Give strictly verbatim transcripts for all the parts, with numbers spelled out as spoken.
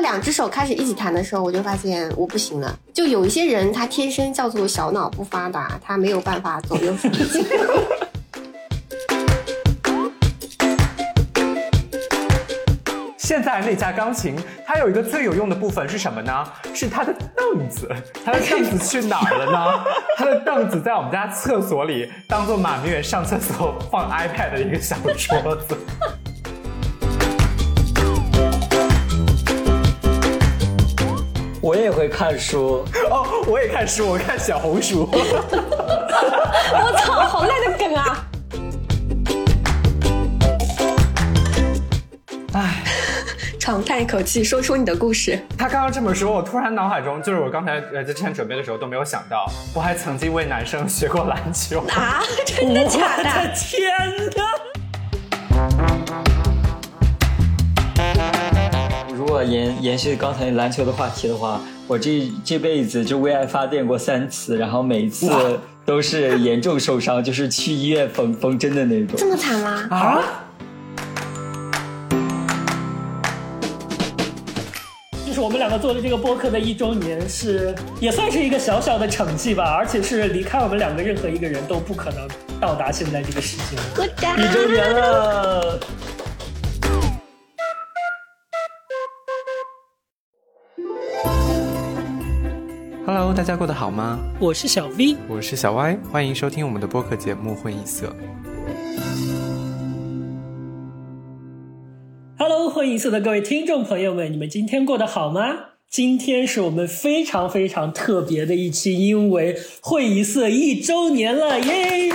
两只手开始一起弹的时候，我就发现我不行了。就有一些人他天生叫做小脑不发达，他没有办法左右手机。 现在那架钢琴它有一个最有用的部分是什么呢？是它的凳子。它的凳子去哪儿了呢？它的凳子在我们家厕所里当做马明远上厕所放 iPad 的一个小桌子。 我也会看书哦，我也看书，我看小红书。 我操，好烂的梗啊！ 唉， 长叹一口气，说出你的故事。 他刚刚这么说，我突然脑海中就是我刚才呃之前准备的时候都没有想到，我还曾经为男生学过篮球啊！真的假的？ 我的天哪！ 如果延延续刚才篮球的话题的话，我这这辈子就为爱发电过三次，然后每一次都是严重受伤，就是去医院缝缝针的那种。 这么惨吗？ 啊！ 就是我们两个做的这个播客的一周年是，也算是一个小小的成绩吧，而且是离开我们两个任何一个人都不可能到达现在这个时间。 一周年了。 Hello， 大家过得好吗？ 我是小 V， 我是小 Y， 欢迎收听我们的播客节目《混一色》。 Hello， 混一色的各位听众朋友们，你们今天过得好吗？今天是我们非常非常特别的一期，因为混一色一周年了，耶！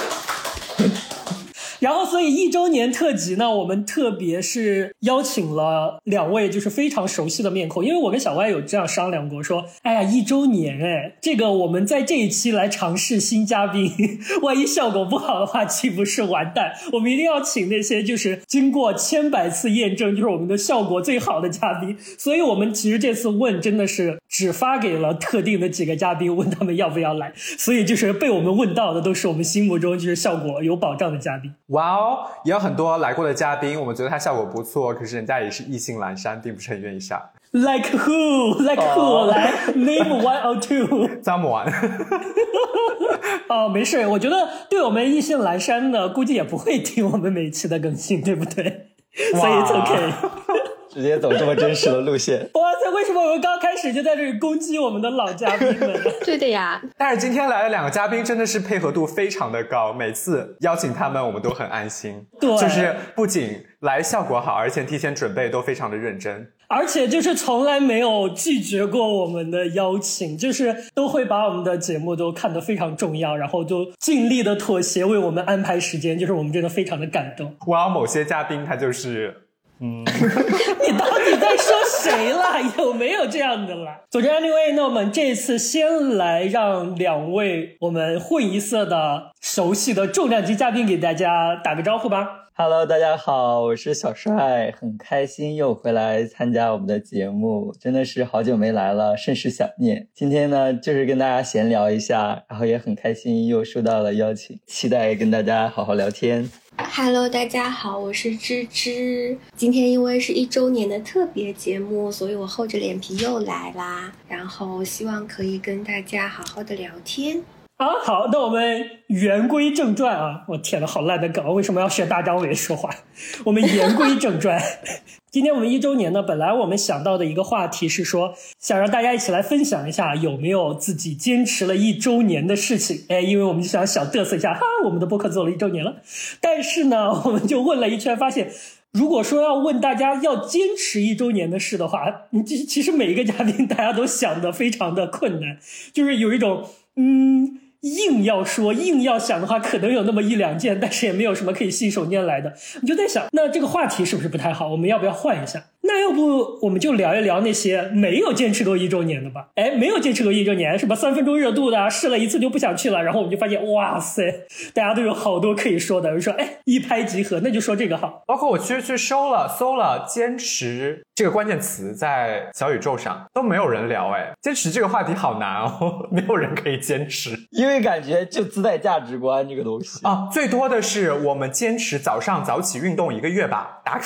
然后所以一周年特辑呢，我们特别是邀请了两位就是非常熟悉的面孔，因为我跟小歪有这样商量过，说哎呀一周年哎，这个我们在这一期来尝试新嘉宾，万一效果不好的话岂不是完蛋？我们一定要请那些就是经过千百次验证就是我们的效果最好的嘉宾，所以我们其实这次问真的是只发给了特定的几个嘉宾，问他们要不要来，所以就是被我们问到的都是我们心目中就是效果有保障的嘉宾。 哇哦，也有很多来过的嘉宾，我们觉得他效果不错，可是人家也是意兴阑珊，并不是很愿意上。 Like who? Like who? Oh. 来 name one or two. Someone. 哦，没事，我觉得对我们意兴阑珊的，估计也不会听我们每期的更新，对不对？所以 it's OK。 直接走这么真实的路线。 哇塞，为什么我们刚开始就在这里攻击我们的老嘉宾们？ 对的呀。 但是今天来的两个嘉宾真的是配合度非常的高，每次邀请他们我们都很安心。 对， 就是不仅来效果好，而且提前准备都非常的认真。 而且就是从来没有拒绝过我们的邀请，就是都会把我们的节目都看得非常重要，然后就尽力的妥协为我们安排时间，就是我们真的非常的感动。 哇，某些嘉宾他就是嗯， 你到底在说谁了？有没有这样的啦？总之 anyway， 那我们这次先来让两位我们混一色的熟悉的重量级嘉宾给大家打个招呼吧。 Hello， 大家好，我是小帅，很开心又回来参加我们的节目，真的是好久没来了，甚是想念。今天呢，就是跟大家闲聊一下，然后也很开心又收到了邀请，期待跟大家好好聊天。 Hello， 大家好，我是芝芝。今天因为是一周年的特别节目，所以我厚着脸皮又来啦，然后希望可以跟大家好好的聊天。 啊，好，那我们言归正传啊！我天哪，好烂的梗，为什么要学大张伟说话？我们言归正传。今天我们一周年呢，本来我们想到的一个话题是说，想让大家一起来分享一下有没有自己坚持了一周年的事情。哎，因为我们就想小嘚瑟一下，哈，我们的播客做了一周年了。但是呢，我们就问了一圈，发现如果说要问大家要坚持一周年的事的话，其实每一个嘉宾大家都想得非常的困难，就是有一种嗯。硬要说硬要想的话可能有那么一两件，但是也没有什么可以信手拈来的。你就在想，那这个话题是不是不太好，我们要不要换一下？那要不我们就聊一聊那些没有坚持过一周年的吧。哎，没有坚持过一周年，什么三分钟热度的，试了一次就不想去了，然后我们就发现哇塞，大家都有好多可以说的。我说哎，一拍即合，那就说这个好。 包括我去去搜了搜了坚持这个关键词，在小宇宙上都没有人聊。哎，坚持这个话题好难哦，没有人可以坚持， 因为感觉就自带价值观这个东西啊，最多的是我们坚持早上早起运动一个月吧，打卡。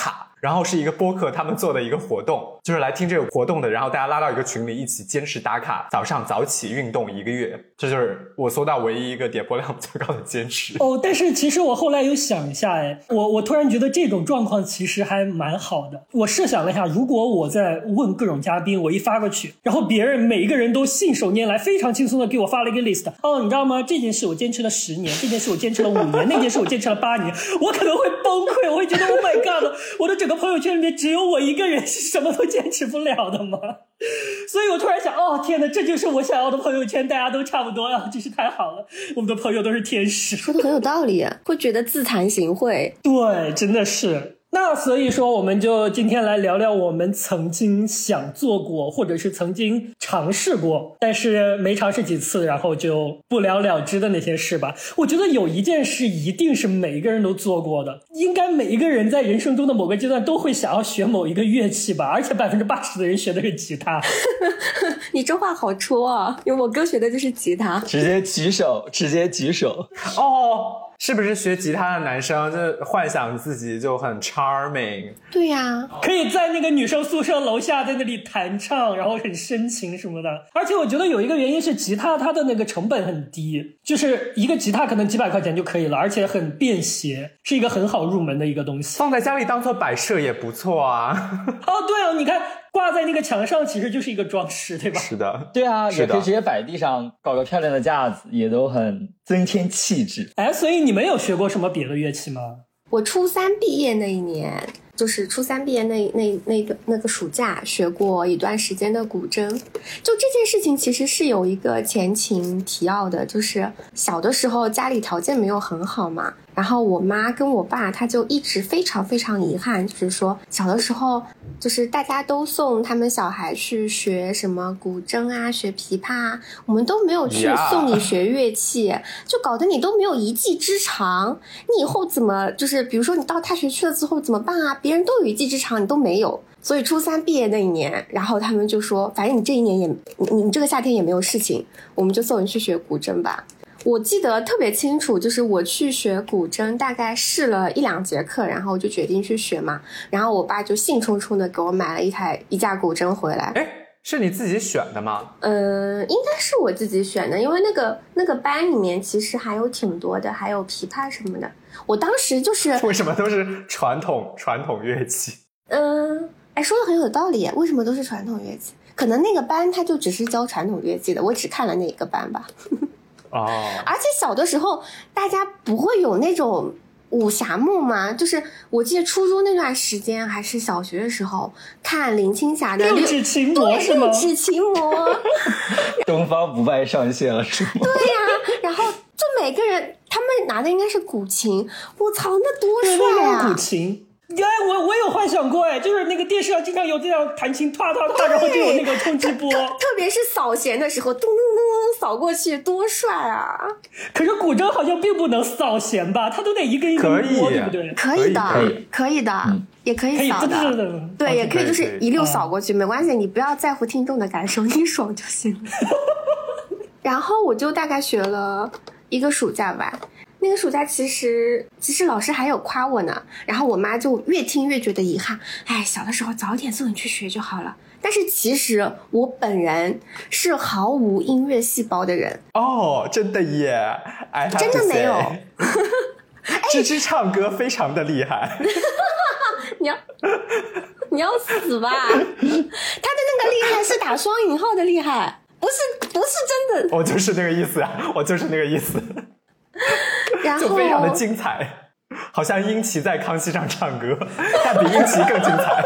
然后是一个播客他们做的一个活动，就是来听这个活动的，然后大家拉到一个群里一起坚持打卡早上早起运动一个月，这就是我搜到唯一一个点播量最高的坚持。 哦，但是其实我后来有想一下，哎，我我突然觉得这种状况其实还蛮好的。我设想了一下，如果我在问各种嘉宾，我一发过去，然后别人每一个人都信手拈来，非常轻松的给我发了一个 list。哦，你知道吗？这件事我坚持了十年，这件事我坚持了五年，那件事我坚持了八年，我可能会崩溃，我会觉得 Oh my God， 我的整个朋友圈里面只有我一个人是什么都坚持不了的吗？所以我突然想，哦天哪，这就是我想要的朋友圈，大家都差不多啊，真是太好了，我们的朋友都是天使。 说的很有道理，会觉得自惭形秽。 对，真的是。那所以说我们就今天来聊聊我们曾经想做过或者是曾经尝试过但是没尝试几次然后就不了了之的那些事吧。我觉得有一件事一定是每一个人都做过的，应该每一个人在人生中的某个阶段都会想要学某一个乐器吧，而且百分之八十的人学的是吉他。 你这话好戳啊，因为我哥学的就是吉他。 直接举手，直接举手。 哦，是不是学吉他的男生就幻想自己就很 charming？ 对呀、 可以在那个女生宿舍楼下在那里弹唱，然后很深情什么的。而且我觉得有一个原因是吉他它的那个成本很低，就是一个吉他可能几百块钱就可以了，而且很便携，是一个很好入门的一个东西。 放在家里当做摆设也不错啊。 哦，对哦，你看挂在那个墙上其实就是一个装饰，对吧？ 是的， 对啊， 是的也可以直接摆地上搞个漂亮的架子，也都很增添气质。 哎，所以你们有学过什么别的乐器吗？ 我初三毕业那一年，就是初三毕业那那那个那个暑假学过一段时间的古筝。就这件事情其实是有一个前情提要的，就是小的时候家里条件没有很好嘛，然后我妈跟我爸他就一直非常非常遗憾，就是说小的时候就是大家都送他们小孩去学什么古筝啊，学琵琶啊，我们都没有去送你学乐器， yeah. 就搞得你都没有一技之长，你以后怎么就是比如说你到大学去了之后怎么办啊？别人都有一技之长，你都没有。所以初三毕业那一年，然后他们就说反正你这一年也你你这个夏天也没有事情，我们就送你去学古筝吧。我记得特别清楚，就是我去学古筝大概试了一两节课，然后就决定去学嘛，然后我爸就兴冲冲的给我买了一台一架古筝回来。 诶，是你自己选的吗？ 嗯、呃，应该是我自己选的，因为那个那个班里面其实还有挺多的，还有琵琶什么的。我当时就是为什么都是传统传统乐器？ 嗯，哎，说的很有道理，为什么都是传统乐器？可能那个班他就只是教传统乐器的，我只看了那一个班吧。 哦， 而且小的时候大家不会有那种武侠梦吗？就是我记得初中那段时间还是小学的时候看林青霞的六指琴魔是吗？ 六指琴魔东方不败上线了是吗？ 对呀、啊，然后就每个人他们拿的应该是古琴，我操，那多帅啊！ 古琴。哎，我我有幻想过哎，就是那个电视上经常有这样弹琴，啪啪啪，然后就有那个冲击波， 特别是扫弦的时候，咚咚咚咚扫过去，多帅啊！ 可是古筝好像并不能扫弦吧，它都得一根一根拨，对不对？ 可以的， 可以， 可以的，嗯、也可以扫的， 可以的对， 哦、 也可以就是一溜扫过去，没关系，你不要在乎听众的感受，你爽就行了。然后我就大概学了一个暑假吧。那个暑假其实其实老师还有夸我呢，然后我妈就越听越觉得遗憾，哎，小的时候早点送你去学就好了。但是其实我本人是毫无音乐细胞的人。 哦，真的耶，哎， 真的没有。 芝芝唱歌非常的厉害。 你要你要死吧？他的那个厉害是打双引号的厉害，不是不是真的。 我就是那个意思啊，我就是那个意思。 然后就非常的精彩，好像殷琦在康熙上唱歌，但比殷琦更精彩。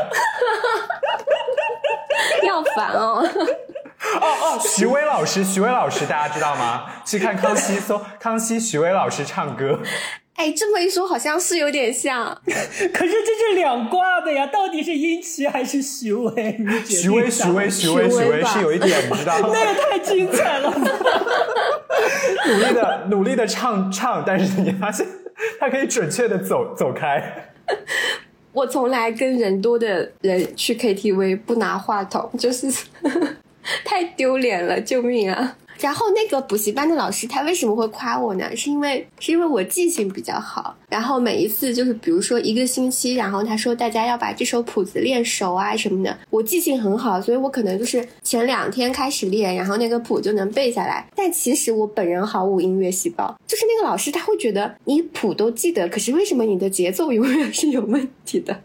要烦哦。 哦哦，徐薇老师，徐薇老师大家知道吗？去看康熙搜康熙徐薇老师唱歌。 哎，这么一说好像是有点像。 可是这是两挂的呀，到底是殷琦还是徐薇？ 徐薇徐薇徐薇徐薇是有一点，你知道吗？ 那也太精彩了。 努力的努力的唱唱，但是你发现他可以准确的走走开。 我从来跟人多的人去 K T V 不拿话筒，就是太丢脸了，救命啊！ 然后那个补习班的老师他为什么会夸我呢？是因为是因为我记性比较好，然后每一次就是比如说一个星期，然后他说大家要把这首谱子练熟啊什么的，我记性很好，所以我可能就是前两天开始练，然后那个谱就能背下来。但其实我本人毫无音乐细胞，就是那个老师他会觉得你谱都记得，可是为什么你的节奏永远是有问题的？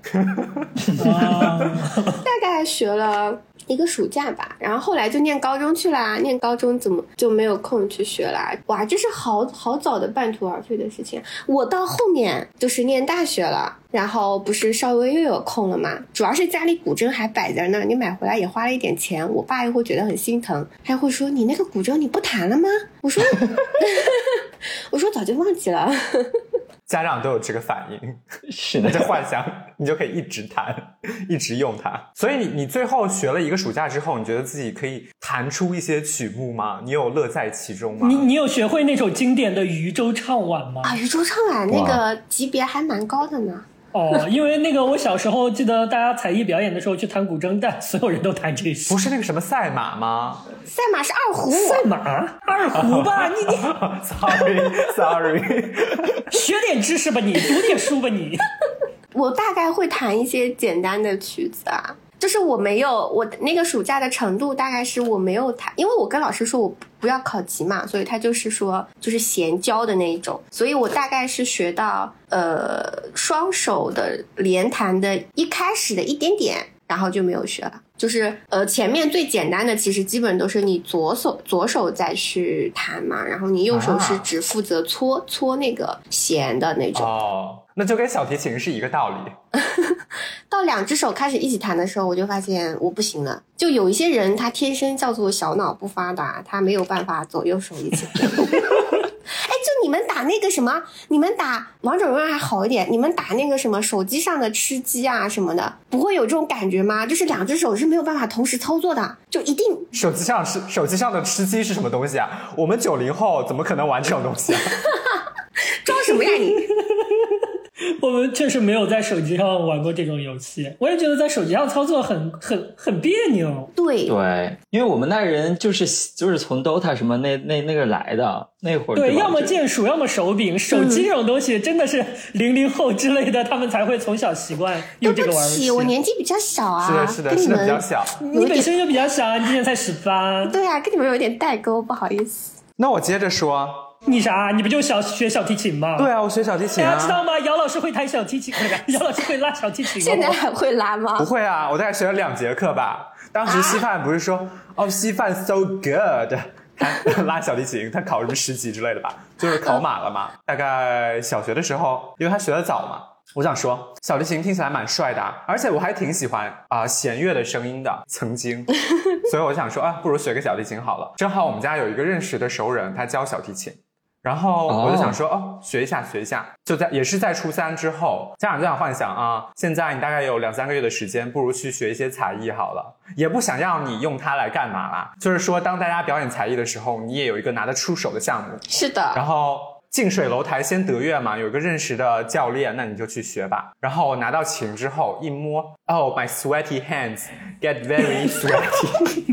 大概学了一个暑假吧，然后后来就念高中去啦，念高中怎么就没有空去学啦？哇，这是好好早的半途而废的事情。我到后面就是念大学了，然后不是稍微又有空了嘛，主要是家里古筝还摆在那儿，你买回来也花了一点钱，我爸又会觉得很心疼，他会说你那个古筝你不弹了吗？我说我说早就忘记了。 家长都有这个反应， 是的， 你就幻想你就可以一直弹一直用它。所以你最后学了一个暑假之后，你觉得自己可以弹出一些曲目吗？你有乐在其中吗？ 你你有学会那首经典的渔舟唱晚吗？ 啊，渔舟唱晚那个级别还蛮高的呢。 哦，因为那个我小时候记得大家才艺表演的时候去弹古筝，但所有人都弹这首。 不是那个什么赛马吗？ 赛马是二胡。 赛马二胡吧，你你 sorry sorry 学点知识吧你，读点书吧你。 我大概会弹一些简单的曲子啊，就是我没有我那个暑假的程度大概是我没有弹，因为我跟老师说我不要考级嘛，所以他就是说就是闲教的那一种，所以我大概是学到呃双手的连弹的一开始的一点点，然后就没有学了。就是呃前面最简单的其实基本都是你左手左手再去弹嘛，然后你右手是只负责搓、啊、搓那个弦的那种。 哦，那就跟小提琴是一个道理。 到两只手开始一起弹的时候，我就发现我不行了。就有一些人他天生叫做小脑不发达，他没有办法左右手一起弹。哎，就你们打那个什么，你们打王者荣耀还好一点，你们打那个什么手机上的吃鸡啊什么的，不会有这种感觉吗？就是两只手是没有办法同时操作的，就一定手机上是手机上的吃鸡是什么东西啊？我们九零后怎么可能玩这种东西啊？ 装什么呀你？ 我们确实没有在手机上玩过这种游戏，我也觉得在手机上操作很很很别扭。 对对，因为我们那人就是就是从 Dota 什么那那那个来的那会儿， 对，要么键鼠，要么手柄。手机这种东西真的是零零后之类的，他们才会从小习惯用这个玩游戏。 对不起，我年纪比较小啊。 是的，是的，是的，比较小。 你本身就比较小啊，你今年才十八。 对啊，跟你们有点代沟，不好意思。 那我接着说。 你啥？你不就小学小提琴吗？ 对啊，我学小提琴啊。 大家知道吗？姚老师会弹小提琴，姚老师会拉小提琴。 现在还会拉吗？ 不会啊，我大概学了两节课吧。当时稀饭不是说、啊、哦，稀饭 so good， 他拉小提琴，他考什么十级之类的吧，就是考马了嘛。大概小学的时候，因为他学得早嘛。我想说小提琴听起来蛮帅的、啊、而且我还挺喜欢啊、呃、弦乐的声音的，曾经所以我想说啊，不如学个小提琴好了。正好我们家有一个认识的熟人，他教小提琴，然后我就想说 哦, 哦，学一下学一下。就在也是在初三之后，家长就想幻想啊，现在你大概有两三个月的时间，不如去学一些才艺好了，也不想让你用它来干嘛啦，就是说当大家表演才艺的时候，你也有一个拿得出手的项目。 是的。 然后近水楼台先得月嘛，有一个认识的教练，那你就去学吧。然后我拿到琴之后一摸， Oh my sweaty hands get very sweaty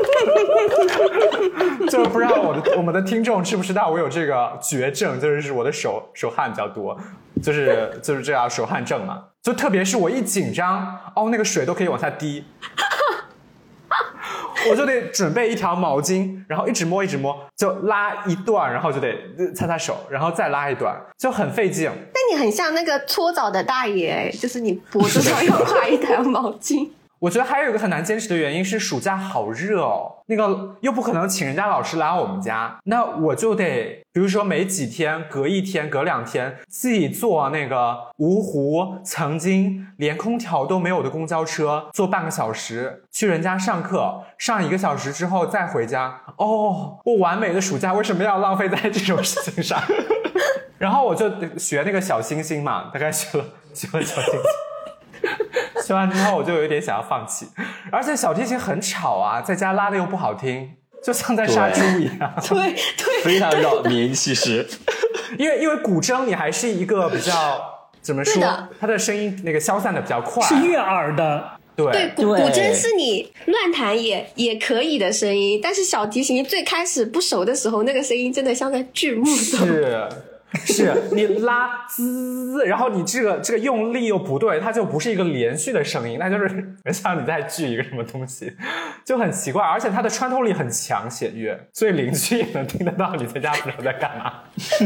就不知道我的我们的听众知不知道我有这个绝症，就是我的手手汗比较多，就是就是这样手汗症嘛。就特别是我一紧张，哦那个水都可以往下滴我就得准备一条毛巾，然后一直摸一直摸，就拉一段，然后就得擦擦手，然后再拉一段，就很费劲。 那你很像那个搓澡的大爷，就是你脖子上要挂一条毛巾。 我觉得还有一个很难坚持的原因是暑假好热哦，那个又不可能请人家老师来我们家，那我就得比如说每几天隔一天隔两天自己坐那个芜湖曾经连空调都没有的公交车，坐半个小时去人家上课，上一个小时之后再回家。哦，我完美的暑假为什么要浪费在这种事情上然后我就学那个小星星嘛，大概学了学了小星星学完之后我就有一点想要放弃，而且小提琴很吵啊，在家拉的又不好听，就像在杀猪一样。 对对， 非常扰民其实因为因为古筝你还是一个比较怎么说，它的声音那个消散的比较快， 是悦耳的。 对对，古古筝是你乱弹也也可以的声音，但是小提琴最开始不熟的时候，那个声音真的像在锯木头。 是。是你拉滋，然后你这个这个用力又不对，它就不是一个连续的声音，那就是像你在锯一个什么东西，就很奇怪。而且它的穿透力很强，弦乐，所以邻居也能听得到你在家不知道在干嘛。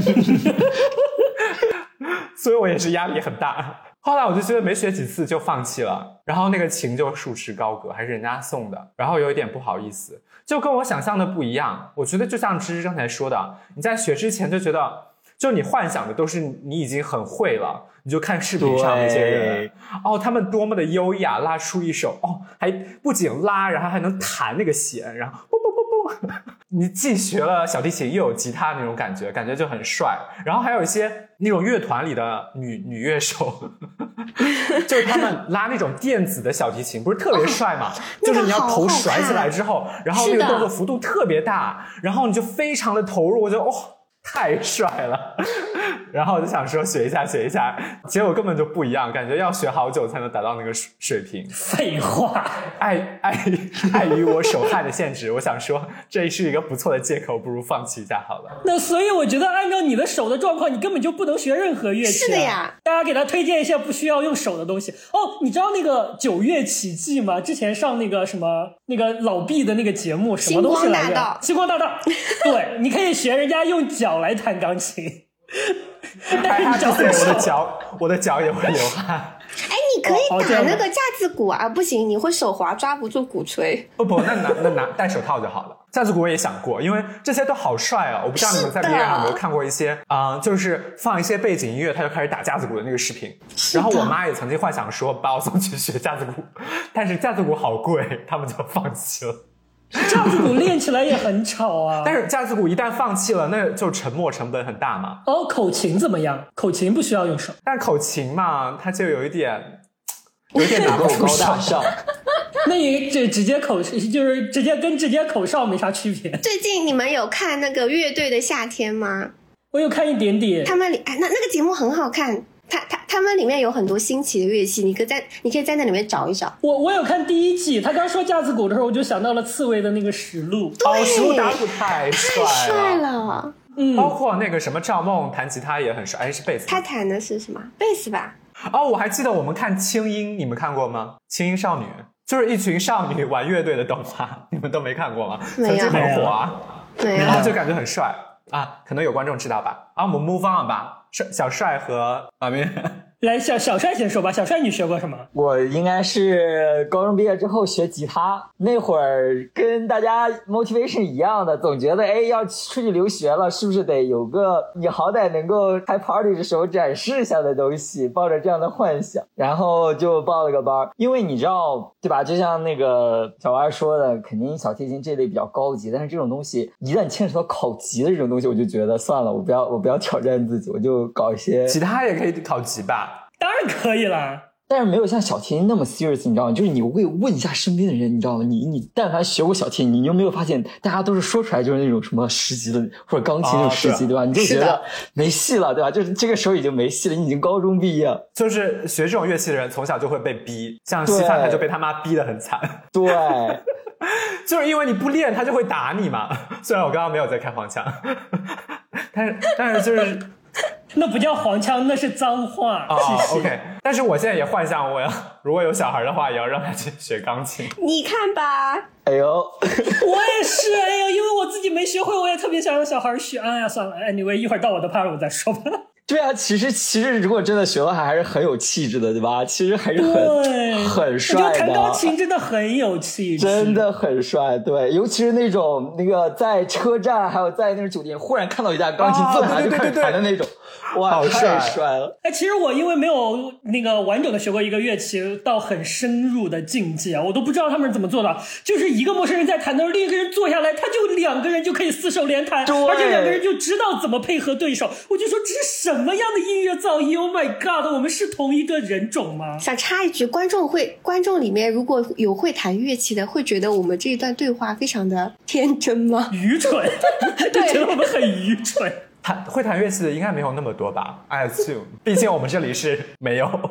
所以我也是压力很大。后来我就觉得没学几次就放弃了，然后那个琴就束之高阁，还是人家送的，然后有一点不好意思，就跟我想象的不一样。我觉得就像芝芝刚才说的，你在学之前就觉得。就你幻想的都是你已经很会了，你就看视频上那些人，哦，他们多么的优雅，拉出一首，哦，还不仅拉，然后还能弹那个弦，然后啵啵啵啵，你既学了小提琴又有吉他那种感觉，感觉就很帅。然后还有一些那种乐团里的女女乐手，就是他们拉那种电子的小提琴，不是特别帅嘛？哦、就是你要头甩起来之后，然后那个动作幅度特别大，然后你就非常的投入，我觉得哦。太帅了，然后我就想说学一下学一下，结果根本就不一样，感觉要学好久才能达到那个水平。 废话， 碍碍碍于我手汗的限制，我想说这是一个不错的借口，不如放弃一下好了。 那所以我觉得按照你的手的状况，你根本就不能学任何乐器、啊。 是的呀， 大家给他推荐一下不需要用手的东西。哦，你知道那个九月奇迹吗？之前上那个什么那个老毕的那个节目，什么东西来着？星光大道。对，你可以学人家用脚来弹钢琴。 但是你脚我的脚，我的脚也会流汗。 哎，你可以打那个架子鼓啊，不行，你会手滑抓不住鼓槌。 不不，那拿那拿戴手套就好了。架子鼓我也想过，因为这些都好帅啊！我不知道你们在 B 站上有没有看过一些啊、呃，就是放一些背景音乐，他就开始打架子鼓的那个视频。然后我妈也曾经幻想说把我送去学架子鼓，但是架子鼓好贵，他们就放弃了。 架子鼓练起来也很吵啊， 但是架子鼓一旦放弃了，那就沉没成本很大嘛。 哦，口琴怎么样？口琴不需要用手， 但口琴嘛，它就有一点，有一点拿不出高大上。 那你这直接口就是直接跟直接口哨没啥区别。 最近你们有看那个乐队的夏天吗？ 我有看一点点。 他们里那那个节目很好看。他他他们里面有很多新奇的乐器，你可以在你可以在那里面找一找。 我我有看第一季，他刚说架子鼓的时候，我就想到了刺猬的那个石路。 哦，石路打鼓太帅了， 太帅了。 嗯， 包括那个什么赵梦弹吉他也很帅，哎，是贝斯。 他弹的是什么？贝斯吧。 哦，我还记得我们看青音，你们看过吗？青音少女就是一群少女玩乐队的动画，你们都没看过吗？ 没有， 曾经很火啊。 对啊， 然后就感觉很帅啊，可能有观众知道吧？啊，我们 move on 吧。小帅和马明， 来小小帅先说吧。小帅，你学过什么？ 我应该是高中毕业之后学吉他，那会儿跟大家 motivation 一样的，总觉得哎要出去留学了，是不是得有个你好歹能够开 party 的时候展示一下的东西，抱着这样的幻想，然后就报了个班。因为你知道对吧，就像那个小娃说的，肯定小提琴这类比较高级，但是这种东西一旦牵扯到考级的这种东西，我就觉得算了，我不要我不要挑战自己，我就搞一些吉他也可以考级吧？ 当然可以啦， 但是没有像小提琴那么 serious， 你知道吗？就是你会问一下身边的人，你知道吗？你你但凡学过小提琴，你有没有发现大家都是说出来就是那种什么十级的或者钢琴那种十级、哦、对吧？你就觉得没戏了，对吧？就是这个时候已经没戏了，你已经高中毕业了。 就是学这种乐器的人从小就会被逼，像稀饭他就被他妈逼得很惨。 对。 就是因为你不练他就会打你嘛，虽然我刚刚没有在开黄腔，但是但是就是那不叫黄腔，那是脏话。 哦 OK， 但是我现在也幻想我要如果有小孩的话也要让他去学钢琴。 你看吧， 哎呦我也是，哎呀，因为我自己没学会，我也特别想让小孩学。哎呀算了 anyway 一会儿到我的 part 我再说吧。 对啊，其实其实如果真的学了还是很有气质的，对吧？其实还是很很帅的。 我觉得弹钢琴真的很有气质， 真的很帅。对，尤其是那种那个在车站还有在那种酒店忽然看到一架钢琴自弹就开始弹的那种，哇， 好太帅了。 哎，其实我因为没有那个完整的学过一个乐器到很深入的境界，我都不知道他们是怎么做的。就是一个陌生人在弹的，另一个人坐下来，他就两个人就可以四手连弹，而且两个人就知道怎么配合对手。我就说这是什么样的音乐造诣 ？Oh my god！ 我们是同一个人种吗？ 想插一句，观众会观众里面如果有会弹乐器的，会觉得我们这一段对话非常的天真吗？ 愚蠢，就觉得我们很愚蠢。 弹会弹乐器的应该没有那么多吧 ？I assume， 毕竟我们这里是没有。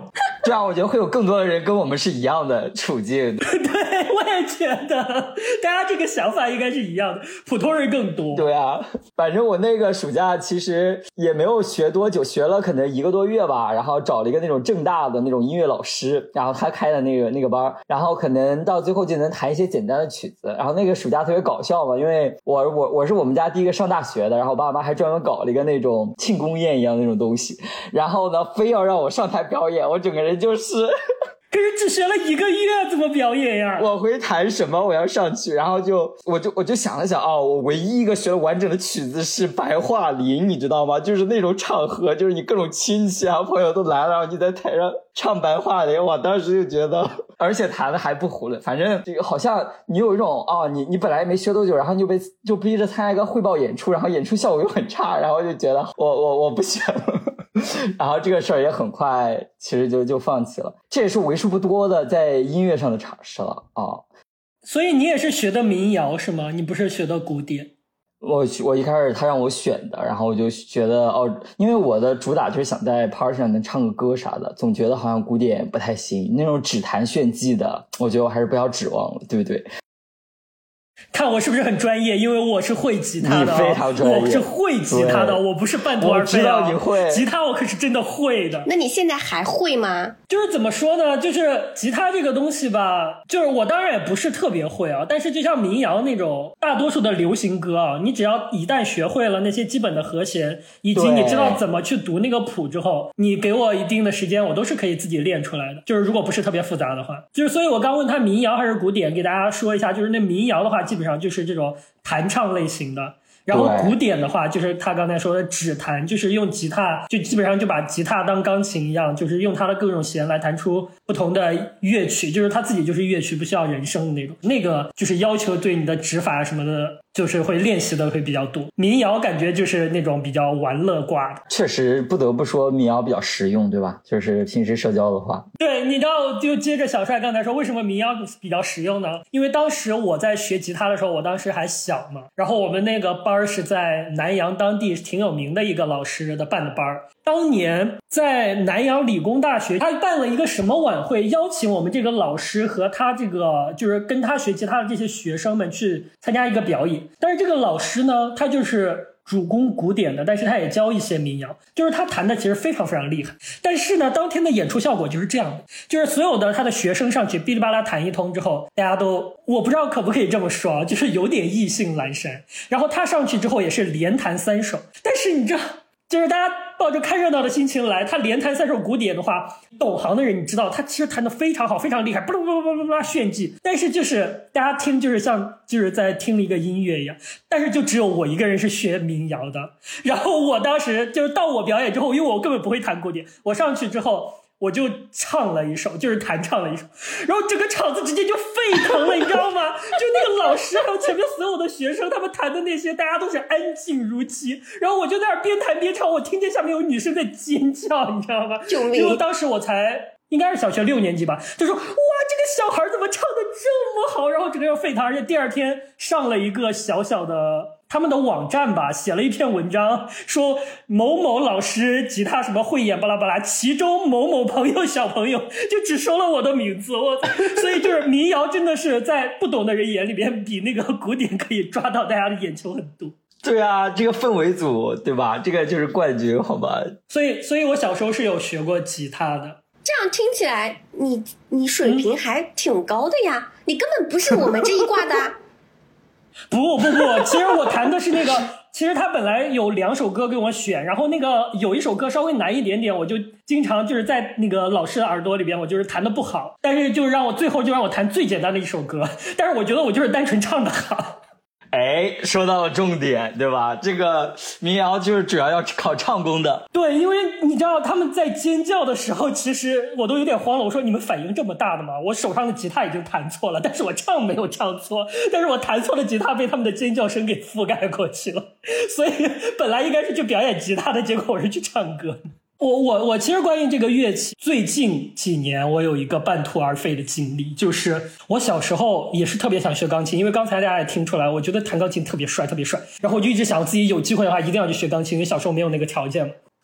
这样我觉得会有更多的人跟我们是一样的处境。 对，我也觉得大家这个想法应该是一样的，普通人更多。 对啊，反正我那个暑假其实也没有学多久，学了可能一个多月吧，然后找了一个那种正大的那种音乐老师，然后他开的那个那个班，然后可能到最后就能弹一些简单的曲子。然后那个暑假特别搞笑嘛，因为我我我是我们家第一个上大学的，然后我爸妈还专门搞了一个那种庆功宴一样的那种东西，然后呢非要让我上台表演，我整个人就是可是只学了一个月，怎么表演呀？ 我会弹什么？我要上去，然后就我就我就想了想啊、哦，我唯一一个学了完整的曲子是《白桦林》，你知道吗？就是那种场合，就是你各种亲戚啊朋友都来了，然后你在台上唱《白桦林》，我当时就觉得，而且弹的还不糊了，反正这个好像你有一种啊、哦，你你本来没学多久，然后你就被就逼着参加一个汇报演出，然后演出效果又很差，然后就觉得我我我不学了。然后这个事儿也很快其实就就放弃了，这也是为数不多的在音乐上的尝试了啊。 所以你也是学的民谣是吗？你不是学的古典？ 我我一开始他让我选的，然后我就觉得哦，因为我的主打就是想在 party 上能唱个歌啥的，总觉得好像古典不太行，那种只弹炫技的我觉得我还是不要指望了，对不对？ 看我是不是很专业？因为我是会吉他的， 你非常专业， 我是会吉他的，我不是半途而废啊！ 我知道你会吉他，我可是真的会的。 那你现在还会吗？ 就是怎么说呢？就是吉他这个东西吧，就是我当然也不是特别会啊，但是就像民谣那种大多数的流行歌啊，你只要一旦学会了那些基本的和弦，以及你知道怎么去读那个谱之后，你给我一定的时间，我都是可以自己练出来的。就是如果不是特别复杂的话，就是所以我刚问他民谣还是古典，给大家说一下，就是那民谣的话，基本上就是这种弹唱类型的。然后古典的话，就是他刚才说的指弹，就是用吉他，就基本上就把吉他当钢琴一样，就是用它的各种弦来弹出不同的乐曲，就是他自己就是乐曲，不需要人声的那种。那个就是要求对你的指法什么的，就是会练习的会比较多。民谣感觉就是那种比较玩乐挂的。 确实不得不说民谣比较实用，对吧？就是平时社交的话。 对，你知道就接着小帅刚才说为什么民谣比较实用呢？因为当时我在学吉他的时候，我当时还小嘛，然后我们那个班是在南阳当地挺有名的一个老师的办的班，当年在南阳理工大学他办了一个什么晚会，邀请我们这个老师和他这个就是跟他学吉他的这些学生们去参加一个表演。但是这个老师呢，他就是主攻古典的，但是他也教一些民谣，就是他弹的其实非常非常厉害。但是呢，当天的演出效果就是这样的，就是所有的他的学生上去哔哩吧啦弹一通之后，大家都我不知道可不可以这么说啊，就是有点意兴阑珊。然后他上去之后也是连弹三首，但是你知道，就是大家抱着看热闹的心情来，他连弹三首古典的话，懂行的人你知道他其实弹得非常好，非常厉害，巴拉巴拉巴拉巴拉炫技。但是就是大家听就是像就是在听了一个音乐一样，但是就只有我一个人是学民谣的。然后我当时就是到我表演之后，因为我根本不会弹古典，我上去之后我就唱了一首，就是弹唱了一首，然后整个场子直接就沸腾了，你知道吗？就那个老师还有前面所有的学生，他们弹的那些，大家都是安静如鸡，然后我就在那边弹边唱，我听见下面有女生在尖叫，你知道吗？ 救命！ 因为当时我才应该是小学六年级吧，就说哇，这个小孩怎么唱的这么好，然后整个人沸腾，而且第二天上了一个小小的他们的网站吧，写了一篇文章，说某某老师吉他什么慧眼巴拉巴拉，其中某某朋友小朋友就只说了我的名字，我所以就是民谣真的是在不懂的人眼里边比那个古典可以抓到大家的眼球很多。 对啊，这个氛围组对吧？这个就是冠军，好吧？ 所以，所以我小时候是有学过吉他的。 这样听起来，你你水平还挺高的呀，嗯、你根本不是我们这一挂的。 不不不，其实我弹的是那个，其实他本来有两首歌给我选，然后那个有一首歌稍微难一点点，我就经常就是在那个老师的耳朵里边，我就是弹的不好，但是就让我最后就让我弹最简单的一首歌，但是我觉得我就是单纯唱的好。 哎，说到了重点，对吧？这个民谣就是主要要考唱功的。 对，因为你知道他们在尖叫的时候，其实我都有点慌了。我说你们反应这么大的吗？我手上的吉他已经弹错了，但是我唱没有唱错，但是我弹错的吉他被他们的尖叫声给覆盖过去了。所以本来应该是去表演吉他的，结果我是去唱歌。我我我其实关于这个乐器，最近几年我有一个半途而废的经历，就是我小时候也是特别想学钢琴，因为刚才大家也听出来，我觉得弹钢琴特别帅特别帅，然后我就一直想自己有机会的话一定要去学钢琴，因为小时候没有那个条件嘛。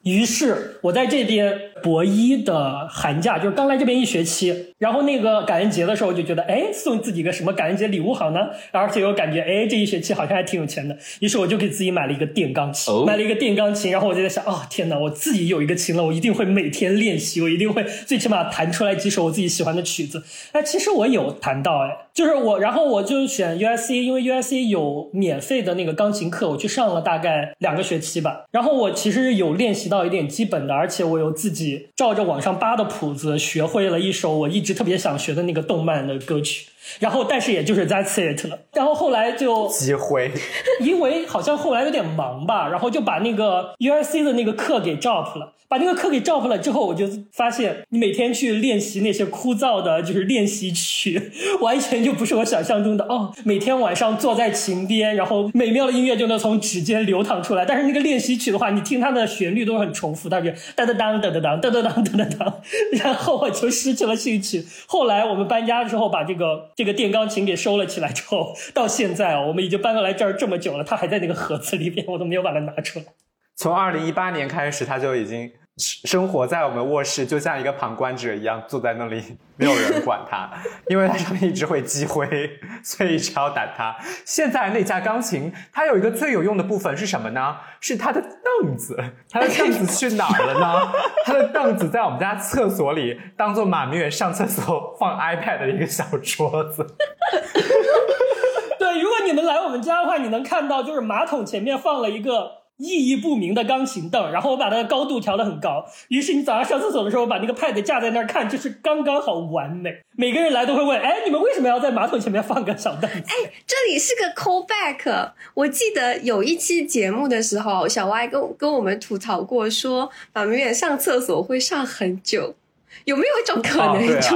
于是我在这边博一的寒假，就是刚来这边一学期，然后那个感恩节的时候我就觉得，哎，送自己个什么感恩节礼物好呢？而且我感觉，哎，这一学期好像还挺有钱的，于是我就给自己买了一个电钢琴，哦、买了一个电钢琴，然后我就在想，哦，天哪，我自己有一个琴了，我一定会每天练习，我一定会最起码弹出来几首我自己喜欢的曲子。哎，其实我有弹到，哎，就是我，然后我就选 U S C， 因为 U S C 有免费的那个钢琴课，我去上了大概两个学期吧，然后我其实有练习到一点基本的，而且我有自己照着网上扒的谱子学会了一首我一直特别想学的那个动漫的歌曲，然后但是也就是 that's it 了。然后后来就机会因为好像后来有点忙吧，然后就把那个 U S C 的那个课给 drop 了，把那个课给 drop 了之后，我就发现你每天去练习那些枯燥的就是练习曲，完全就不是我想象中的哦，每天晚上坐在琴边，然后美妙的音乐就能从指尖流淌出来。但是那个练习曲的话，你听它的旋律都很重复，它就哒哒当哒哒当哒哒当哒哒当，然后我就失去了兴趣。后来我们搬家之后，把这个这个电钢琴给收了起来之后，到现在哦，我们已经搬过来这儿这么久了，它还在那个盒子里边，我都没有把它拿出来。 从二零一八年开始，它就已经生活在我们卧室，就像一个旁观者一样坐在那里，没有人管它，因为它上面一直会积灰，所以一直要掸它。现在那架钢琴它有一个最有用的部分是什么呢？是它的凳子。它的凳子去哪儿了呢？它的凳子在我们家厕所里当做马明远上厕所放 iPad 的一个小桌子。 对，如果你们来我们家的话，你能看到就是马桶前面放了一个意义不明的钢琴凳，然后我把它的高度调得很高，于是你早上上厕所的时候把那个 pad 架在那儿看，就是刚刚好完美。每个人来都会问，哎，你们为什么要在马桶前面放个小凳子？ 哎，这里是个 callback。我记得有一期节目的时候，小歪跟跟我们吐槽过说，马明远上厕所会上很久，有没有一种可能、哦啊、就是？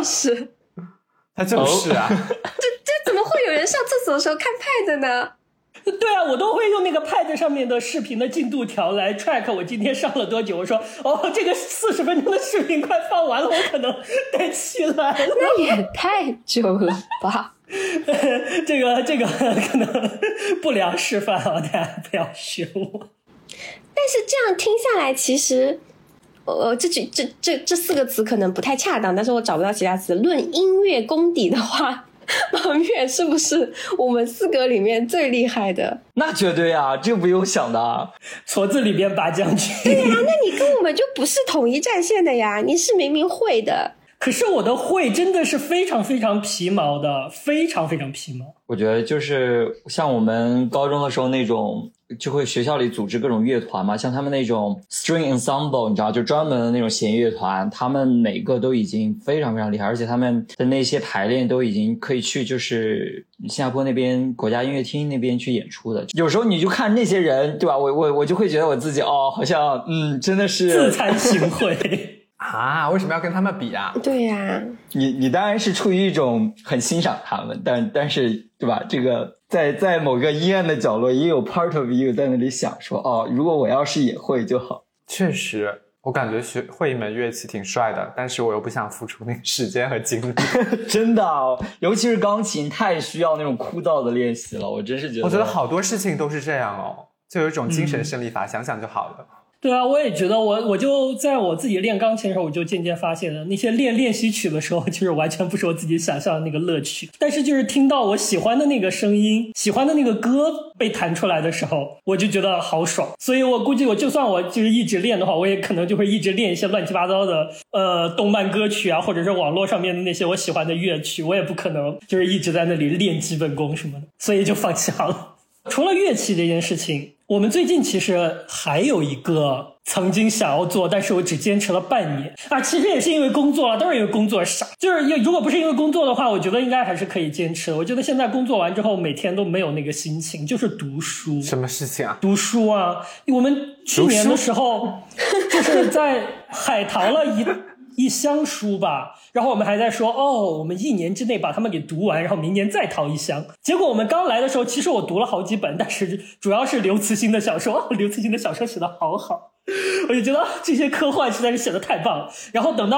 他就是啊， 这这怎么会有人上厕所的时候看 pad 呢？ 对啊，我都会用那个 pad 上面的视频的进度条来 track 我今天上了多久。我说，哦，这个四十分钟的视频快放完了，我可能得起来了。 那也太久了吧？ 这个这个可能不良示范啊，大家不要学我。 但是这样听下来，其实，呃，这这这这这四个词可能不太恰当，但是我找不到其他词。论音乐功底的话，马明远是不是我们四个里面最厉害的？ 那绝对啊，这不用想的啊。 矬子里边拔将军。 对呀、啊，那你跟我们就不是统一战线的呀，你是明明会的。 可是我的会真的是非常非常皮毛的，非常非常皮毛。 我觉得就是像我们高中的时候那种，就会学校里组织各种乐团嘛，像他们那种 string ensemble， 你知道，就专门的那种弦乐团，他们每个都已经非常非常厉害，而且他们的那些排练都已经可以去就是新加坡那边国家音乐厅那边去演出的。有时候你就看那些人，对吧？我我我就会觉得我自己哦，好像嗯，真的是自惭形秽。 啊，为什么要跟他们比啊？ 对呀、啊， 你你当然是出于一种很欣赏他们，但但是对吧？这个在在某个阴暗的角落，也有 part of you 在那里想说，哦，如果我要是也会就好。 确实，我感觉学会一门乐器挺帅的，但是我又不想付出那个时间和精力。 真的、哦，尤其是钢琴，太需要那种枯燥的练习了。我真是觉得， 我觉得好多事情都是这样哦，就有一种精神胜利法，嗯、想想就好了。 对啊，我也觉得我我就在我自己练钢琴的时候，我就渐渐发现了那些练练习曲的时候，就是完全不是我自己想象的那个乐趣。但是就是听到我喜欢的那个声音，喜欢的那个歌被弹出来的时候，我就觉得好爽。所以我估计我就算我就是一直练的话，我也可能就会一直练一些乱七八糟的呃动漫歌曲啊，或者是网络上面的那些我喜欢的乐曲，我也不可能就是一直在那里练基本功什么的，所以就放弃好了。除了乐器这件事情，我们最近其实还有一个曾经想要做，但是我只坚持了半年啊，其实也是因为工作了，当然因为工作傻，就是如果不是因为工作的话，我觉得应该还是可以坚持的。我觉得现在工作完之后，每天都没有那个心情，就是读书。 什么事情啊？ 读书啊！我们去年的时候就是在海淘了一一箱书吧，然后我们还在说哦，我们一年之内把它们给读完，然后明年再淘一箱。结果我们刚来的时候，其实我读了好几本，但是主要是刘慈欣的小说，刘慈欣的小说写得好好，我就觉得这些科幻实在是写得太棒了。然后等到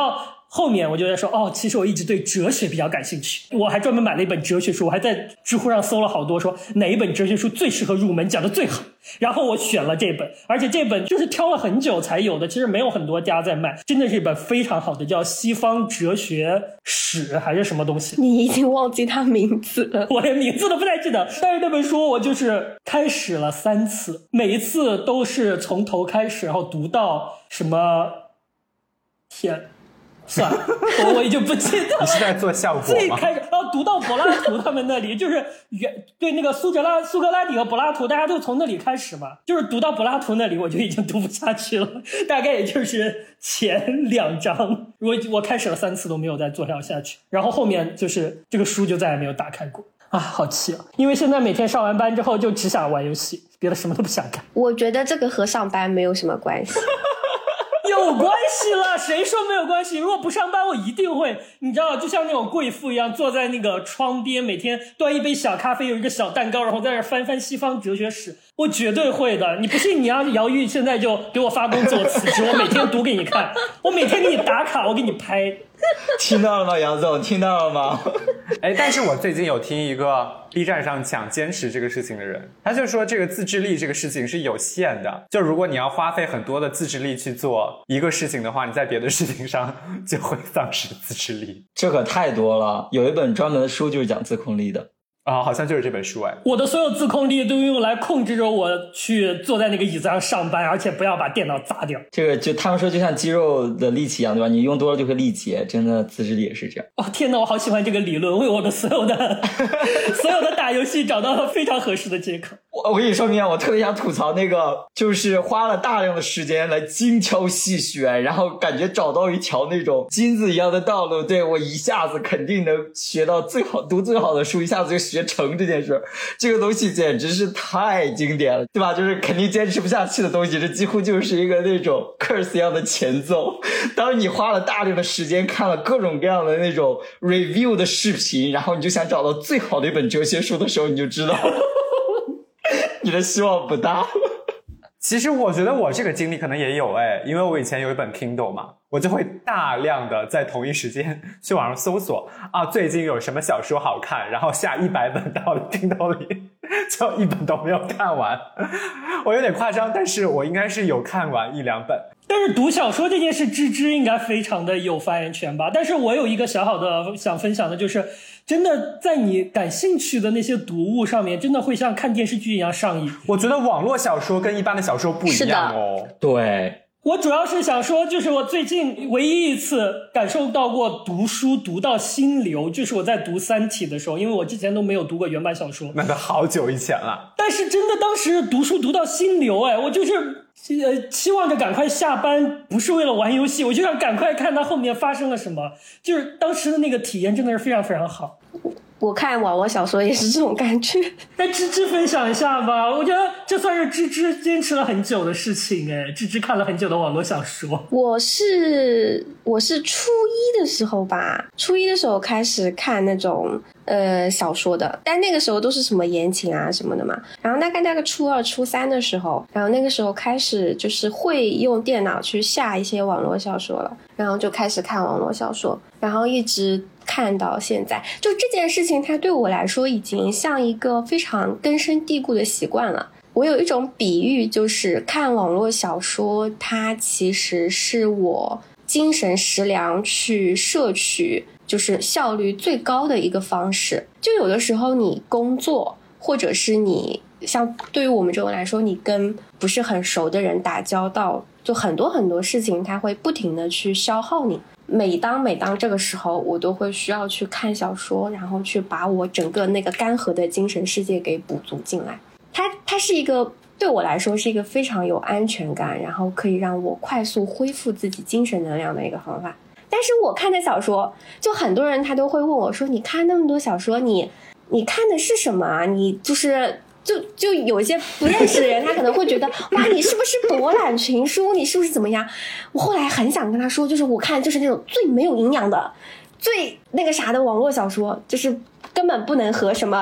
后面我就在说，哦，其实我一直对哲学比较感兴趣，我还专门买了一本哲学书，我还在知乎上搜了好多，说哪一本哲学书最适合入门，讲的最好，然后我选了这本，而且这本就是挑了很久才有的，其实没有很多家在卖，真的是一本非常好的，叫《西方哲学史》还是什么东西。 你已经忘记它名字了， 我连名字都不太记得，但是这本书我就是开始了三次，每一次都是从头开始，然后读到什么天算了，我我已经不记得了。 你是在做效果吗？ 最开始，然后读到柏拉图他们那里，就是原对那个苏格拉苏格拉底和柏拉图，大家就从那里开始嘛。就是读到柏拉图那里，我就已经读不下去了，大概也就是前两章，我我开始了三次都没有再做下去，然后后面就是这个书就再也没有打开过啊，好气啊！因为现在每天上完班之后就只想玩游戏，别的什么都不想干。 我觉得这个和上班没有什么关系。 有关系了，谁说没有关系？如果不上班，我一定会，你知道，就像那种贵妇一样，坐在那个窗边，每天端一杯小咖啡，有一个小蛋糕，然后在那翻翻西方哲学史，我绝对会的。你不信，你让姚玉现在就给我发工作辞职，我每天读给你看，我每天给你打卡，我给你拍。 听到了吗，杨总？听到了吗？ 哎，但是我最近有听一个 B 站上讲坚持这个事情的人，他就说这个自制力这个事情是有限的，就如果你要花费很多的自制力去做一个事情的话，你在别的事情上就会丧失自制力。 这可太多了，有一本专门的书就是讲自控力的。 啊、哦，好像就是这本书哎。 我的所有自控力都用来控制着我去坐在那个椅子上上班，而且不要把电脑砸掉。 这个就他们说就像肌肉的力气一样，对吧？你用多了就会力竭，真的自制力也是这样。 哦天哪，我好喜欢这个理论，为我的所有的所有的打游戏找到了非常合适的借口。 我我跟你说明啊，我特别想吐槽那个，就是花了大量的时间来精挑细选，然后感觉找到一条那种金子一样的道路，对，我一下子肯定能学到最好，读最好的书，一下子就学成这件事，这个东西简直是太经典了，对吧？就是肯定坚持不下去的东西，这几乎就是一个那种 curse 一样的前奏。当你花了大量的时间看了各种各样的那种 review 的视频，然后你就想找到最好的一本哲学书的时候，你就知道你的希望不大。 其实我觉得我这个经历可能也有哎，因为我以前有一本 Kindle 嘛，我就会大量的在同一时间去网上搜索啊，最近有什么小说好看，然后下一百本到 Kindle 里，就一本都没有看完。我有点夸张，但是我应该是有看完一两本。 但是读小说这件事，芝芝应该非常的有发言权吧？但是我有一个小好的想分享的，就是真的在你感兴趣的那些读物上面，真的会像看电视剧一样上瘾。 我觉得网络小说跟一般的小说不一样哦。 对， 我主要是想说，就是我最近唯一一次感受到过读书读到心流，就是我在读《三体》的时候，因为我之前都没有读过原版小说， 那都好久以前了。 但是真的当时读书读到心流，哎，我就是呃期望着赶快下班，不是为了玩游戏，我就想赶快看它后面发生了什么，就是当时的那个体验真的是非常非常好。 我看网络小说也是这种感觉。 那芝芝分享一下吧，我觉得这算是芝芝坚持了很久的事情哎，芝芝看了很久的网络小说。 我是我是初一的时候吧，初一的时候开始看那种呃小说的，但那个时候都是什么言情啊什么的嘛。然后大概那个初二初三的时候，然后那个时候开始就是会用电脑去下一些网络小说了，然后就开始看网络小说，然后一直看到现在。就这件事情它对我来说已经像一个非常根深蒂固的习惯了。我有一种比喻，就是看网络小说它其实是我精神食粮去摄取就是效率最高的一个方式。就有的时候你工作，或者是你像对于我们这种来说，你跟不是很熟的人打交道，就很多很多事情它会不停的去消耗你。每当每当这个时候，我都会需要去看小说，然后去把我整个那个干涸的精神世界给补足进来。它它是一个对我来说是一个非常有安全感，然后可以让我快速恢复自己精神能量的一个方法。但是我看的小说，就很多人他都会问我说，你看那么多小说，你你看的是什么啊？你就是就就有一些不认识的人，他可能会觉得哇，你是不是博览群书？你是不是怎么样？我后来很想跟他说，就是我看就是那种最没有营养的、最那个啥的网络小说，就是根本不能和什么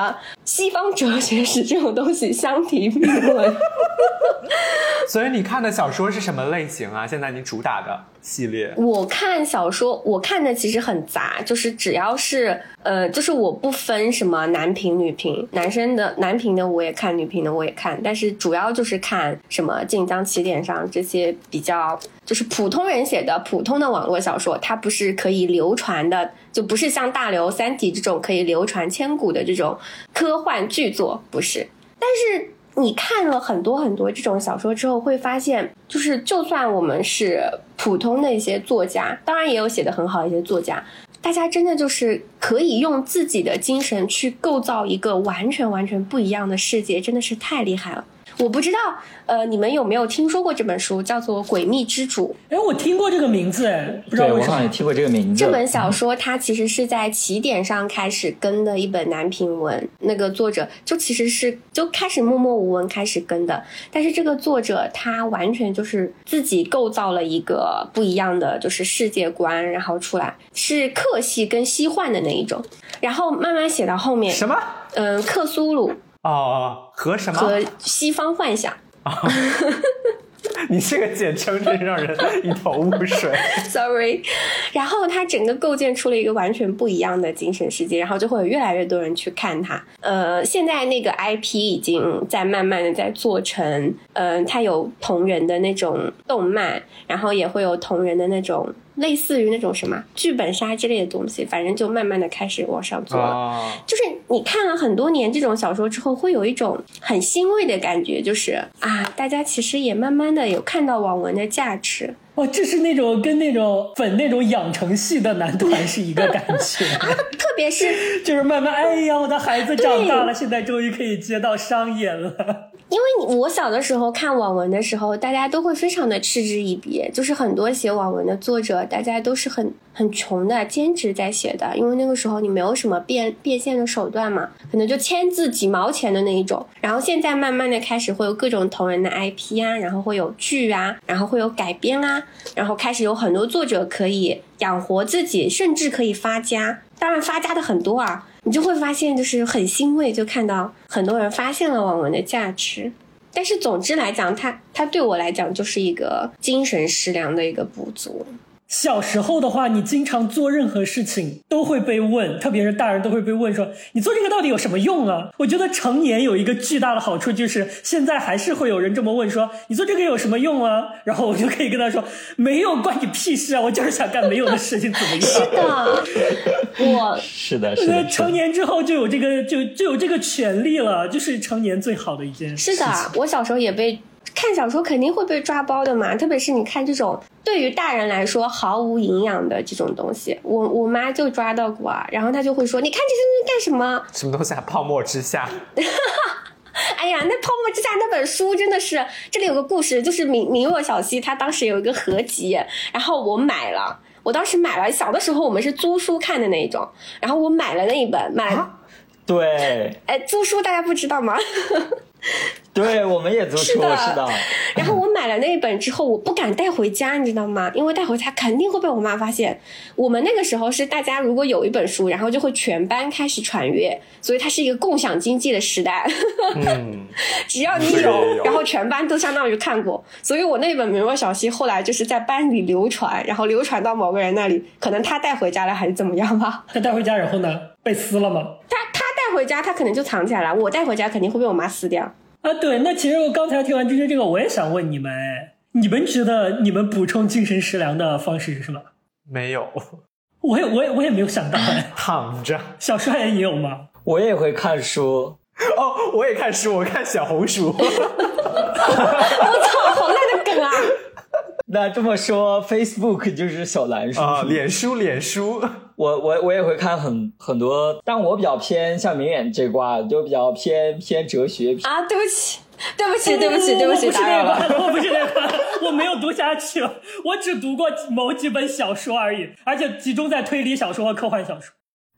西方哲学史这种东西相提并论。 所以你看的小说是什么类型啊？现在你主打的系列？ 我看小说，我看的其实很杂，就是只要是呃，就是我不分什么男频女频，男生的男频的我也看，女频的我也看，但是主要就是看什么晋江起点上这些比较就是普通人写的普通的网络小说，它不是可以流传的，就不是像大刘、三体这种可以流传千古的这种科幻巨作，不是。但是你看了很多很多这种小说之后，会发现就是就算我们是普通的一些作家，当然也有写得很好的一些作家，大家真的就是可以用自己的精神去构造一个完全完全不一样的世界，真的是太厉害了。我不知道呃，你们有没有听说过这本书叫做《诡秘之主》？ 哎，我听过这个名字，哎，不知道为什么。 对，我好像也听过这个名字。 这本小说它其实是在起点上开始跟的一本男频文，那个作者就其实是就开始默默无闻开始跟的，但是这个作者他完全就是自己构造了一个不一样的就是世界观，然后出来是克系跟西幻的那一种，然后慢慢写到后面什么？ 嗯，克苏鲁。 哦，和什么？ 和西方幻想。 哦、你这个简称真让人一头雾水。 Sorry。然后它整个构建出了一个完全不一样的精神世界，然后就会有越来越多人去看它。呃，现在那个 I P 已经在慢慢的在做成，嗯、呃，它有同人的那种动漫，然后也会有同人的那种类似于那种什么剧本杀之类的东西，反正就慢慢的开始往上做了。 哦、 就是你看了很多年这种小说之后，会有一种很欣慰的感觉，就是啊，大家其实也慢慢的有看到网文的价值。 哇，这是那种跟那种粉那种养成系的男团是一个感觉。 啊，特别是就是慢慢，哎呀，我的孩子长大了，现在终于可以接到商演了。 因为我小的时候看网文的时候，大家都会非常的嗤之以鼻，就是很多写网文的作者，大家都是很很穷的兼职在写的，因为那个时候你没有什么变变现的手段嘛，可能就签字几毛钱的那一种。然后现在慢慢的开始会有各种同人的 I P 啊，然后会有剧啊，然后会有改编啊，然后开始有很多作者可以养活自己，甚至可以发家，当然发家的很多啊，你就会发现就是很欣慰，就看到很多人发现了网文的价值。但是总之来讲，它它对我来讲就是一个精神食粮的一个补足。 小时候的话，你经常做任何事情都会被问，特别是大人都会被问说你做这个到底有什么用啊。我觉得成年有一个巨大的好处，就是现在还是会有人这么问说你做这个有什么用啊，然后我就可以跟他说没用，关你屁事啊，我就是想干没用的事情，怎么样？ 是的，我是的是的， 成年之后就有这个就就有这个权利了，就是成年最好的一件事情。 是的，我小时候也被看小说肯定会被抓包的嘛，特别是你看这种对于大人来说毫无营养的这种东西，我我妈就抓到过啊，然后她就会说你看这些东西干什么？ 什么东西啊？泡沫之夏。 哎呀，那泡沫之夏那本书真的是，这里有个故事，就是明明若小溪她当时有一个合集，然后我买了，我当时买了，小的时候我们是租书看的那一种，然后我买了那一本，买了、啊、 对， 哎，租书大家不知道吗？ 对，我们也租书，是的。是的然后我买了那一本之后，我不敢带回家，你知道吗？因为带回家肯定会被我妈发现。我们那个时候是大家如果有一本书，然后就会全班开始传阅，所以它是一个共享经济的时代。嗯，只要你有，然后全班都相当于看过。所以我那本《明若小溪》后来就是在班里流传，然后流传到某个人那里，可能他带回家了还是怎么样吧？ 他带回家然后呢？被撕了吗？ 他他带回家，他可能就藏起来了。我带回家肯定会被我妈撕掉。 啊，对，那其实我刚才听完芝芝这个，我也想问你们，你们觉得你们补充精神食粮的方式是什么？ 没有， 我也我也我也没有想到， 躺着。 小帅也有吗？ 我也会看书。 哦，我也看书，我看小红书。我操，好烂的梗啊！ 那这么说 ，Facebook 就是小蓝书啊，脸书，脸书。 我我我也会看很很多，但我比较偏像明远这挂，就比较偏偏哲学啊。对不起，对不起，对不起，对不起， 我不是那挂，我不是那挂，我没有读下去，我只读过某几本小说而已，而且集中在推理小说和科幻小说。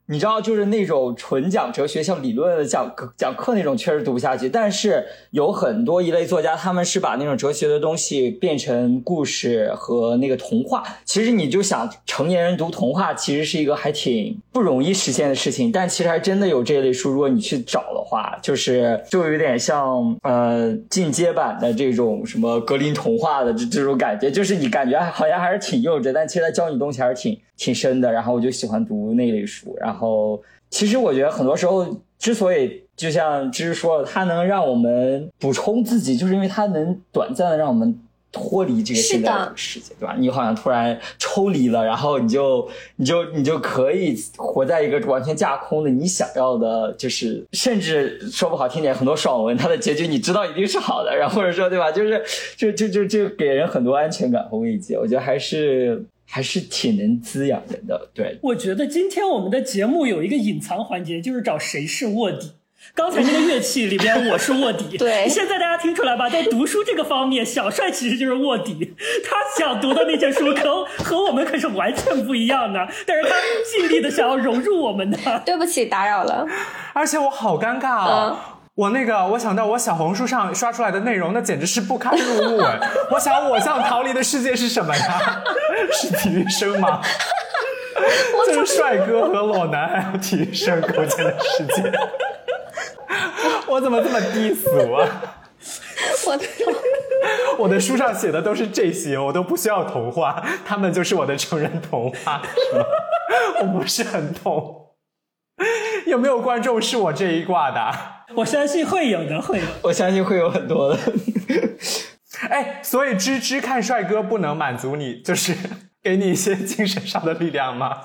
你知道，就是那种纯讲哲学、像理论的讲讲课那种，确实读不下去。但是有很多一类作家，他们是把那种哲学的东西变成故事和那个童话。其实你就想，成年人读童话其实是一个还挺不容易实现的事情，但其实还真的有这类书，如果你去找的话，就是就有点像呃进阶版的这种什么格林童话的这这种感觉，就是你感觉好像还是挺幼稚，但其实他教你东西还是挺挺深的。然后我就喜欢读那类书。然后其实我觉得很多时候之所以就像芝芝说了，它能让我们补充自己，就是因为它能短暂的让我们脱离这个现在的世界，对吧？你好像突然抽离了，然后你就你就你就可以活在一个完全架空的你想要的，就是甚至说不好听点，很多爽文它的结局你知道一定是好的，然后或者说对吧？就是就就就就给人很多安全感和慰藉，我觉得还是还是挺能滋养人的。对， 我觉得今天我们的节目有一个隐藏环节，就是找谁是卧底。刚才那个乐器里边我是卧底， 对， 现在大家听出来吧，在读书这个方面小帅其实就是卧底，他想读的那些书可和我们可是完全不一样的，但是他尽力的想要融入我们的。 对不起打扰了， 而且我好尴尬哦、嗯我那个，我想到我小红书上刷出来的内容，那简直是不堪入目哎！我想，我想逃离的世界是什么呀？是体育生吗？就是帅哥和裸男还有体育生构建的世界。我怎么这么低俗啊？ 我的我的书上写的都是这些，我都不需要童话，他们就是我的成人童话，是吗？我不是很懂。有没有观众是我这一挂的？ 我相信会有的，会有。 我相信会有很多的。 哎，所以芝芝看帅哥不能满足你，就是给你一些精神上的力量吗？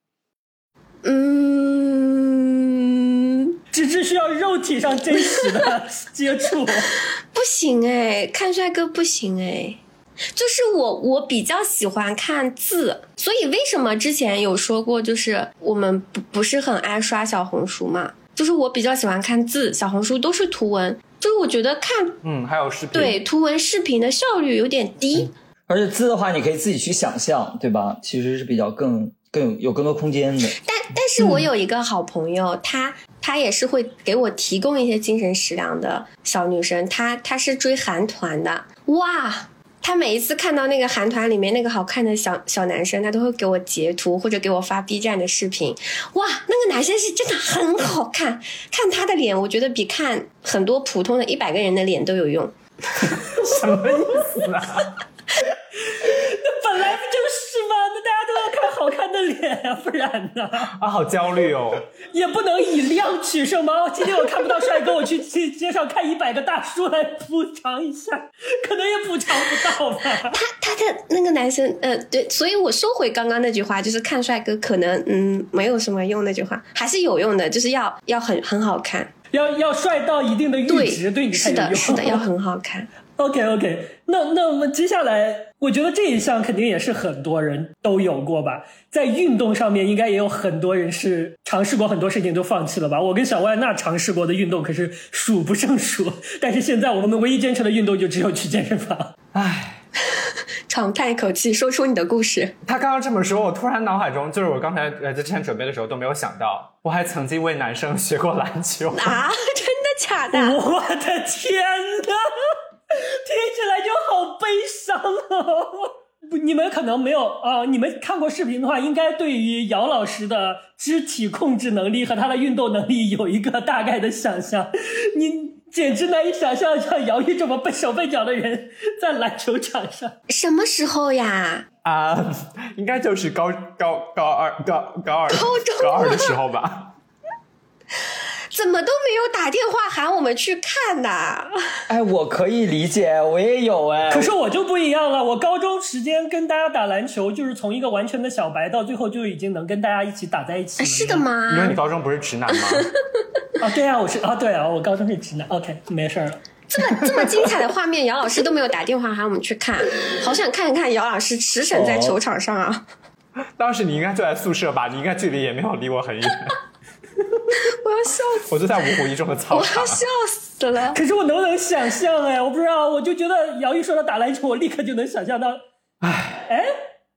嗯， 芝芝需要肉体上真实的接触。 不行哎，看帅哥不行哎。就是我我比较喜欢看字，所以为什么之前有说过，就是我们不不是很爱刷小红书嘛，就是我比较喜欢看字，小红书都是图文，就是我觉得看嗯还有视频， 对图文视频的效率有点低、嗯、 而且字的话你可以自己去想象，对吧？其实是比较更更有有更多空间的。 但但是我有一个好朋友，她、嗯、她也是会给我提供一些精神食粮的小女生，她她是追韩团的，哇，他每一次看到那个韩团里面那个好看的小小男生，他都会给我截图或者给我发 B 站的视频。哇，那个男生是真的很好看，看他的脸我觉得比看很多普通的一百个人的脸都有用。 什么意思啊？ 那本来不就是吗？那大家都要看好看的脸啊，不然呢？ 啊，好焦虑哦！ 也不能以量取胜吗？今天我看不到帅哥，我去去街上看一百个大叔来补偿一下，可能也补偿不到吧。 他他的那个男生，呃，对，所以我收回刚刚那句话，就是看帅哥可能嗯没有什么用，那句话还是有用的，就是要要很很好看， 要要帅到一定的阈值，对你才有用。 是的，是的，要很好看。 OK OK， 那那我们接下来，我觉得这一项肯定也是很多人都有过吧。在运动上面，应该也有很多人是尝试过很多事情就放弃了吧。我跟小万那尝试过的运动可是数不胜数，但是现在我们唯一坚持的运动就只有去健身房。 唉， 长叹一口气，说出你的故事。 他刚刚这么说，我突然脑海中就是我刚才呃在之前准备的时候都没有想到，我还曾经为男生学过篮球啊！真的假的？ 我的天哪！听起来就好悲伤哦！你们可能没有啊、呃，你们看过视频的话，应该对于姚老师的肢体控制能力和他的运动能力有一个大概的想象。你简直难以想象像姚一这么笨手笨脚的人在篮球场上。 什么时候呀？ 啊、呃，应该就是高高高二高高二高中高二的时候吧。 怎么都没有打电话喊我们去看呢？ 哎，我可以理解，我也有哎。 可是我就不一样了，我高中时间跟大家打篮球，就是从一个完全的小白到最后就已经能跟大家一起打在一起了。 是的吗？ 因为你高中不是直男吗？ 啊，对啊，我是啊，对啊，我高中是直男。OK， 没事了。 这么这么精彩的画面，姚老师都没有打电话喊我们去看，好想看一看姚老师驰骋在球场上啊！ 哦、当时你应该就在宿舍吧？你应该距离也没有离我很远。 我要笑死！ 我就在五虎一中的操场， 我要笑死了。 可是我能不能想象哎？我不知道，我就觉得姚一说到打篮球，我立刻就能想象到，哎哎，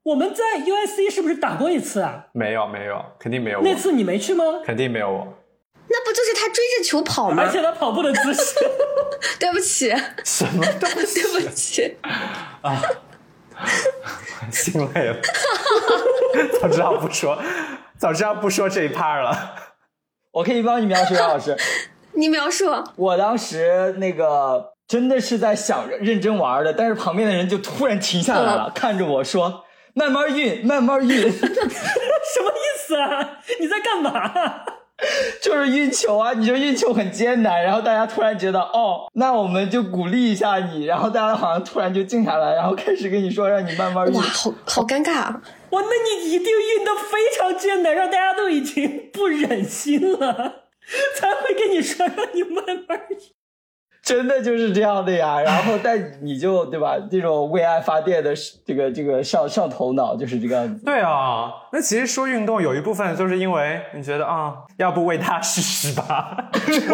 我们在 U I C 是不是打过一次啊？ 没有没有，肯定没有我。 那次你没去吗？ 肯定没有我。 那不就是他追着球跑吗？ 而且他跑步的姿势。 对不起， 什么东西？ 对不起啊，心累了。早知道不说，早知道不说这一趴了。 我可以帮你描述，杨老师。 你描述。 我当时那个真的是在想认真玩的，但是旁边的人就突然停下来了，嗯、看着我说：“慢慢运，慢慢运。”什么意思啊？你在干嘛？ 就是运球啊，你说运球很艰难，然后大家突然觉得哦，那我们就鼓励一下你，然后大家好像突然就静下来，然后开始跟你说让你慢慢运。 哇，好好尴尬啊！ 哇，那你一定运得非常艰难，让大家都已经不忍心了，才会跟你说让你慢慢运。 真的就是这样的呀，然后但你就对吧？这种为爱发电的这个这个上上头脑就是这个样子。 对啊，那其实说运动有一部分就是因为你觉得啊，要不为他试试吧。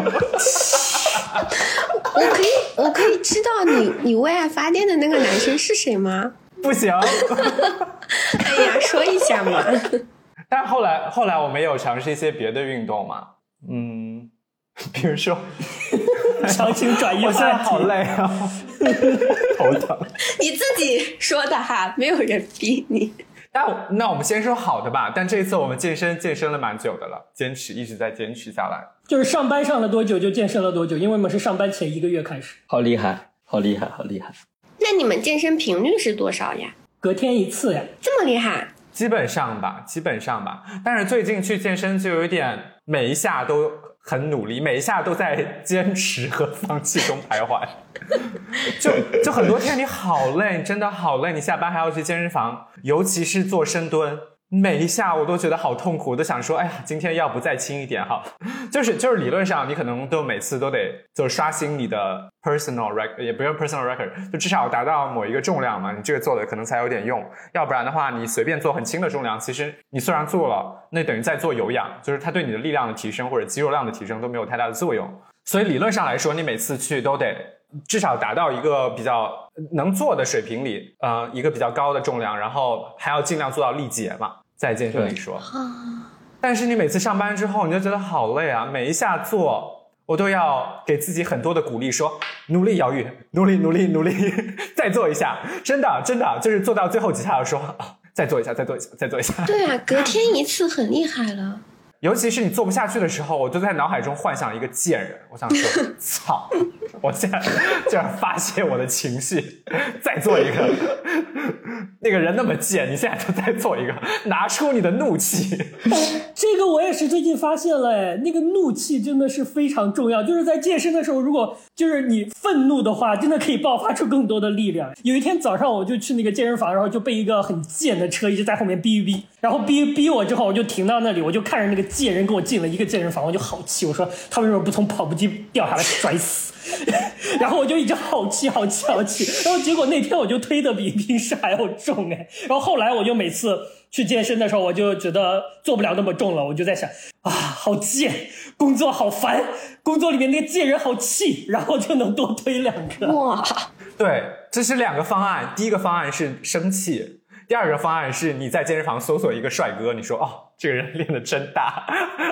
我可以我可以知道你你为爱发电的那个男生是谁吗？ 不行。 哎呀，说一下嘛。 但后来后来我们也有尝试一些别的运动嘛，嗯，比如说。 强行转移话题， 我现在好累啊，头疼。 你自己说的哈，没有人逼你。 那那我们先说好的吧。但这一次我们健身健身了蛮久的了，坚持一直在坚持下来。 就是上班上了多久就健身了多久，因为我们是上班前一个月开始。 好厉害，好厉害，好厉害。 那你们健身频率是多少呀？ 隔天一次呀。 这么厉害？ 基本上吧，基本上吧。但是最近去健身就有点每一下都很努力，每一下都在坚持和放弃中徘徊。就就很多天你好累，真的好累，你下班还要去健身房，尤其是做深蹲，每一下我都觉得好痛苦，我都想说哎呀，今天要不再轻一点好。就是就是理论上你可能都每次都得就刷新你的 personal record， 也不用 personal record， 就至少达到某一个重量嘛，你这个做的可能才有点用，要不然的话你随便做很轻的重量，其实你虽然做了，那等于在做有氧，就是它对你的力量的提升或者肌肉量的提升都没有太大的作用。所以理论上来说，你每次去都得至少达到一个比较能做的水平里，呃，一个比较高的重量，然后还要尽量做到力竭嘛，在健身里说。但是你每次上班之后，你就觉得好累啊，每一下做我都要给自己很多的鼓励，说努力姚玉，努力努力努力，再做一下，真的真的就是做到最后几下的时候、哦、再做一下再做一下再做一下。 对啊，隔天一次很厉害了。 尤其是你做不下去的时候，我就在脑海中幻想一个贱人，我想说操，我现在这样发泄我的情绪，再做一个。那个人那么贱，你现在就再做一个，拿出你的怒气。 这个我也是最近发现了，哎，那个怒气真的是非常重要。就是在健身的时候，如果就是你愤怒的话，真的可以爆发出更多的力量。有一天早上我就去那个健身房，然后就被一个很贱的车一直在后面逼一逼，然后逼逼我之后，我就停到那里，我就看着那个贱人跟我进了一个健身房，我就好气，我说他为什么不从跑步机掉下来摔死？然后我就一直好气好气好气，然后结果那天我就推的比平时还要重哎，然后后来我就每次去健身的时候，我就觉得做不了那么重了，我就在想啊，好贱，工作好烦，工作里面那个贱人好气，然后就能多推两个。 哇， 对，这是两个方案，第一个方案是生气，第二个方案是你在健身房搜索一个帅哥，你说哦，这个人练得真大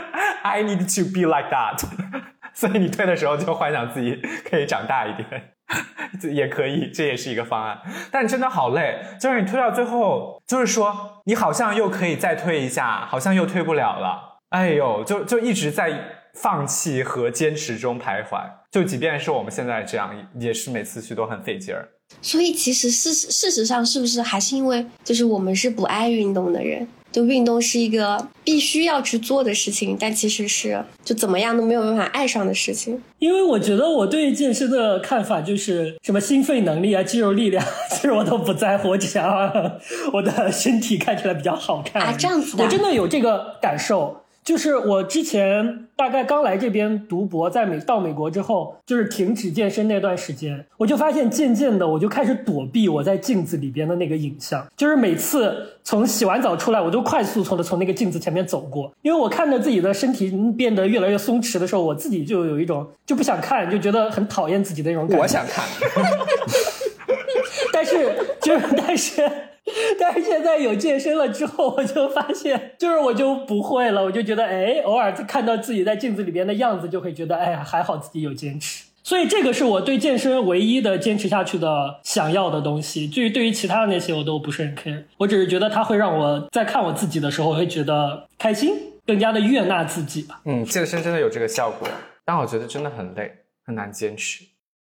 I need to be like that 所以你推的时候就幻想自己可以长大一点也可以，这也是一个方案。但真的好累，就是你推到最后，就是说你好像又可以再推一下，好像又推不了了，哎呦，就就一直在放弃和坚持中徘徊，就即便是我们现在这样，也是每次去都很费劲儿。 所以其实事事实上是不是还是因为就是我们是不爱运动的人，就运动是一个必须要去做的事情，但其实是就怎么样都没有办法爱上的事情。 因为我觉得我对健身的看法就是什么心肺能力啊、肌肉力量，其实我都不在乎，我只想让我的身体看起来比较好看啊，这样子的。 我真的有这个感受。就是我之前大概刚来这边读博，在美到美国之后，就是停止健身那段时间，我就发现渐渐的我就开始躲避我在镜子里边的那个影像，就是每次从洗完澡出来，我都快速从的从那个镜子前面走过，因为我看着自己的身体变得越来越松弛的时候，我自己就有一种就不想看，就觉得很讨厌自己的那种感觉。 我想看但是就是但是但是现在有健身了之后，我就发现，就是我就不会了，我就觉得，哎，偶尔看到自己在镜子里边的样子，就会觉得，哎呀，还好自己有坚持。所以这个是我对健身唯一的坚持下去的想要的东西。至于对于其他的那些，我都不是很 care。我只是觉得它会让我在看我自己的时候，我会觉得开心，更加的悦纳自己吧。 嗯，健身真的有这个效果，但我觉得真的很累，很难坚持。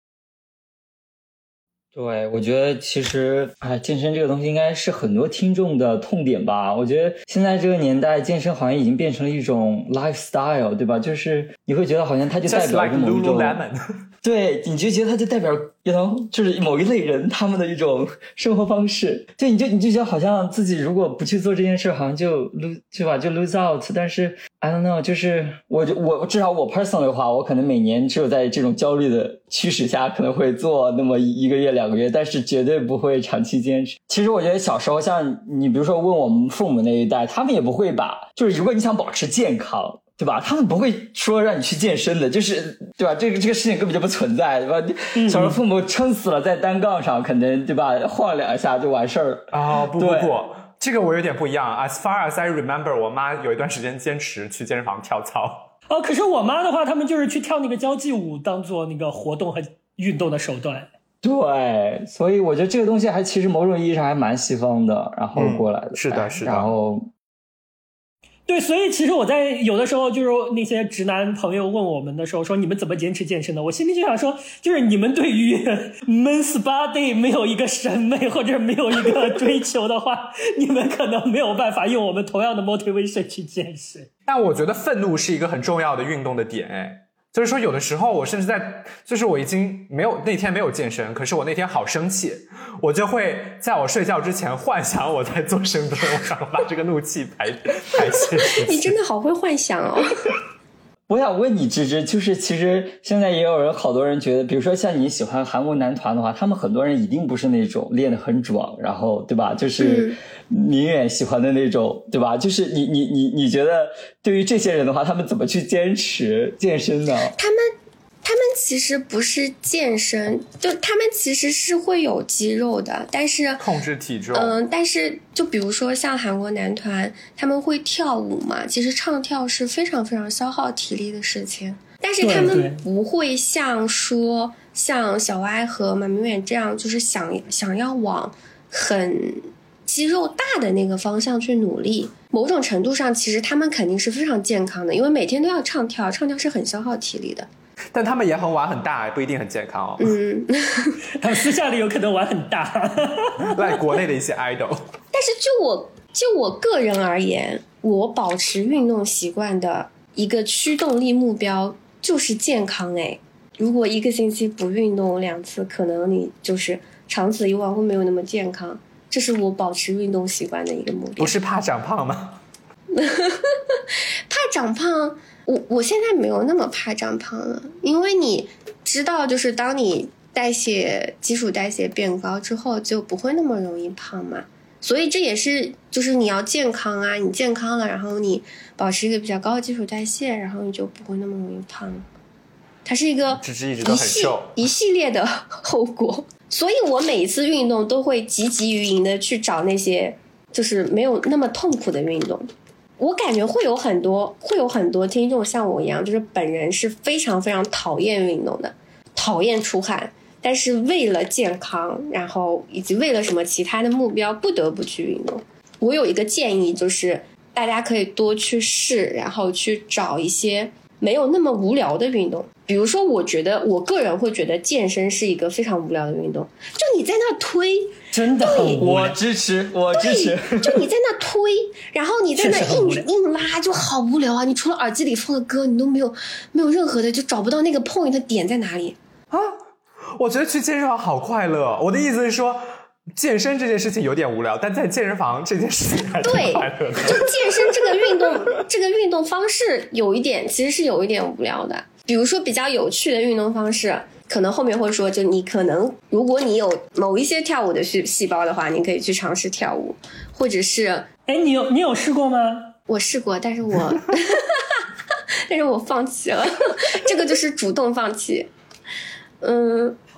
对，我觉得其实哎，健身这个东西应该是很多听众的痛点吧。我觉得现在这个年代，健身好像已经变成了一种 lifestyle， 对吧？就是你会觉得好像它就代表着某一种， Just like Lululemon 对，你就觉得它就代表you know，就是某一类人他们的一种生活方式。对，你就你就觉得好像自己如果不去做这件事，好像就 lose 对吧？就 lose out。但是 I don't know， 就是我就我至少我 personally 的话，我可能每年只有在这种焦虑的驱使下，可能会做那么一个月两个月，但是绝对不会长期坚持。其实我觉得小时候，像你比如说问我们父母那一代，他们也不会把，就是如果你想保持健康，对吧？他们不会说让你去健身的，就是对吧？这个这个事情根本就不存在，对吧？小时候父母撑死了在单杠上，可能对吧？晃两下就完事儿了。 哦，不不不，这个我有点不一样。As far as I remember， 我妈有一段时间坚持去健身房跳操。 哦，可是我妈的话，他们就是去跳那个交际舞，当做那个活动和运动的手段。 对，所以我觉得这个东西还其实某种意义上还蛮西方的，然后过来的。 嗯、是的，是的。 然后。 对，所以其实我在有的时候就是那些直男朋友问我们的时候说你们怎么坚持健身的，我心里就想说，就是你们对于 men's body 没有一个审美或者没有一个追求的话，你们可能没有办法用我们同样的 motivation 去健身。 但我觉得愤怒是一个很重要的运动的点，哎。就是说有的时候我甚至在就是我已经没有那天没有健身，可是我那天好生气，我就会在我睡觉之前幻想我在做深蹲，我想把这个怒气排排泄出去。 你真的好会幻想哦。 我想问你芝芝，就是其实现在也有人好多人觉得，比如说像你喜欢韩国男团的话，他们很多人一定不是那种练得很壮，然后对吧，就是明远喜欢的那种、嗯、对吧，就是你你你你觉得对于这些人的话，他们怎么去坚持健身呢？ 他们他们其实不是健身，就他们其实是会有肌肉的，但是控制体重。 嗯，但是就比如说像韩国男团，他们会跳舞嘛，其实唱跳是非常非常消耗体力的事情，但是他们不会像说像小歪和马明远这样，就是想想要往很肌肉大的那个方向去努力。某种程度上，其实他们肯定是非常健康的，因为每天都要唱跳，唱跳是很消耗体力的。 但他们也很玩很大，不一定很健康哦。 嗯， 他们私下里有可能玩很大， 赖国内的一些 idol。 但是就我就我个人而言，我保持运动习惯的一个驱动力目标就是健康。哎，如果一个星期不运动两次，可能你就是长此以往会没有那么健康。这是我保持运动习惯的一个目标。 不是怕长胖吗？ 怕长胖。我我现在没有那么怕长胖了，因为你知道，就是当你代谢基础代谢变高之后，就不会那么容易胖嘛。所以这也是就是你要健康啊，你健康了，然后你保持一个比较高的基础代谢，然后你就不会那么容易胖。它是一个只是一直都很瘦一系列的后果。所以我每一次运动都会积极于营的去找那些就是没有那么痛苦的运动。我感觉会有很多会有很多听众像我一样，就是本人是非常非常讨厌运动的，讨厌出汗，但是为了健康，然后以及为了什么其他的目标不得不去运动。我有一个建议，就是大家可以多去试，然后去找一些没有那么无聊的运动。比如说我觉得我个人会觉得健身是一个非常无聊的运动，就你在那推真的很无聊， 我支持我支持。 就你在那推，然后你在那硬硬拉，就好无聊啊！你除了耳机里放的歌，你都没有没有任何的，就找不到那个 point 的点在哪里啊！我觉得去健身房好快乐。我的意思是说，健身这件事情有点无聊，但在健身房这件事情还挺快乐的。 就健身这个运动，这个运动方式有一点其实是有一点无聊的。比如说比较有趣的运动方式，可能后面会说，就你可能如果你有某一些跳舞的细胞的话，你可以去尝试跳舞，或者是哎，你有你有试过吗？ 我试过，但是我但是我放弃了，这个就是主动放弃。嗯，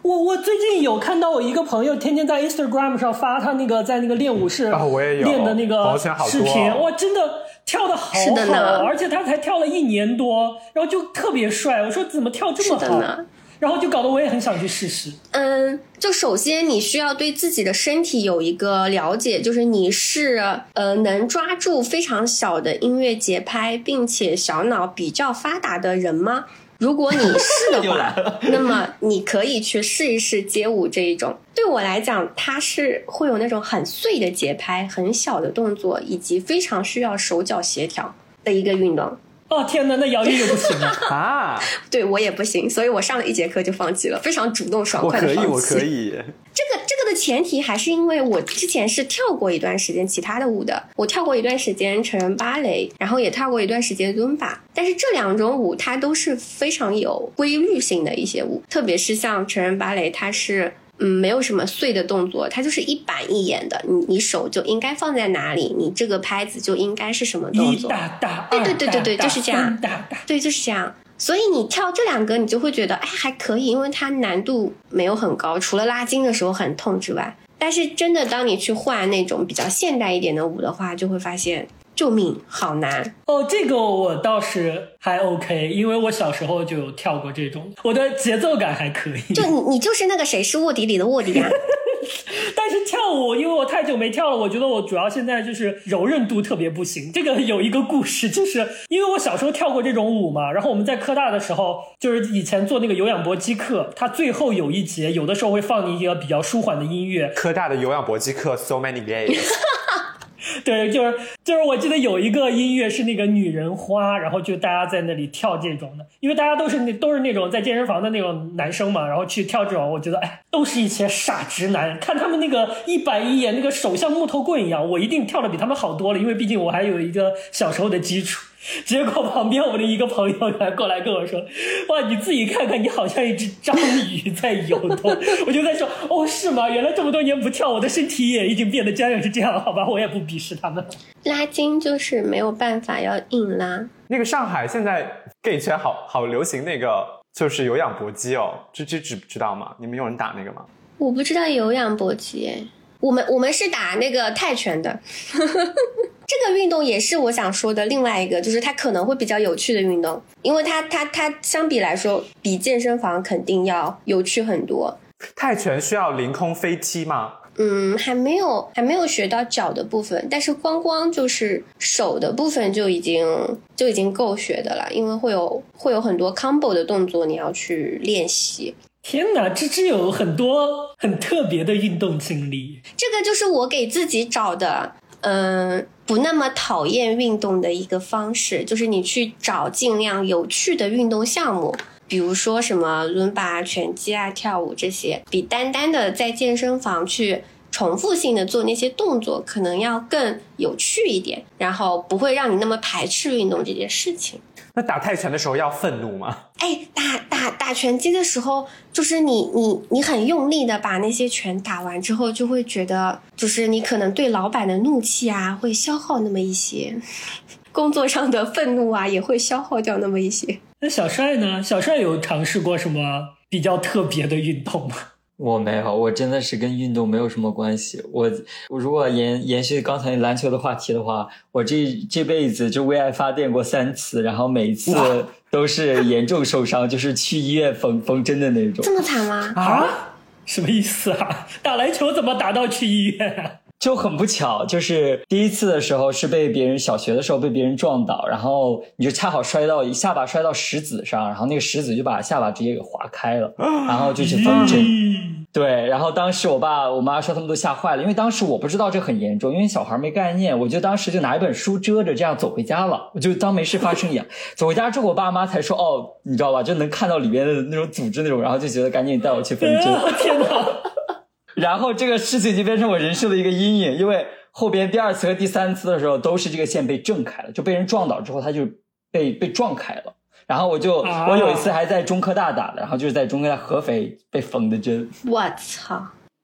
我我最近有看到我一个朋友天天在 Instagram 上发他那个在那个练舞室啊，我也有练的那个视频， 哦、 哇，真的跳的好好，而且他才跳了一年多，然后就特别帅。我说怎么跳这么好？然后就搞得我也很想去试试。 嗯，就首先你需要对自己的身体有一个了解，就是你是呃能抓住非常小的音乐节拍，并且小脑比较发达的人吗？如果你是的话那么你可以去试一试街舞这一种。对我来讲，它是会有那种很碎的节拍，很小的动作，以及非常需要手脚协调的一个运动。 哦天哪，那姚一就不行了啊！ 对，我也不行，所以我上了一节课就放弃了，非常主动爽快的放弃。 我可以，我可以。 这个这个的前提还是因为我之前是跳过一段时间其他的舞的，我跳过一段时间成人芭蕾，然后也跳过一段时间伦巴，但是这两种舞它都是非常有规律性的一些舞，特别是像成人芭蕾，它是嗯，没有什么碎的动作，它就是一板一眼的，你你手就应该放在哪里，你这个拍子就应该是什么动作。 一大大， 对对对对对，就是这样。 大大， 对，就是这样。所以你跳这两个，你就会觉得哎还可以，因为它难度没有很高，除了拉筋的时候很痛之外。但是真的当你去换那种比较现代一点的舞的话，就会发现救命好难哦。这个我倒是还 OK， 因为我小时候就有跳过这种，我的节奏感还可以。 就你你就是那个谁是卧底里的卧底啊。 但是跳舞因为我太久没跳了，我觉得我主要现在就是柔韧度特别不行。这个有一个故事，就是因为我小时候跳过这种舞嘛，然后我们在科大的时候，就是以前做那个有氧搏击课，它最后有一节有的时候会放你一个比较舒缓的音乐。 科大的有氧搏击课 so many gays。 对，就是就是我记得有一个音乐是那个女人花，然后就大家在那里跳这种的，因为大家都是那都是那种在健身房的那种男生嘛，然后去跳这种，我觉得哎，都是一些傻直男，看他们那个一板一眼，那个手像木头棍一样，我一定跳得比他们好多了，因为毕竟我还有一个小时候的基础。结果旁边我的一个朋友还过来跟我说，哇，你自己看看，你好像一只章鱼在游动。我就在说，哦，是吗？原来这么多年不跳，我的身体也已经变得僵硬是这样，好吧，我也不鄙视他们。 拉筋就是没有办法要硬拉。 那个上海现在 gay 圈好好流行那个就是有氧搏击哦，这这知知道吗？你们有人打那个吗？ 我不知道有氧搏击诶，我们我们是打那个泰拳的。这个运动也是我想说的另外一个，就是它可能会比较有趣的运动，因为它它它相比来说比健身房肯定要有趣很多。 泰拳需要凌空飞踢吗？ 嗯，还没有还没有学到脚的部分，但是光光就是手的部分就已经就已经够学的了，因为会有会有很多 combo 的动作你要去练习。 天哪，芝芝有很多很特别的运动经历。 这个就是我给自己找的嗯，不那么讨厌运动的一个方式，就是你去找尽量有趣的运动项目，比如说什么伦巴、拳击啊、跳舞这些，比单单的在健身房去重复性的做那些动作可能要更有趣一点，然后不会让你那么排斥运动这件事情。 那打泰拳的时候要愤怒吗？ 哎，打打打拳击的时候，就是你你你很用力的把那些拳打完之后，就会觉得，就是你可能对老板的怒气啊会消耗那么一些，工作上的愤怒啊也会消耗掉那么一些。 那小帅呢？小帅有尝试过什么比较特别的运动吗？ 我没有，我真的是跟运动没有什么关系。我我如果延延续刚才篮球的话题的话，我这这辈子就为爱发电过三次，然后每一次都是严重受伤，就是去医院缝缝针的那种。 这么惨吗？ 啊？什么意思啊？打篮球怎么打到去医院啊？ 就很不巧，就是第一次的时候是被别人小学的时候被别人撞倒，然后你就恰好摔到下巴摔到石子上，然后那个石子就把下巴直接给划开了，然后就去缝针。对，然后当时我爸我妈说他们都吓坏了，因为当时我不知道这很严重，因为小孩没概念，我就当时就拿一本书遮着，这样走回家了，我就当没事发生一样。走回家之后我爸妈才说，哦，你知道吧，就能看到里面的那种组织那种，然后就觉得赶紧带我去缝针。 天哪！ 然后这个事情就变成我人生的一个阴影，因为后边第二次和第三次的时候都是这个线被震开了，就被人撞倒之后它就被被撞开了。然后我就、啊、我有一次还在中科大打的，然后就是在中科大合肥被缝的针。 我操！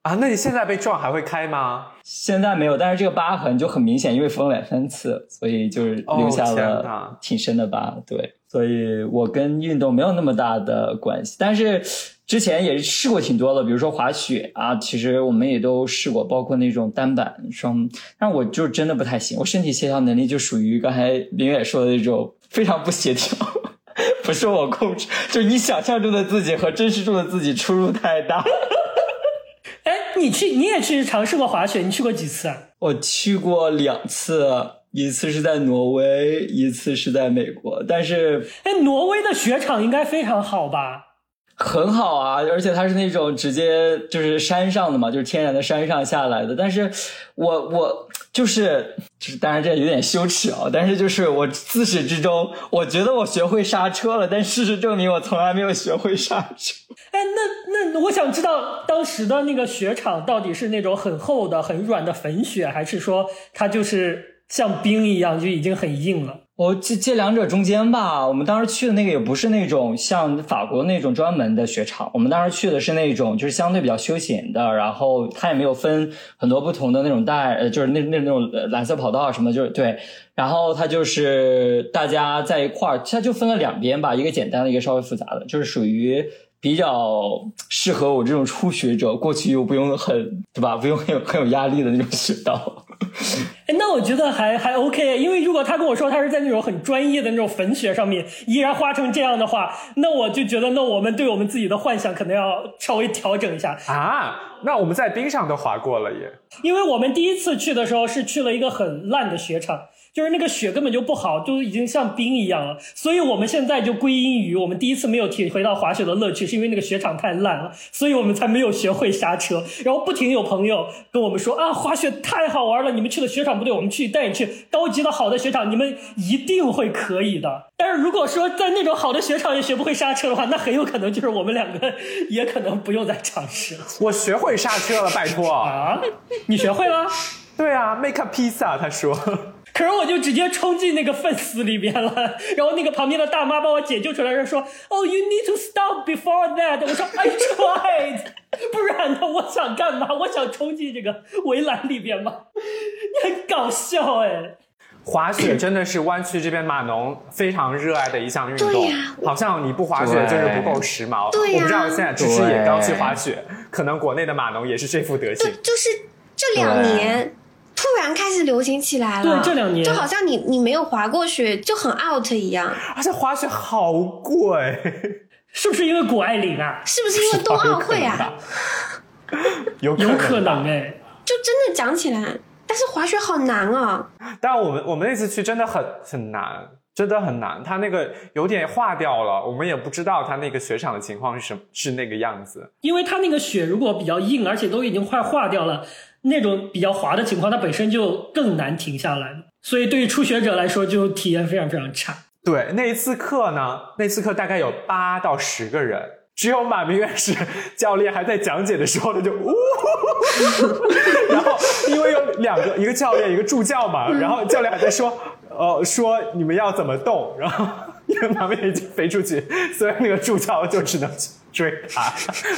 啊，那你现在被撞还会开吗？ 现在没有，但是这个疤痕就很明显，因为缝了两三次，所以就是留下了挺深的疤。对，所以我跟运动没有那么大的关系，但是之前也试过挺多的，比如说滑雪啊，其实我们也都试过，包括那种单板双，但我就真的不太行，我身体协调能力就属于刚才林远说的那种非常不协调，不是我控制，就是你想象中的自己和真实中的自己出入太大。 哎，你去你也去尝试过滑雪，你去过几次啊？ 我去过两次，一次是在挪威，一次是在美国。但是， 哎，挪威的雪场应该非常好吧？ 很好啊，而且它是那种直接就是山上的嘛，就是天然的山上下来的。但是我我就是就是当然这有点羞耻啊，但是就是我自始至终我觉得我学会刹车了，但事实证明我从来没有学会刹车。 哎，那那我想知道当时的那个雪场到底是那种很厚的很软的粉雪，还是说它就是像冰一样就已经很硬了？ 我这这两者中间吧，我们当时去的那个也不是那种像法国那种专门的雪场，我们当时去的是那种就是相对比较休闲的，然后它也没有分很多不同的那种带，呃，就是那那那种蓝色跑道什么，就是对，然后它就是大家在一块儿，它就分了两边吧，一个简单的，一个稍微复杂的，就是属于比较适合我这种初学者过去又不用很对吧，不用很有很有压力的那种雪道。 哎，那我觉得还还 OK， 因为如果他跟我说他是在那种很专业的那种粉雪上面依然滑成这样的话，那我就觉得那我们对我们自己的幻想可能要稍微调整一下啊。那我们在冰上都滑过了耶， 因为我们第一次去的时候是去了一个很烂的雪场，就是那个雪根本就不好，都已经像冰一样了，所以我们现在就归因于我们第一次没有体会到滑雪的乐趣，是因为那个雪场太烂了，所以我们才没有学会刹车。然后不停有朋友跟我们说啊，滑雪太好玩了，你们去的雪场不对，我们去带你去高级的好的雪场，你们一定会可以的。但是如果说在那种好的雪场也学不会刹车的话，那很有可能就是我们两个也可能不用再尝试了。 我学会刹车了，拜托啊！你学会了？ 对啊 ，make a pizza， 他说。 可是我就直接冲进那个粪丝里边了，然后那个旁边的大妈把我解救出来，说：“哦 ，you need to stop before that。”我说 ：“I tried。”不然呢？我想干嘛？我想冲进这个围栏里边吗？你很搞笑哎。 滑雪真的是湾区这边码农非常热爱的一项运动， 对呀， 好像你不滑雪就是不够时髦。 对呀， 我不知道现在芝芝也刚去滑雪，可能国内的码农也是这副德行。 对，就是这两年。突然开始流行起来了， 对，这两年就好像你你没有滑过雪就很 out 一样， 而且滑雪好贵， 是不是因为谷爱凌啊？ 是不是因为冬奥会啊？ 有有可能哎， 就真的讲起来，但是滑雪好难啊！ 但我们我们那次去真的很很难，真的很难，它那个有点化掉了，我们也不知道它那个雪场的情况是什么，是那个样子， 因为它那个雪如果比较硬，而且都已经快化掉了。那种比较滑的情况，它本身就更难停下来，所以对于初学者来说就体验非常非常差。 对，那一次课呢，那次课大概有八到十个人，只有马明远是教练还在讲解的时候，他就呜呼呼呼然后因为有两个，一个教练一个助教嘛，然后教练还在说呃，说你们要怎么动，然后因为马明远已经飞出去，所以那个助教就只能追他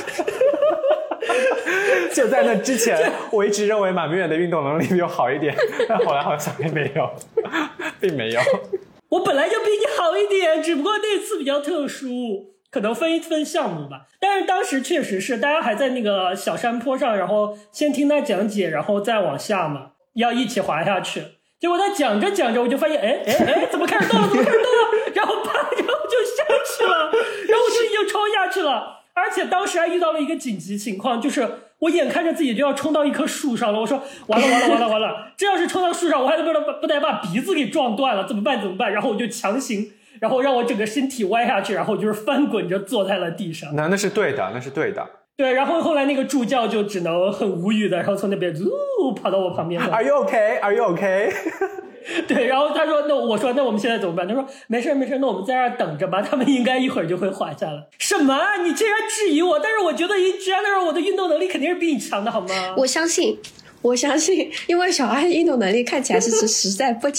就在那之前，我一直认为马明远的运动能力比我好一点，但后来好像并没有，并没有。 我本来就比你好一点，只不过那次比较特殊，可能分一分项目吧。但是当时确实是大家还在那个小山坡上，然后先听他讲解，然后再往下嘛，要一起滑下去。结果他讲着讲着，我就发现，哎哎哎，怎么开始动了？怎么开始动了？然后啪，然后就下去了，然后我就已经冲下去了。而且当时还遇到了一个紧急情况，就是我眼看着自己就要冲到一棵树上了，我说完了完了完了完了，这要是冲到树上，我还不得不得把鼻子给撞断了，怎么办怎么办？然后我就强行，然后让我整个身体歪下去，然后就是翻滚着坐在了地上。 那那是对的，那是对的。 对，然后后来那个助教就只能很无语的，然后从那边呜跑到我旁边。 Are you okay? Are you okay? 对，然后他说，那我说那我们现在怎么办？他说没事没事，那我们在这儿等着吧，他们应该一会儿就会滑下来。什么？你竟然质疑我？但是我觉得 in general 我的运动能力肯定是比你强的，好吗？ 我相信，我相信，因为小爱运动能力看起来是实在不强。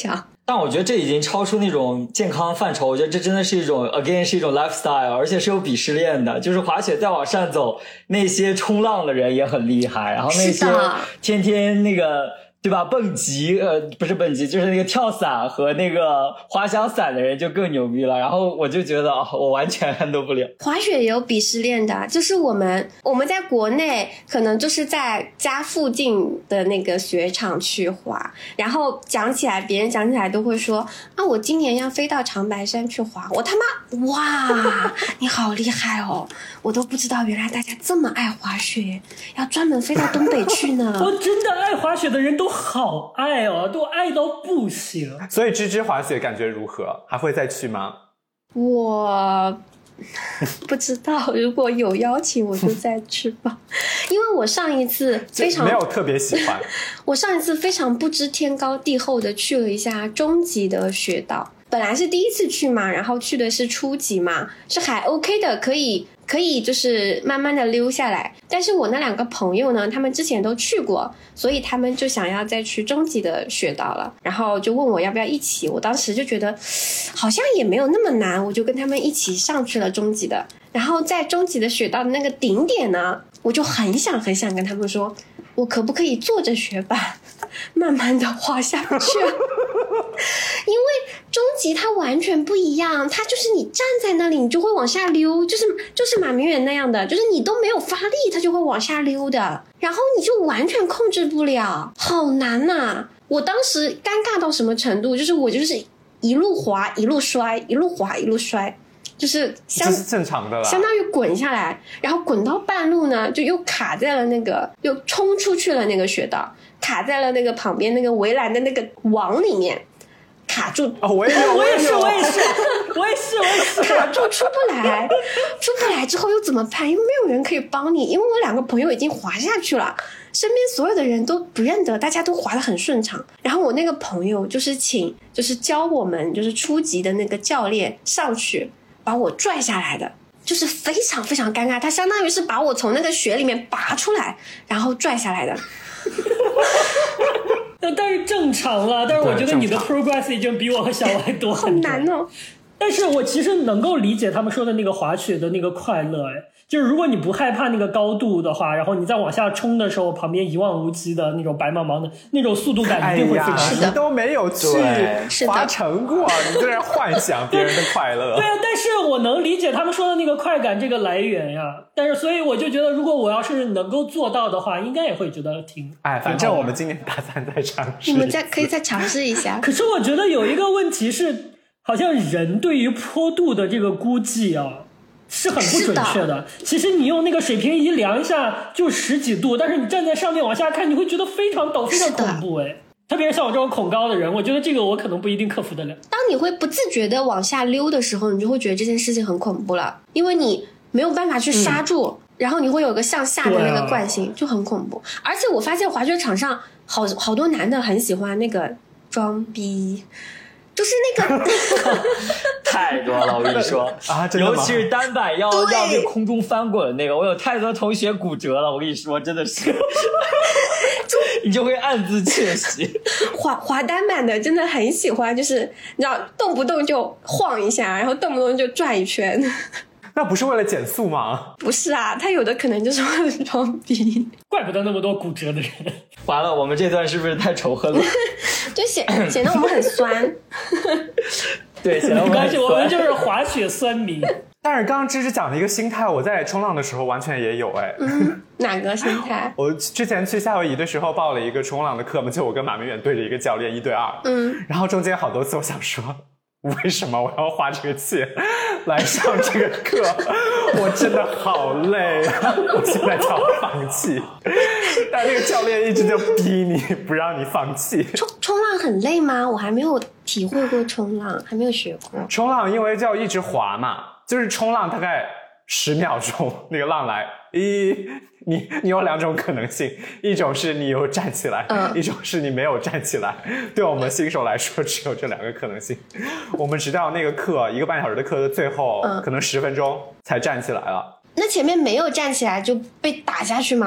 但我觉得这已经超出那种健康范畴，我觉得这真的是一种 again 是一种 lifestyle， 而且是有鄙视链的。就是滑雪再往上走，那些冲浪的人也很厉害，然后那些天天那个对吧蹦极呃不是蹦极就是那个跳伞和那个滑翔伞的人就更牛逼了。然后我就觉得、哦、我完全handle不了。 滑雪也有鄙视链的，就是我们我们在国内可能就是在家附近的那个雪场去滑，然后讲起来别人讲起来都会说啊，我今年要飞到长白山去滑，我他妈哇你好厉害哦，我都不知道原来大家这么爱滑雪，要专门飞到东北去呢。 我真的爱滑雪的人都好爱哦，都爱到不行。 所以芝芝滑雪感觉如何？还会再去吗？ 我不知道，如果有邀请我就再去吧。因为我上一次非常没有特别喜欢我上一次非常不知天高地厚的去了一下中级的雪道，本来是第一次去嘛，然后去的是初级嘛，是还 OK 的，可以可以就是慢慢的溜下来。但是我那两个朋友呢，他们之前都去过，所以他们就想要再去中级的雪道了，然后就问我要不要一起。我当时就觉得好像也没有那么难，我就跟他们一起上去了中级的。然后在中级的雪道的那个顶点呢，我就很想很想跟他们说，我可不可以坐着雪板慢慢的滑下去因为中级它完全不一样，它就是你站在那里你就会往下溜，就是就是马明远那样的，就是你都没有发力它就会往下溜的，然后你就完全控制不了，好难啊。我当时尴尬到什么程度，就是我就是一路滑一路摔，一路滑一路摔，就是相这是正常的啦， 相当于滚下来，然后滚到半路呢就又卡在了那个，又冲出去了那个雪道，卡在了那个旁边那个围栏的那个网里面，卡住。 哦，我也有， 我也是， 有我也是，我也是，我也是， 卡住出不来，出不来之后又怎么办？因为没有人可以帮你，因为我两个朋友已经滑下去了，身边所有的人都不认得，大家都滑得很顺畅。然后我那个朋友就是请，就是教我们就是初级的那个教练上去把我拽下来的，就是非常非常尴尬，他相当于是把我从那个雪里面拔出来，然后拽下来的。 但是正常了，但是我觉得你的 progress 已经比我和小歪多很多。 好难哦。 但是我其实能够理解他们说的那个滑雪的那个快乐，哎，就是如果你不害怕那个高度的话，然后你在往下冲的时候，旁边一望无际的那种白茫茫的那种速度感一定会非常强。哎、你都没有去滑成过，你在这幻想别人的快乐。 对啊，但是我能理解他们说的那个快感这个来源呀。但是所以我就觉得，如果我要是能够做到的话，应该也会觉得挺…… 哎，反正我们今年打算再尝试， 你们再可以再尝试一下。 可是我觉得有一个问题是，好像人对于坡度的这个估计啊。是很不准确 的, 的其实你用那个水平仪量一下就十几度，但是你站在上面往下看，你会觉得非常陡非常恐怖。哎，特别是像我这种恐高的人，我觉得这个我可能不一定克服得了。 当你会不自觉的往下溜的时候，你就会觉得这件事情很恐怖了，因为你没有办法去刹住、嗯、然后你会有个向下的那个惯性、啊、就很恐怖。而且我发现滑雪场上好好多男的很喜欢那个装逼，就是那个太多了，我跟你说啊，真的吗？ 尤其是单板要要在空中翻滚的那个，我有太多同学骨折了，我跟你说，真的是，你就会暗自窃喜。 滑滑单板的真的很喜欢，就是你知道，动不动就晃一下，然后动不动就转一圈。 那不是为了减速吗？ 不是啊，他有的可能就是为了装逼。 怪不得那么多骨折的人。 完了，我们这段是不是太仇恨了？ 就显显得我们很酸。 对，显得我们很酸。 没关系，我们就是滑雪酸民。 但是刚刚芝芝讲的一个心态，我在冲浪的时候完全也有哎。 嗯，哪个心态？ 我之前去夏威夷的时候报了一个冲浪的课嘛，就我跟马明远对着一个教练一对二。嗯，然后中间好多次我想说，为什么我要花这个钱来上这个课？我真的好累啊！我现在就要放弃，但那个教练一直就逼你，不让你放弃。 冲冲浪很累吗？我还没有体会过冲浪，还没有学过。 冲浪因为就要一直滑嘛，就是冲浪大概十秒钟，那个浪来，一你你有两种可能性，一种是你有站起来、嗯、一种是你没有站起来。对我们新手来说只有这两个可能性。我们直到那个课一个半小时的课的最后、嗯、可能十分钟才站起来了。 那前面没有站起来就被打下去吗？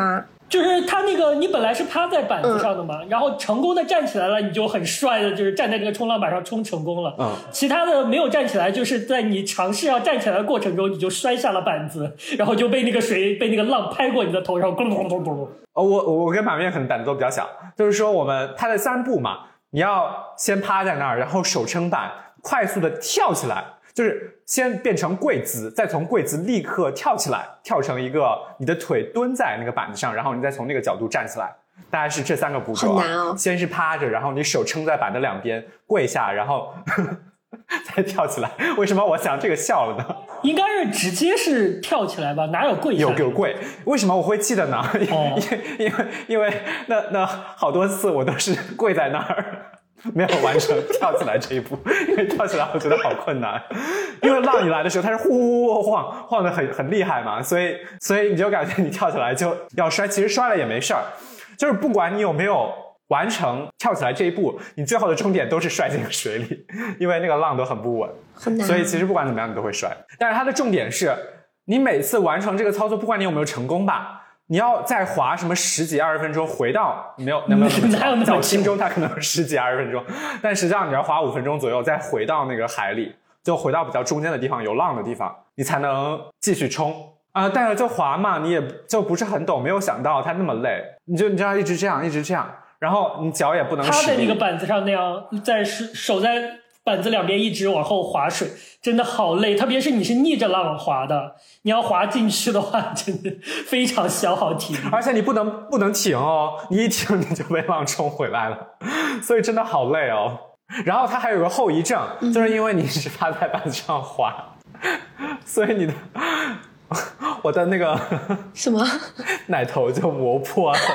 就是他那个，你本来是趴在板子上的嘛，嗯、然后成功的站起来了，你就很帅的，就是站在这个冲浪板上冲成功了。嗯，其他的没有站起来，就是在你尝试要站起来的过程中，你就摔下了板子，然后就被那个水被那个浪拍过你的头上，咕噜咕噜咕噜。 哦，我我跟马面可能胆子都比较小，就是说我们它的三步嘛，你要先趴在那儿，然后手撑板，快速的跳起来。就是先变成跪姿，再从跪姿立刻跳起来，跳成一个你的腿蹲在那个板子上，然后你再从那个角度站起来，大概是这三个步骤、啊。 好难哦！ 先是趴着，然后你手撑在板的两边，跪下，然后呵呵再跳起来。为什么我想这个笑了呢？ 应该是直接是跳起来吧，哪有跪下？ 有有跪。为什么我会记得呢？ 哦、 因为因为因为那那好多次我都是跪在那儿。没有完成跳起来这一步，因为跳起来我觉得好困难，因为浪一来的时候它是呼呼呼晃晃得很很厉害嘛，所以所以你就感觉你跳起来就要摔，其实摔了也没事儿，就是不管你有没有完成跳起来这一步，你最后的终点都是摔进水里，因为那个浪都很不稳， 很难， 所以其实不管怎么样你都会摔。但是它的重点是你每次完成这个操作，不管你有没有成功吧，你要再滑什么十几二十分钟回到没有，没有哪有那么在我心中它可能十几二十分钟，但实际上你要滑五分钟左右再回到那个海里，就回到比较中间的地方有浪的地方，你才能继续冲啊、呃。但是就滑嘛，你也就不是很懂，没有想到它那么累，你就你就要一直这样一直这样，然后你脚也不能使力， 趴在那个板子上那样，在手在板子两边一直往后划水，真的好累，特别是你是逆着浪滑的，你要滑进去的话真的非常消耗体力， 而且你不能不能停哦，你一停你就被浪冲回来了，所以真的好累哦。然后它还有个后遗症，就是因为你是趴在板子上滑，所以你的我的那个什么奶头就磨破了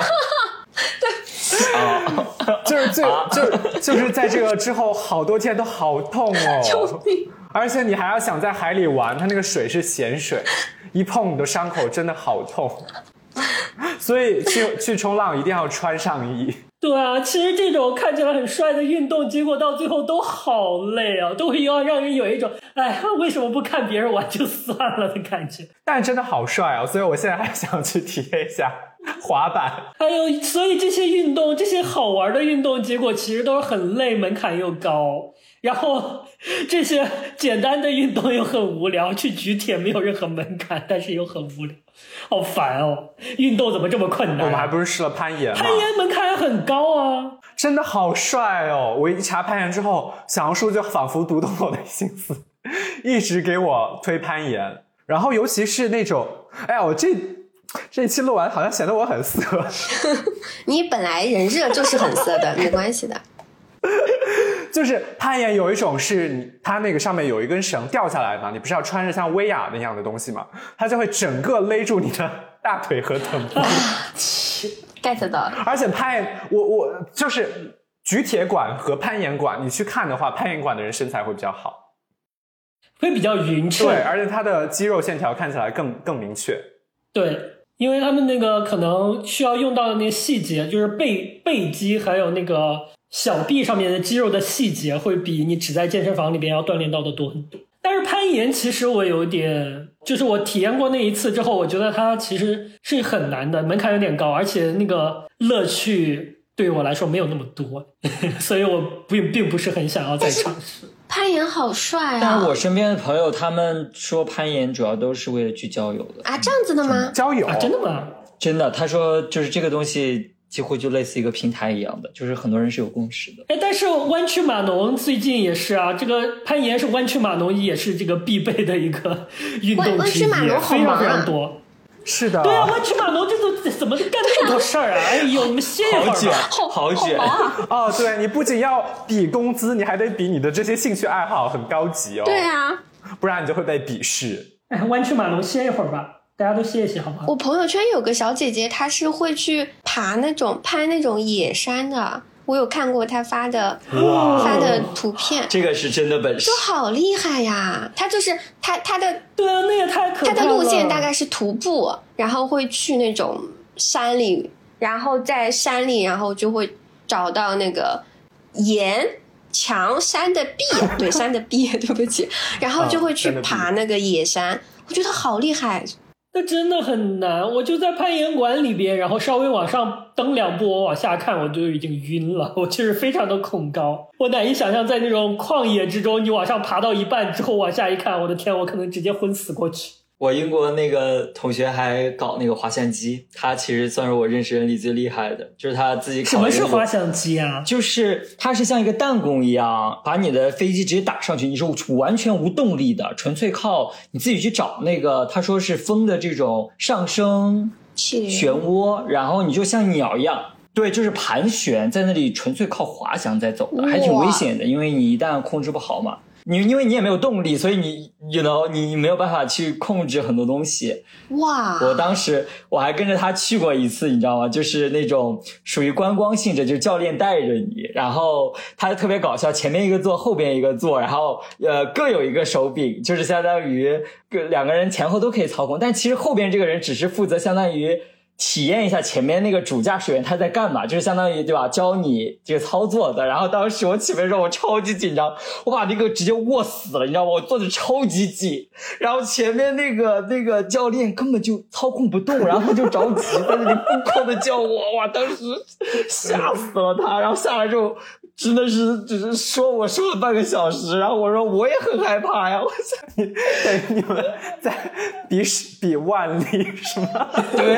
哦，就是最就就是在这个之后好多天都好痛哦，救命！而且你还要想在海里玩，它那个水是咸水，一碰你的伤口真的好痛，所以去去冲浪一定要穿上衣。 对啊，其实这种看起来很帅的运动，结果到最后都好累啊，都会要让人有一种哎，为什么不看别人玩就算了的感觉。 但真的好帅啊，所以我现在还想去体验一下滑板。 还有，所以这些运动，这些好玩的运动，结果其实都是很累，门槛又高。然后这些简单的运动又很无聊，去举铁没有任何门槛，但是又很无聊，好烦哦！运动怎么这么困难、啊？ 我们还不是试了攀岩吗？ 攀岩门槛也很高啊， 真的好帅哦！我一查攀岩之后，小红书就仿佛读懂我的心思，一直给我推攀岩。然后尤其是那种，哎呀，我这这一期录完好像显得我很色。 你本来人设就是很色的，没关系的。 就是攀岩有一种是你它那个上面有一根绳掉下来嘛，你不是要穿着像威亚那样的东西嘛，它就会整个勒住你的大腿和臀部。 get 到。 而且攀岩，我我就是举铁馆和攀岩馆，你去看的话，攀岩馆的人身材会比较好， 会比较匀称。 对，而且他的肌肉线条看起来更更明确。 对，因为他们那个可能需要用到的那个细节，就是背背肌还有那个小臂上面的肌肉的细节，会比你只在健身房里边要锻炼到的多很多。但是攀岩其实我有点，就是我体验过那一次之后，我觉得它其实是很难的，门槛有点高，而且那个乐趣对于我来说没有那么多，所以我并并不是很想要再尝试。 攀岩好帅啊！ 但是我身边的朋友他们说攀岩主要都是为了去郊游的啊，这样子的吗？ 郊游、 啊、真的吗？ 真的，他说就是这个东西几乎就类似一个平台一样的，就是很多人是有共识的。 哎，但是湾曲码农最近也是啊，这个攀岩是湾曲码农也是这个必备的一个运动之一， 湾曲码农好非常非常多。 是的， 对啊，湾曲码农这都怎么干那么多事儿啊？哎呦，你们歇一会儿吧。 好卷， 好好卷啊！ 哦，对，你不仅要比工资，你还得比你的这些兴趣爱好，很高级哦。 对啊， 不然你就会被鄙视。 哎，湾曲码农歇一会儿吧。大家都歇一歇好不好？ 我朋友圈有个小姐姐，她是会去爬那种攀那种野山的，我有看过她发的发的图片， 这个是真的本事， 就好厉害呀！她就是她她的对啊，那也太可怕了。 她的路线大概是徒步，然后会去那种山里，然后在山里，然后就会找到那个岩墙山的壁，对山的壁，对不起，然后就会去爬那个野山。我觉得好厉害， 那真的很难，我就在攀岩馆里边，然后稍微往上蹬两步，我往下看我就已经晕了，我就是非常的恐高，我难以想象在那种旷野之中，你往上爬到一半之后往下一看，我的天，我可能直接昏死过去。 我英国那个同学还搞那个滑翔机，他其实算是我认识人里最厉害的，就是他自己搞、那个。 什么是滑翔机啊？ 就是它是像一个弹弓一样，把你的飞机直接打上去，你是完全无动力的，纯粹靠你自己去找那个他说是风的这种上升漩涡，然后你就像鸟一样，对，就是盘旋在那里，纯粹靠滑翔在走的，还挺危险的，因为你一旦控制不好嘛。你因为你也没有动力，所以你 you know 你没有办法去控制很多东西。 哇！ 我当时我还跟着他去过一次，你知道吗？就是那种属于观光性质，就是教练带着你，然后他特别搞笑，前面一个座，后边一个座，然后呃各有一个手柄，就是相当于两个人前后都可以操控，但其实后边这个人只是负责相当于体验一下前面那个主驾驶员他在干嘛，就是相当于对吧，教你这个操作的。然后当时我起飞的时候我超级紧张，我把那个直接握死了，你知道吗？我坐的超级紧，然后前面那个那个教练根本就操控不动，然后他就着急在那里疯狂的叫我，哇，当时吓死了他。然后下来之后真的是只是说我说了半个小时，然后我说我也很害怕呀。我你对你们在比比万里是吗？ 对。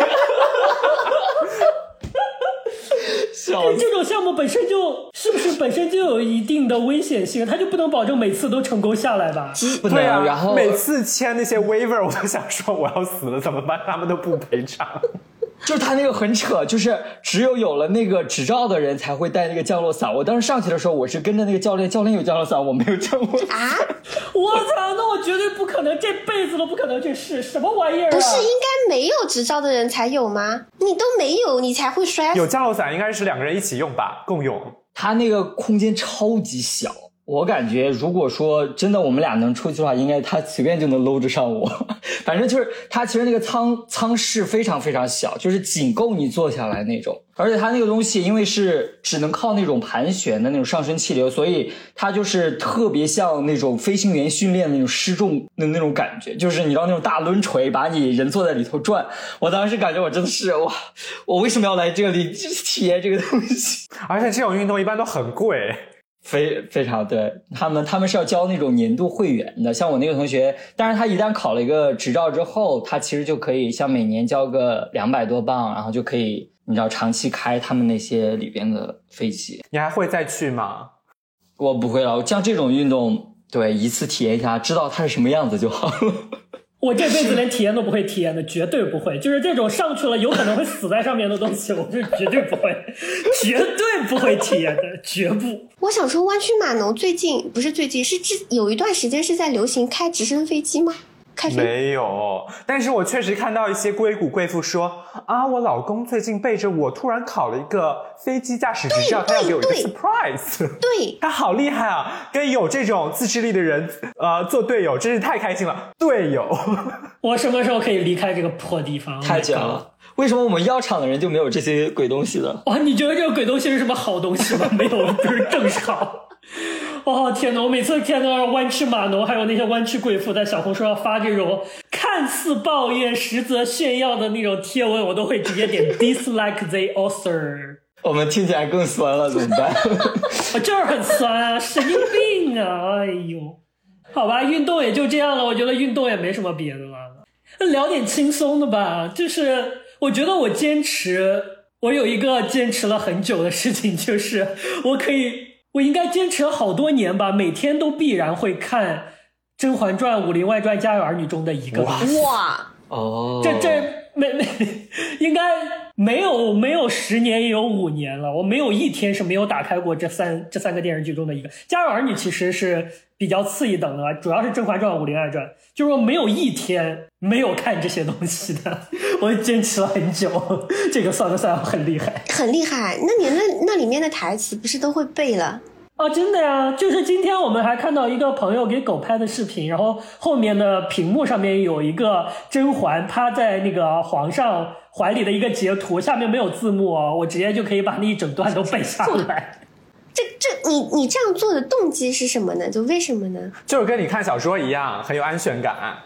这种项目本身就是不是本身就有一定的危险性，他就不能保证每次都成功下来吧？ 不能， 对啊， 然后每次签那些 waiver 我都想说我要死了怎么办，他们都不赔偿。 就是他那个很扯，就是只有有了那个执照的人才会带那个降落伞。我当时上去的时候，我是跟着那个教练，教练有降落伞，我没有降落伞啊！ 我操，那我绝对不可能，这辈子都不可能去试，什么玩意儿啊？ 不是应该没有执照的人才有吗？你都没有，你才会摔死。 有降落伞应该是两个人一起用吧，共用。 他那个空间超级小。我感觉如果说真的我们俩能出去的话，应该他随便就能搂着上我。反正就是他其实那个舱舱室非常非常小，就是仅够你坐下来那种。而且他那个东西因为是只能靠那种盘旋的那种上升气流，所以它就是特别像那种飞行员训练的那种失重的那种感觉，就是你知道那种大抡锤把你人坐在里头转。我当时感觉我真的是哇，我为什么要来这里体验这个东西？ 而且这种运动一般都很贵。 非非常对，他们他们是要交那种年度会员的，像我那个同学，但是他一旦考了一个执照之后，他其实就可以像每年交个两百多镑，然后就可以你知道长期开他们那些里边的飞机。 你还会再去吗？ 我不会了，像这种运动，对，一次体验一下，知道它是什么样子就好了。 我这辈子连体验都不会体验的，绝对不会。就是这种上去了有可能会死在上面的东西，我是绝对不会，绝对不会体验的，绝不。 我想说，湾区码农最近不是最近，是之有一段时间是在流行开直升飞机吗？开飞没有，但是我确实看到一些硅谷贵妇说啊，我老公最近背着我突然考了一个飞机驾驶执照，他要给我一个 surprise。 对， 他好厉害啊，跟有这种自制力的人呃做队友真是太开心了。队友， 我什么时候可以离开这个破地方？ 太久了。为什么我们药厂的人就没有这些鬼东西呢？ 哇，你觉得这个鬼东西是什么好东西吗？没有，就是正常。哦天哪！我每次看到湾区码农还有那些湾区贵妇在小红书上发这种看似抱怨实则炫耀的那种贴文，我都会直接点 dislike the author。 我们听起来更酸了，怎么办？ 我就是很酸啊，神经病啊！哎呦，好吧，运动也就这样了，我觉得运动也没什么别的了。聊点轻松的吧，就是我觉得我坚持，我有一个坚持了很久的事情，就是我可以。我应该坚持了好多年吧，每天都必然会看《甄嬛传》《武林外传》《家有儿女》中的一个。 哇哦， 这这没没应该没有没有十年也有五年了，我没有一天是没有打开过这三这三个电视剧中的一个。《家有儿女》其实是比较次一等的，主要是《甄嬛传》《武林外传》，就是说没有一天没有看这些东西的，我坚持了很久，这个算不算很厉害？ 很厉害。那你那那里面的台词不是都会背了？ 哦，真的呀，就是今天我们还看到一个朋友给狗拍的视频，然后后面的屏幕上面有一个甄嬛趴在那个皇上怀里的一个截图，下面没有字幕哦，我直接就可以把那一整段都背下来。 这这你你这样做的动机是什么呢？就为什么呢？ 就是跟你看小说一样，很有安全感。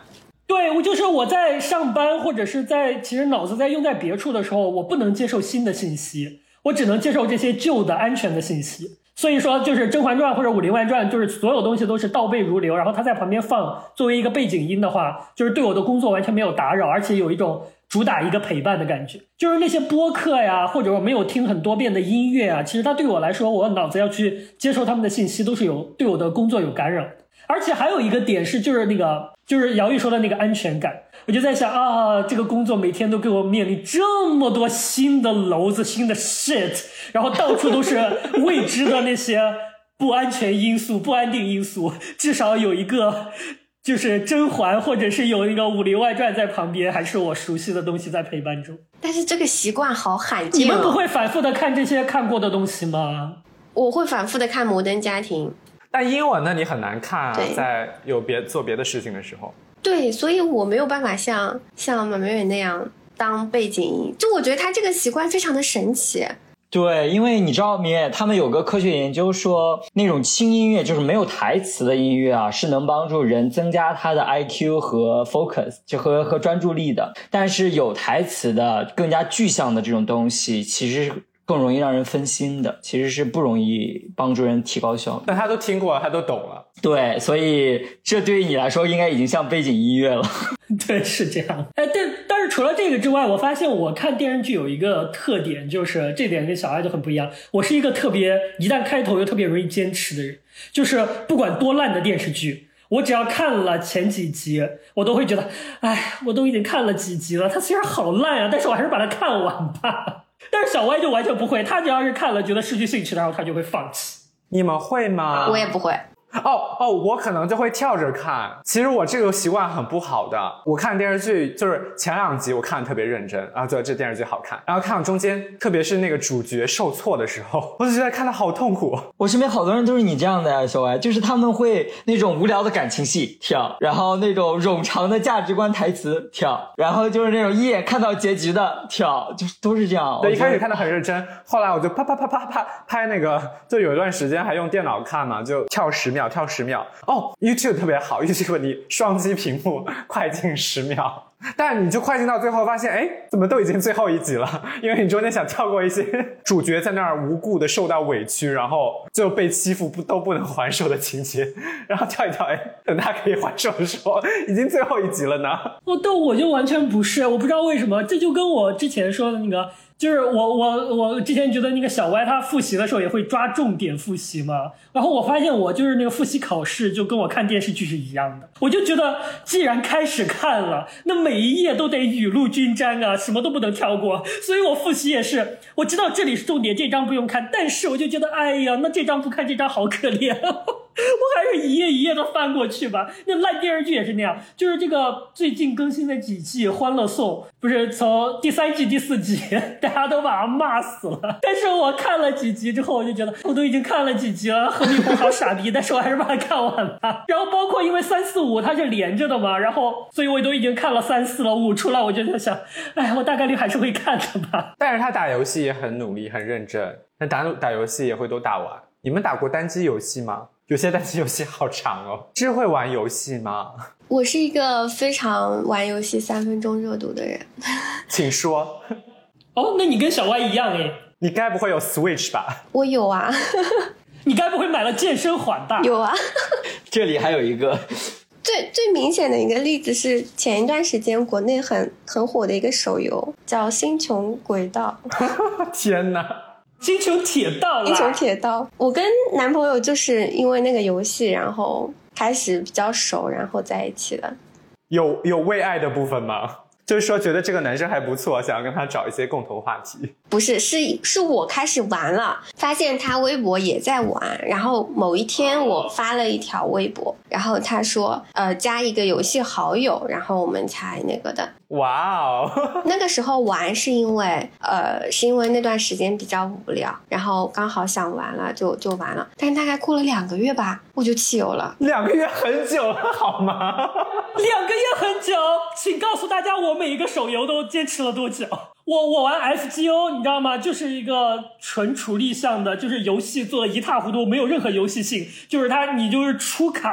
对，我就是我在上班或者是在其实脑子在用在别处的时候，我不能接受新的信息，我只能接受这些旧的安全的信息。所以说就是《甄嬛传》或者《武林外传》，就是所有东西都是倒背如流，然后它在旁边放作为一个背景音的话，就是对我的工作完全没有打扰，而且有一种主打一个陪伴的感觉。就是那些播客呀，或者我没有听很多遍的音乐啊，其实它对我来说，我脑子要去接受他们的信息都是有对我的工作有干扰。而且还有一个点是，就是那个就是姚玉说的那个安全感，我就在想啊，这个工作每天都给我面临这么多新的篓子、新的 shit， 然后到处都是未知的那些不安全因素、不安定因素，至少有一个就是甄嬛，或者是有那个《武林外传》在旁边，还是我熟悉的东西在陪伴中。 但是这个习惯好罕见、哦、 你们不会反复的看这些看过的东西吗？ 我会反复的看《摩登家庭》。 但英文呢你很难看啊，在有别做别的事情的时候。 对，所以我没有办法像像马美美那样当背景音，就我觉得他这个习惯非常的神奇。 对，因为你知道明他们有个科学研究说，那种轻音乐就是没有台词的音乐啊，是能帮助人增加他的 I Q 和 focus 就和和专注力的。但是有台词的更加具象的这种东西其实更容易让人分心的，其实是不容易帮助人提高效率。 但他都听过了，他都懂了。 对，所以这对于你来说应该已经像背景音乐了。 对，是这样。哎，但但是除了这个之外，我发现我看电视剧有一个特点，就是这点跟小爱就很不一样。我是一个特别一旦开头又特别容易坚持的人，就是不管多烂的电视剧，我只要看了前几集，我都会觉得，哎，我都已经看了几集了，它虽然好烂啊，但是我还是把它看完吧。但是小歪就完全不会，他只要是看了觉得失去兴趣，然后他就会放弃。 你们会吗？ 我也不会。 哦哦，我可能就会跳着看。其实我这个习惯很不好的。我看电视剧就是前两集我看得特别认真，然后觉得这电视剧好看，然后看到中间，特别是那个主角受挫的时候，我就觉得看得好痛苦。 我身边好多人都是你这样的呀，小歪，就是他们会那种无聊的感情戏跳，然后那种冗长的价值观台词跳，然后就是那种一眼看到结局的跳，就是都是这样。 对，一开始看得很认真，后来我就啪啪啪啪啪拍那个，就有一段时间还用电脑看嘛，就跳十秒跳十秒。哦 YouTube 特别好， YouTube 你双击屏幕快进十秒，但你就快进到最后发现，哎，怎么都已经最后一集了，因为你中间想跳过一些主角在那儿无故的受到委屈，然后就被欺负不都不能还手的情节，然后跳一跳，哎，等他可以还手的时候已经最后一集了呢。 哦，但我就完全不是，我不知道为什么，这就跟我之前说的那个，就是我我我之前觉得那个小歪他复习的时候也会抓重点复习嘛，然后我发现我就是那个复习考试就跟我看电视剧是一样的，我就觉得既然开始看了，那每一页都得雨露均沾啊，什么都不能跳过，所以我复习也是，我知道这里是重点，这章不用看，但是我就觉得哎呀，那这章不看这章好可怜我还是一页一页的翻过去吧。那烂电视剧也是那样，就是这个最近更新的几季《欢乐颂》，不是从第三季第四季大家都把它骂死了，但是我看了几集之后，我就觉得我都已经看了几集了，何立红好傻逼，但是我还是把它看完了。然后包括因为三四五它是连着的嘛，然后所以我都已经看了三四了，五出来我就在想，哎，我大概率还是会看的吧。 但是他打游戏也很努力很认真，那打打游戏也会都打完。你们打过单机游戏吗？有些单机游戏好长哦。是会玩游戏吗？ 我是一个非常玩游戏三分钟热度的人。 请说。 哦，那你跟小歪一样诶。 你该不会有 Switch 吧？ 我有啊。 你该不会买了健身环吧？ 有啊。 这里还有一个最最明显的一个例子是前一段时间国内很很火的一个手游叫星穹轨道。 天哪， 星穹铁道啦， 星穹铁道。我跟男朋友就是因为那个游戏，然后开始比较熟，然后在一起的。 有有为爱的部分吗？就是说觉得这个男生还不错，想要跟他找一些共同话题。 不是，是是我开始玩了，发现他微博也在玩，然后某一天我发了一条微博，然后他说呃加一个游戏好友，然后我们才那个的。 哇哦。 那个时候玩是因为呃是因为那段时间比较无聊，然后刚好想玩了就就玩了，但是大概过了两个月吧，我就弃游了。 两个月很久了好吗？ 两个月很久，请告诉大家我每一个手游都坚持了多久。我我玩 F G O 你知道吗，就是一个纯处理向的，就是游戏做的一塌糊涂，没有任何游戏性，就是它你就是出卡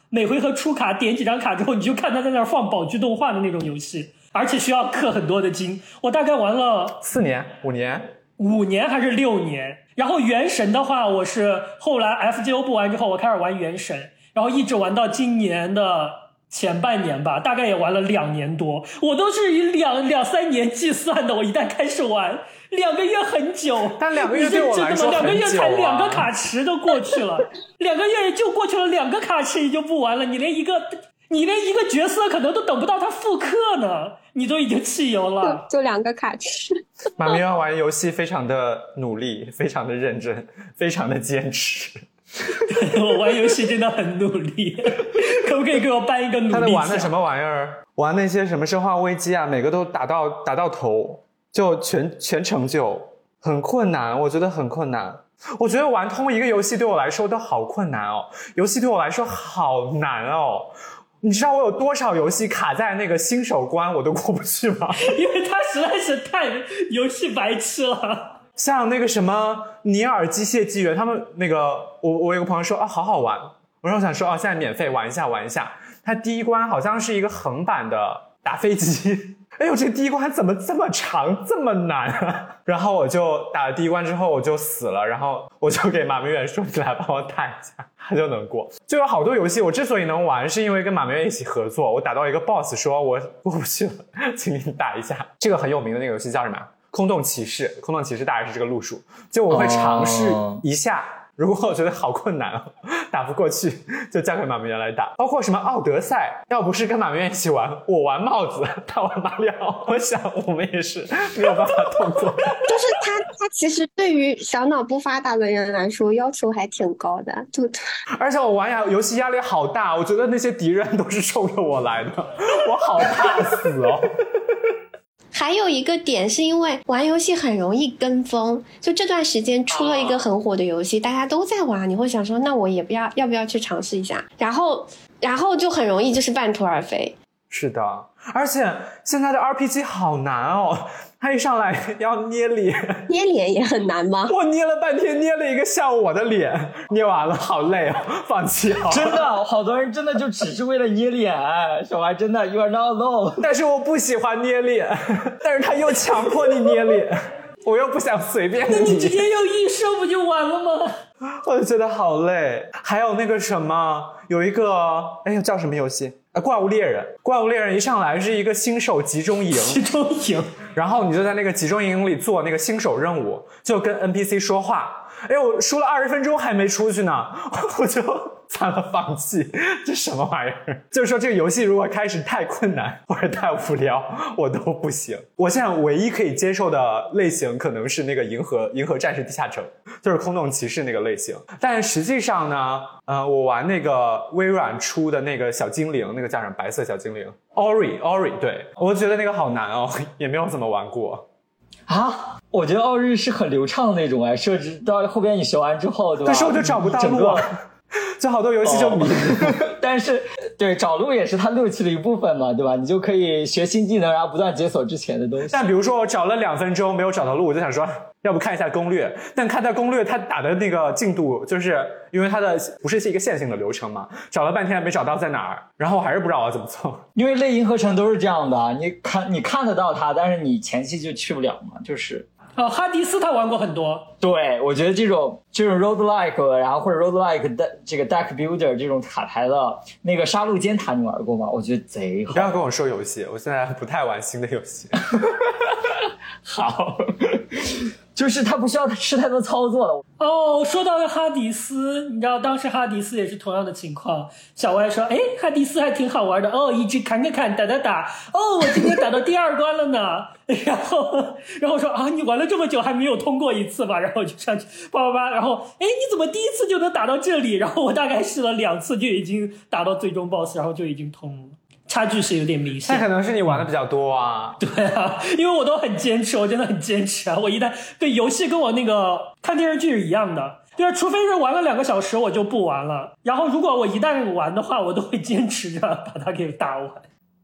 每回合出卡点几张卡之后，你就看他在那儿放宝具动画的那种游戏，而且需要氪很多的金。我大概玩了四年、五年、 五年还是六年。然后原神的话，我是后来 F G O 不玩之后，我开始玩原神，然后一直玩到今年的前半年吧，大概也玩了两年多。我都是以两两三年计算的，我一旦开始玩，两个月很久。 但两个月对我来说很久啊， 两个月才两个卡池都过去了，两个月就过去了两个卡池，你就不玩了，你连一个你连一个角色可能都等不到他复刻呢，你都已经弃游了。 就就两个卡池。 马明远玩游戏非常的努力，非常的认真，非常的坚持。 我玩游戏真的很努力，可不可以给我颁一个努力奖？ 他在玩的什么玩意儿？玩那些什么生化危机啊，每个都打到打到头，就全全成就，很困难，我觉得很困难。我觉得玩通一个游戏对我来说都好困难哦，游戏对我来说好难哦。你知道我有多少游戏卡在那个新手关我都过不去吗？ 因为他实在是太游戏白痴了。 像那个什么尼尔机械纪元，他们那个我我有个朋友说啊好好玩，我说想说啊现在免费玩一下玩一下。他第一关好像是一个横版的打飞机，哎呦这第一关怎么这么长这么难啊？然后我就打了第一关之后我就死了，然后我就给马明远说你来帮我打一下，他就能过。就有好多游戏我之所以能玩是因为跟马明远一起合作，我打到一个 boss 说我过不去了，请你打一下。这个很有名的那个游戏叫什么？空洞骑士，空洞骑士大概是这个路数，就我会尝试一下、哦、如果我觉得好困难哦，打不过去就交给马明远来打。包括什么奥德赛，要不是跟马明远一起玩，我玩帽子他玩马里奥，我想我们也是没有办法通过。 就是他他其实对于小脑不发达的人来说要求还挺高的，就而且我玩游戏压力好大，我觉得那些敌人都是冲着我来的，我好怕死哦。 还有一个点是因为玩游戏很容易跟风，就这段时间出了一个很火的游戏、啊、大家都在玩，你会想说那我也不要要不要去尝试一下，然后然后就很容易就是半途而废。 是的，而且现在的 R P G 好难哦，他一上来要捏脸。 捏脸也很难吗？ 我捏了半天，捏了一个下午我的脸，捏完了好累哦，放弃好了。 真的好多人真的就只是为了捏脸，小孩真的 you are not alone。 但是我不喜欢捏脸，但是他又强迫你捏脸，我又不想随便你。那你直接用异射不就完了吗？ 我就觉得好累。还有那个什么，有一个哎呀叫什么游戏啊？怪物猎人。怪物猎人一上来是一个新手集中营， 集中营， 然后你就在那个集中营里做那个新手任务，就跟 N P C 说话。哎呦，我输了二十分钟还没出去呢，我就惨了，放弃。这什么玩意儿？就是说这个游戏如果开始太困难或者太无聊，我都不行。我现在唯一可以接受的类型可能是那个银河银河战士地下城，就是空洞骑士那个类型。但实际上呢，呃，我玩那个微软出的那个小精灵，那个叫什么白色小精灵 Ori Ori， 对，我觉得那个好难哦，也没有怎么玩过。 啊，我觉得奥日是很流畅的那种哎，设置到后边你学完之后，对吧？ 可是我就找不到路啊，就好多游戏就迷。 哦、但是对找路也是它乐趣的一部分嘛，对吧？你就可以学新技能，然后不断解锁之前的东西。 但比如说我找了两分钟没有找到路，我就想说要不看一下攻略，但看到攻略它打的那个进度，就是因为它的不是一个线性的流程嘛，找了半天没找到在哪儿，然后我还是不知道我怎么做。 因为类银河城都是这样的，你看你看得到它，但是你前期就去不了嘛，就是哦，哈迪斯他玩过很多。 对，我觉得这种这种 roguelike， 然后或者 roguelike 的这个 deck builder 这种卡牌的那个杀戮尖塔你玩过吗？我觉得贼好。 不要跟我说游戏，我现在不太玩新的游戏。 好。就是他不需要吃太多操作了。 哦，说到哈迪斯，你知道当时哈迪斯也是同样的情况。小歪说：“哎，哈迪斯还挺好玩的哦，一直砍砍砍，打打打。哦，我今天打到第二关了呢。”然后，然后说：“啊，你玩了这么久还没有通过一次吧？”然后我就上去叭叭叭，然后哎，你怎么第一次就能打到这里？然后我大概试了两次就已经打到最终 boss， 然后就已经通了。差距是有点明显， 那可能是你玩的比较多啊。 对啊，因为我都很坚持，我真的很坚持啊。我一旦对游戏跟我那个看电视剧是一样的，就是除非是玩了两个小时我就不玩了，然后如果我一旦玩的话，我都会坚持着把它给打完。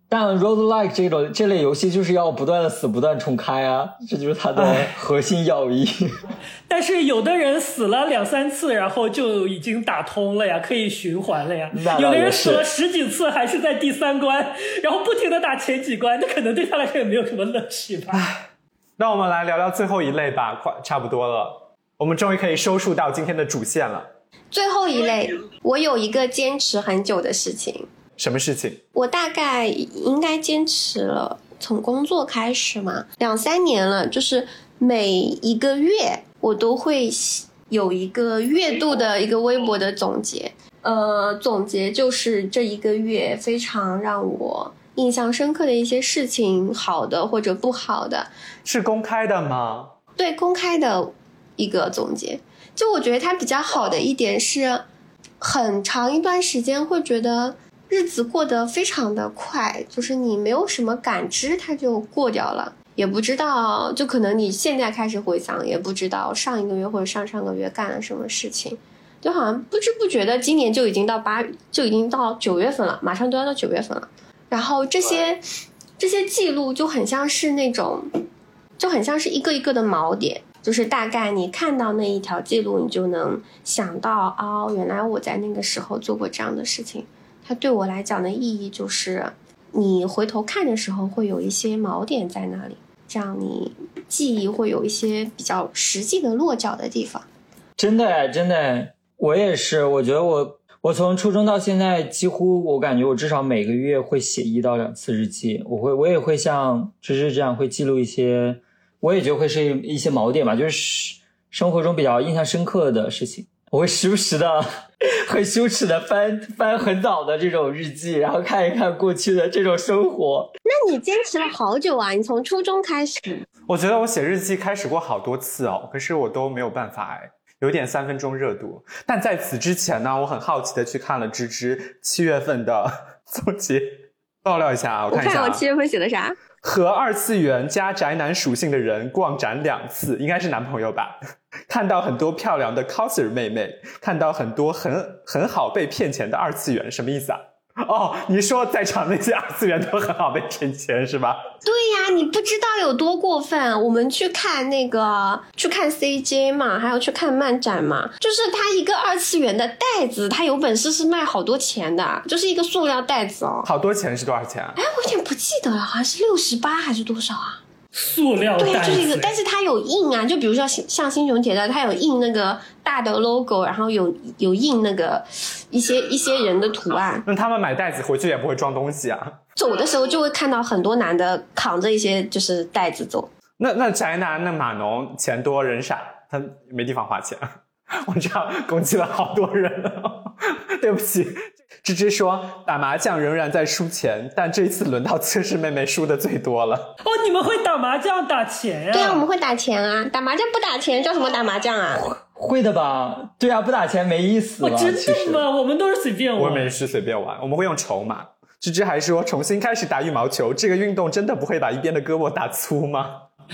但 roguelike 这种这类游戏就是要不断的死不断重开啊，这就是它的核心要义。 但是有的人死了两三次然后就已经打通了呀，可以循环了呀。有的人死了十几次还是在第三关，然后不停的打前几关，那可能对他来说也没有什么乐趣吧。 那我们来聊聊最后一类吧，快差不多了，我们终于可以收束到今天的主线了。 最后一类，我有一个坚持很久的事情。 什么事情？ 我大概应该坚持了，从工作开始嘛，两三年了，就是每一个月我都会有一个月度的一个微博的总结。呃，总结就是这一个月非常让我印象深刻的一些事情，好的或者不好的。 是公开的吗？ 对，公开的一个总结。就我觉得它比较好的一点是，很长一段时间会觉得日子过得非常的快，就是你没有什么感知它就过掉了，也不知道，就可能你现在开始回想也不知道上一个月或者上上个月干了什么事情，就好像不知不觉的今年就已经到八就已经到九月份了，马上都要到九月份了。然后这些这些记录就很像是那种就很像是一个一个的锚点，就是大概你看到那一条记录你就能想到，哦，原来我在那个时候做过这样的事情。它对我来讲的意义就是你回头看的时候会有一些锚点在那里，这样你记忆会有一些比较实际的落脚的地方。 真的真的，我也是，我觉得我我从初中到现在几乎我感觉我至少每个月会写一到两次日记，我会我也会像芝芝这样会记录一些，我也觉得会是一些锚点吧，就是生活中比较印象深刻的事情，我会时不时的很羞耻的翻翻很早的这种日记，然后看一看过去的这种生活。 那你坚持了好久啊，你从初中开始。 我觉得我写日记开始过好多次哦，可是我都没有办法哎，有点三分钟热度。但在此之前呢，我很好奇的去看了芝芝七月份的总结，爆料一下啊，我看一下、啊、 我看我七月份写的啥？ 和二次元加宅男属性的人逛展两次，应该是男朋友吧。看到很多漂亮的 coser 妹妹，看到很多很很好被骗钱的二次元，什么意思啊？哦，你说在场那些二次元都很好被骗钱是吧？ 对呀，你不知道有多过分。我们去看那个去看 C J 嘛，还有去看漫展嘛，就是它一个二次元的袋子，它有本事是卖好多钱的，就是一个塑料袋子哦。 好多钱是多少钱啊？ 哎，我有点不记得了，好像是六十八还是多少啊？ 塑料袋子。 对，就是一个，但是它有印啊，就比如说像星穹铁道，它有印那个大的 logo， 然后有有印那个一些一些人的图案。 那他们买袋子回去也不会装东西啊？ 走的时候就会看到很多男的扛着一些就是袋子走。 那那宅男那码农钱多人傻，他没地方花钱。我这样攻击了好多人了，对不起。芝芝说打麻将仍然在输钱，但这一次轮到测试妹妹输的最多了。 哦，你们会打麻将打钱呀、啊？ 对啊，我们会打钱啊，打麻将不打钱叫什么打麻将啊？ 会的吧？对啊，不打钱没意思了。 我真的吗？我们都是随便玩。 我们也是随便玩，我们会用筹码。芝芝还说重新开始打羽毛球，这个运动真的不会把一边的胳膊打粗吗？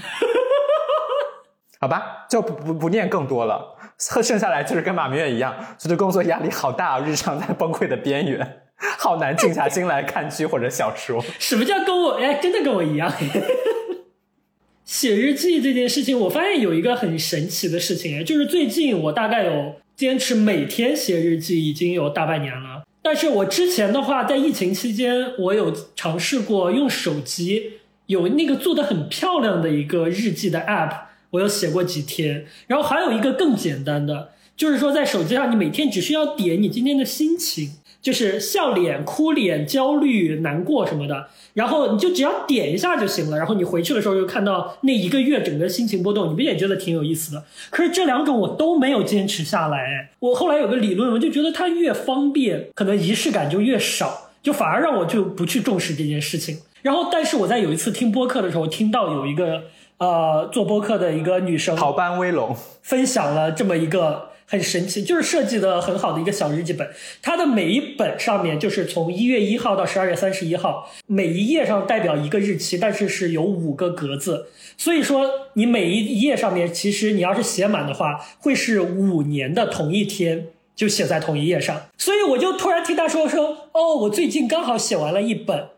好吧，就不不不念更多了。剩下来就是跟马明月一样，觉得工作压力好大，日常在崩溃的边缘，好难静下心来看剧或者小说。 什么叫跟我？哎，真的跟我一样。写日记这件事情，我发现有一个很神奇的事情，就是最近我大概有坚持每天写日记，已经有大半年了。但是我之前的话，在疫情期间，我有尝试过用手机有那个做得很漂亮的一个日记的 app。我有写过几天，然后还有一个更简单的，就是说在手机上你每天只需要点你今天的心情，就是笑脸、哭脸、焦虑、难过什么的，然后你就只要点一下就行了，然后你回去的时候就看到那一个月整个心情波动，你不也觉得挺有意思的？可是这两种我都没有坚持下来。我后来有个理论，我就觉得它越方便，可能仪式感就越少，就反而让我就不去重视这件事情。然后但是我在有一次听播客的时候，听到有一个呃，做播客的一个女生逃班威龙分享了这么一个很神奇，就是设计的很好的一个小日记本。它的每一本上面就是从一月一号到十二月三十一号，每一页上代表一个日期，但是是有五个格子。所以说你每一页上面，其实你要是写满的话，会是五年的同一天就写在同一页上。所以我就突然听他说说，哦，我最近刚好写完了一本，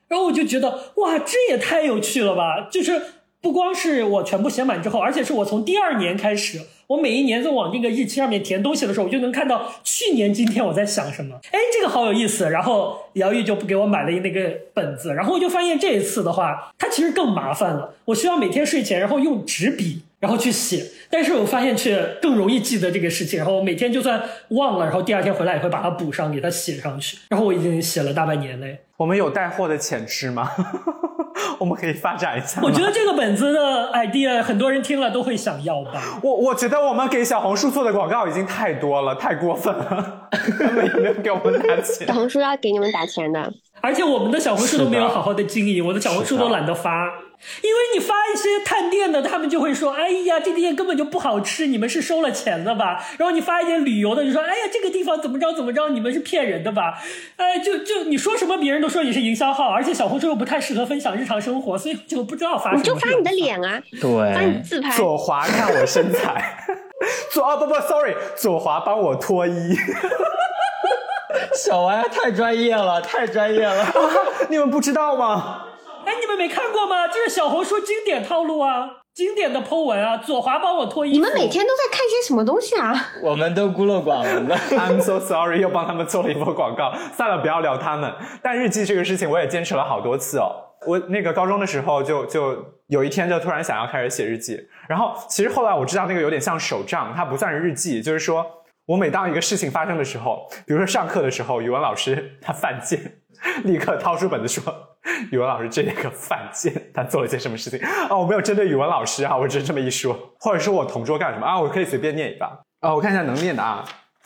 然后我就觉得哇，这也太有趣了吧，就是不光是我全部写满之后，而且是我从第二年开始，我每一年在往这个日期上面填东西的时候，我就能看到去年今天我在想什么，哎，这个好有意思。然后姚玉就给我买了那个本子，然后我就发现这一次的话它其实更麻烦了，我需要每天睡前然后用纸笔然后去写，但是我发现却更容易记得这个事情，然后每天就算忘了，然后第二天回来也会把它补上，给它写上去，然后我已经写了大半年嘞。 我们有带货的潜质吗？我们可以发展一下吗？ 我觉得这个本子的 idea 很多人听了都会想要吧。 我我觉得我们给小红书做的广告已经太多了，太过分了，根本没有给我们打钱。 小红书要给你们打钱的， 而且我们的小红书都没有好好的经营，我的小红书都懒得发，因为你发一些探店的，他们就会说，哎呀，这店根本就不好吃，你们是收了钱的吧？然后你发一些旅游的，就说，哎呀，这个地方怎么着怎么着，你们是骗人的吧？哎，就就你说什么，别人都说你是营销号，而且小红书又不太适合分享日常生活，所以就不知道发什么。 你就发你的脸啊， 对， 发你自拍。 左滑看我身材，左哦不不 ，sorry， 左滑帮我脱衣。 小歪太专业了，太专业了， 你们不知道吗？ 哎，你们没看过吗？这是小红书经典套路啊，经典的 po 文啊，左滑帮我脱衣服。 你们每天都在看些什么东西啊？ 我们都孤陋寡闻了。 I'm so sorry， 又帮他们做了一波广告。算了，不要聊他们。但日记这个事情我也坚持了好多次哦。我那个高中的时候就就有一天就突然想要开始写日记，然后其实后来我知道那个有点像手账，它不算是日记，就是说我每当一个事情发生的时候，比如说上课的时候，语文老师他犯贱，立刻掏出本子说，语文老师这个犯贱，他做了些什么事情啊？我没有针对语文老师啊，我只是这么一说，或者说我同桌干什么啊？我可以随便念一把啊，我看一下能念的啊。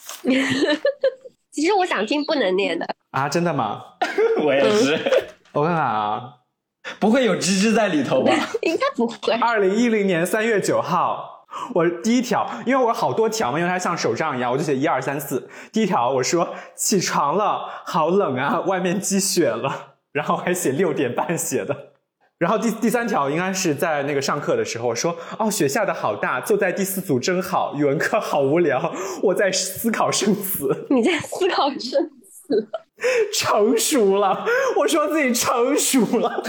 其实我想听不能念的啊，真的吗？ 我也是、嗯、 我看看啊， 不会有芝芝在里头吧？ 应该不会。 二零一零年三月九号，我第一条，因为我好多条嘛，因为它像手账一样，我就写一二三四。第一条我说起床了，好冷啊，外面积雪了，然后还写六点半写的。然后第第三条应该是在那个上课的时候，我说哦，雪下的好大，坐在第四组真好，语文课好无聊，我在思考生死。 你在思考生死？ 成熟了，我说自己成熟了。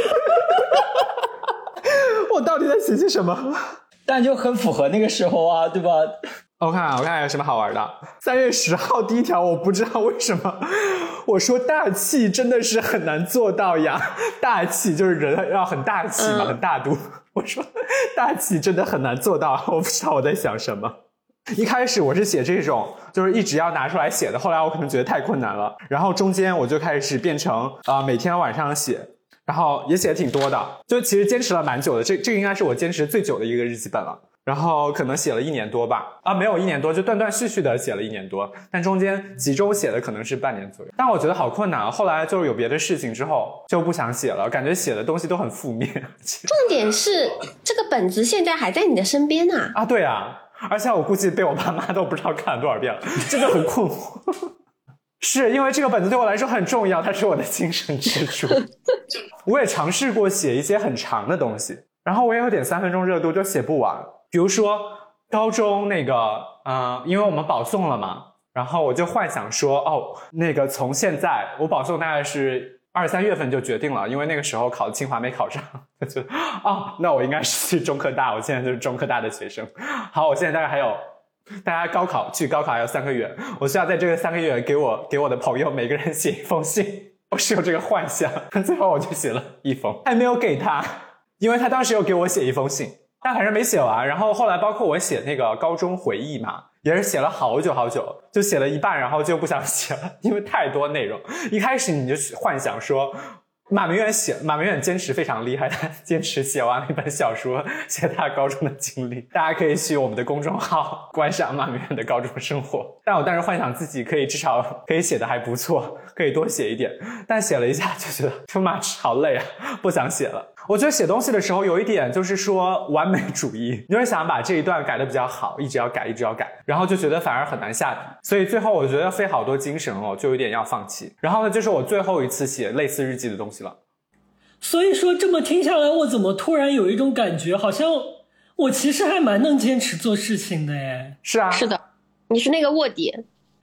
我到底在写些什么？ 但就很符合那个时候啊，对吧？ 我看我看有什么好玩的。三月十号第一条，我不知道为什么，我说大气真的是很难做到呀。大气就是人要很大气嘛、嗯、很大度。我说大气真的很难做到，我不知道我在想什么。一开始我是写这种就是一直要拿出来写的，后来我可能觉得太困难了，然后中间我就开始变成啊、呃、每天晚上写，然后也写的挺多的，就其实坚持了蛮久的，这这个应该是我坚持最久的一个日记本了。然后可能写了一年多吧，啊，没有一年多，就断断续续的写了一年多，但中间集中写的可能是半年左右。但我觉得好困难，后来就是有别的事情之后就不想写了，感觉写的东西都很负面。 重点是这个本子现在还在你的身边啊！ 啊，对啊，而且我估计被我爸妈都不知道看了多少遍了，这就很困惑。是因为这个本子对我来说很重要，它是我的精神支柱。我也尝试过写一些很长的东西，然后我也有点三分钟热度就写不完。比如说高中那个呃，因为我们保送了嘛，然后我就幻想说哦，那个从现在我保送大概是二三月份就决定了，因为那个时候考清华没考上，就哦，那我应该是去中科大，我现在就是中科大的学生。好，我现在大概还有大家高考距高考还有三个月，我需要在这个三个月给我给我的朋友每个人写一封信，我是有这个幻想。最后我就写了一封，还没有给他，因为他当时有给我写一封信，但反正没写完。然后后来包括我写那个高中回忆嘛，也是写了好久好久，就写了一半然后就不想写了，因为太多内容。一开始你就幻想说马明远写马明远坚持非常厉害，他坚持写完了一本小说，写他高中的经历。大家可以去我们的公众号观赏马明远的高中生活。但我当时幻想自己可以至少可以写的还不错，可以多写一点，但写了一下就觉得 too much 好累啊，不想写了。我觉得写东西的时候有一点就是说完美主义，你就是想把这一段改得比较好，一直要改一直要改，然后就觉得反而很难下笔，所以最后我觉得费好多精神哦，就有点要放弃。然后呢，就是我最后一次写类似日记的东西了。 所以说这么听下来，我怎么突然有一种感觉，好像我其实还蛮能坚持做事情的耶。 是啊， 是的，你是那个卧底。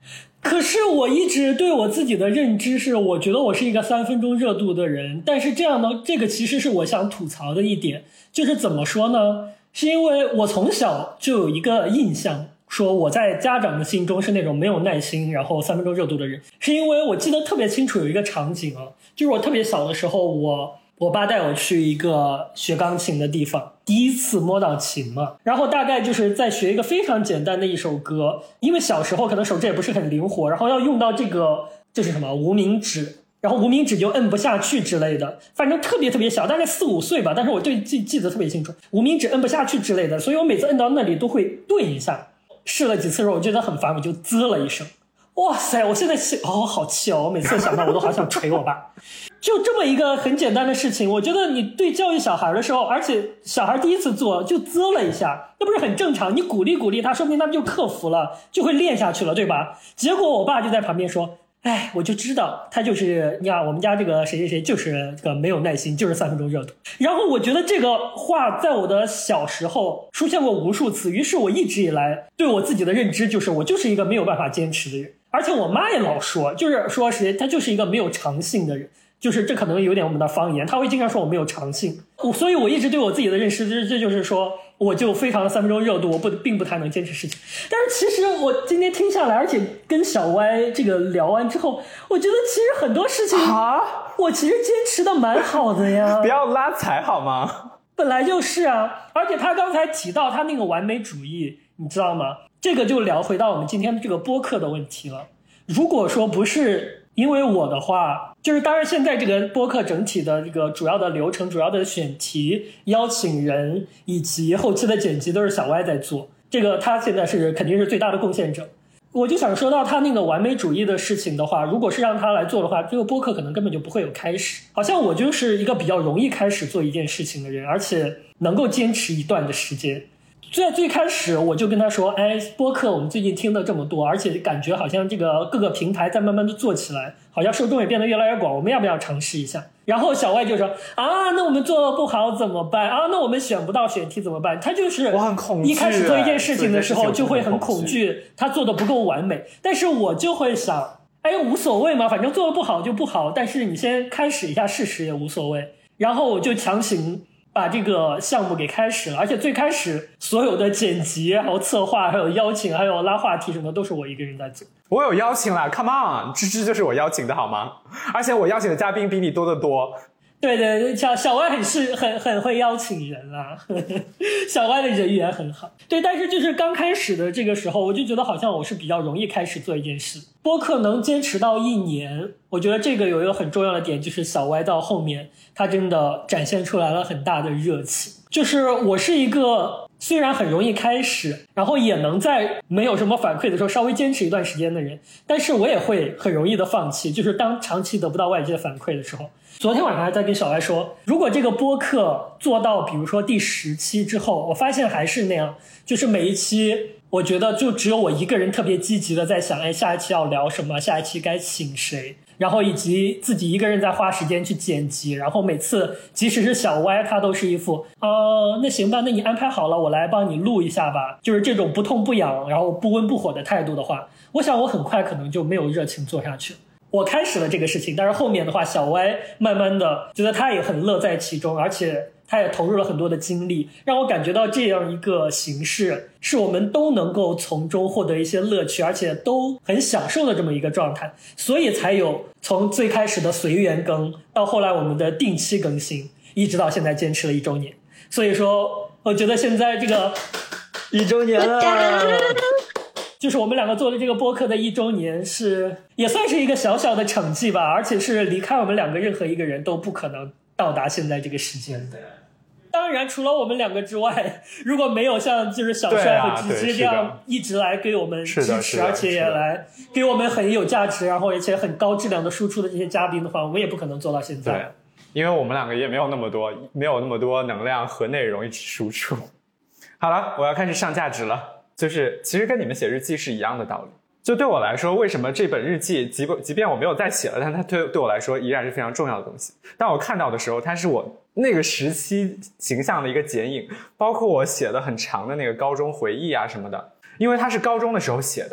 可是我一直对我自己的认知是，我觉得我是一个三分钟热度的人。但是这样呢，这个其实是我想吐槽的一点，就是怎么说呢？是因为我从小就有一个印象，说我在家长的心中是那种没有耐心，然后三分钟热度的人。是因为我记得特别清楚有一个场景啊，就是我特别小的时候，我我爸带我去一个学钢琴的地方，第一次摸到琴嘛，然后大概就是在学一个非常简单的一首歌，因为小时候可能手指也不是很灵活，然后要用到这个这是什么无名指，然后无名指就摁不下去之类的，反正特别特别小，大概四五岁吧，但是我对记记得特别清楚，无名指摁不下去之类的，所以我每次摁到那里都会顿一下。试了几次之后，我觉得很烦，我就滋了一声。哇塞！我现在哦，好气哦！我每次想到我都好想捶我爸。就这么一个很简单的事情，我觉得你对教育小孩的时候，而且小孩第一次做就啧了一下，那不是很正常？你鼓励鼓励他，说明他们就克服了，就会练下去了，对吧？结果我爸就在旁边说：“哎，我就知道他就是你看我们家这个谁谁谁就是这个没有耐心，就是三分钟热度。”然后我觉得这个话在我的小时候出现过无数次，于是我一直以来对我自己的认知就是我就是一个没有办法坚持的人。而且我妈也老说，就是说谁他就是一个没有长性的人，就是这可能有点我们的方言，他会经常说我没有长性。所以我一直对我自己的认识，这这就是说我就非常的三分钟热度，我不并不太能坚持事情。但是其实我今天听下来，而且跟小歪这个聊完之后，我觉得其实很多事情啊，我其实坚持的蛮好的呀。 不要拉踩好吗？ 本来就是啊，而且他刚才提到他那个完美主义，你知道吗？这个就聊回到我们今天的这个播客的问题了。如果说不是因为我的话，就是当然现在这个播客整体的这个主要的流程、主要的选题、邀请人以及后期的剪辑都是小歪在做，这个他现在是肯定是最大的贡献者。我就想说到他那个完美主义的事情的话，如果是让他来做的话，这个播客可能根本就不会有开始。好像我就是一个比较容易开始做一件事情的人，而且能够坚持一段的时间。在最开始我就跟他说，哎，播客我们最近听的这么多，而且感觉好像这个各个平台在慢慢的做起来，好像受众也变得越来越广，我们要不要尝试一下？然后小外就说啊，那我们做的不好怎么办啊？那我们选不到选题怎么办？他就是我很恐惧， 一开始做一件事情的时候就会很恐惧他做的不够完美，但是我就会想，哎，无所谓嘛，反正做的不好就不好，但是你先开始一下试试也无所谓。然后我就强行把这个项目给开始了，而且最开始所有的剪辑还有策划还有邀请还有拉话题什么都是我一个人在做。 我有邀请啦 Come on， 芝芝就是我邀请的好吗？而且我邀请的嘉宾比你多得多。 对对，小小歪很是很很会邀请人啦，呵呵，小歪的人缘很好。对，但是就是刚开始的这个时候，我就觉得好像我是比较容易开始做一件事。播客能坚持到一年，我觉得这个有一个很重要的点，就是小歪到后面他真的展现出来了很大的热情。就是我是一个虽然很容易开始，然后也能在没有什么反馈的时候稍微坚持一段时间的人，但是我也会很容易的放弃，就是当长期得不到外界反馈的时候。昨天晚上还在跟小歪说，如果这个播客做到比如说第十期之后，我发现还是那样，就是每一期我觉得就只有我一个人特别积极的在想，哎，下一期要聊什么，下一期该请谁，然后以及自己一个人在花时间去剪辑，然后每次即使是小歪他都是一副呃，那行吧，那你安排好了我来帮你录一下吧，就是这种不痛不痒然后不温不火的态度的话，我想我很快可能就没有热情做下去。我开始了这个事情，但是后面的话小歪慢慢的觉得他也很乐在其中，而且他也投入了很多的精力，让我感觉到这样一个形式是我们都能够从中获得一些乐趣，而且都很享受的这么一个状态，所以才有从最开始的随缘更到后来我们的定期更新，一直到现在坚持了一周年。所以说我觉得现在这个一周年了就是我们两个做的这个播客的一周年，是也算是一个小小的成绩吧，而且是离开我们两个任何一个人都不可能到达现在这个时间的。当然除了我们两个之外，如果没有像就是小帅和芝芝这样一直来给我们支持，而且也来给我们很有价值然后而且很高质量的输出的这些嘉宾的话，我们也不可能做到现在。 对，因为我们两个也没有那么多没有那么多能量和内容一起输出。好了，我要开始上价值了，就是其实跟你们写日记是一样的道理。就对我来说，为什么这本日记即即便我没有再写了，但它对对我来说依然是非常重要的东西。当我看到的时候，它是我那个时期形象的一个剪影，包括我写的很长的那个高中回忆啊什么的，因为它是高中的时候写的，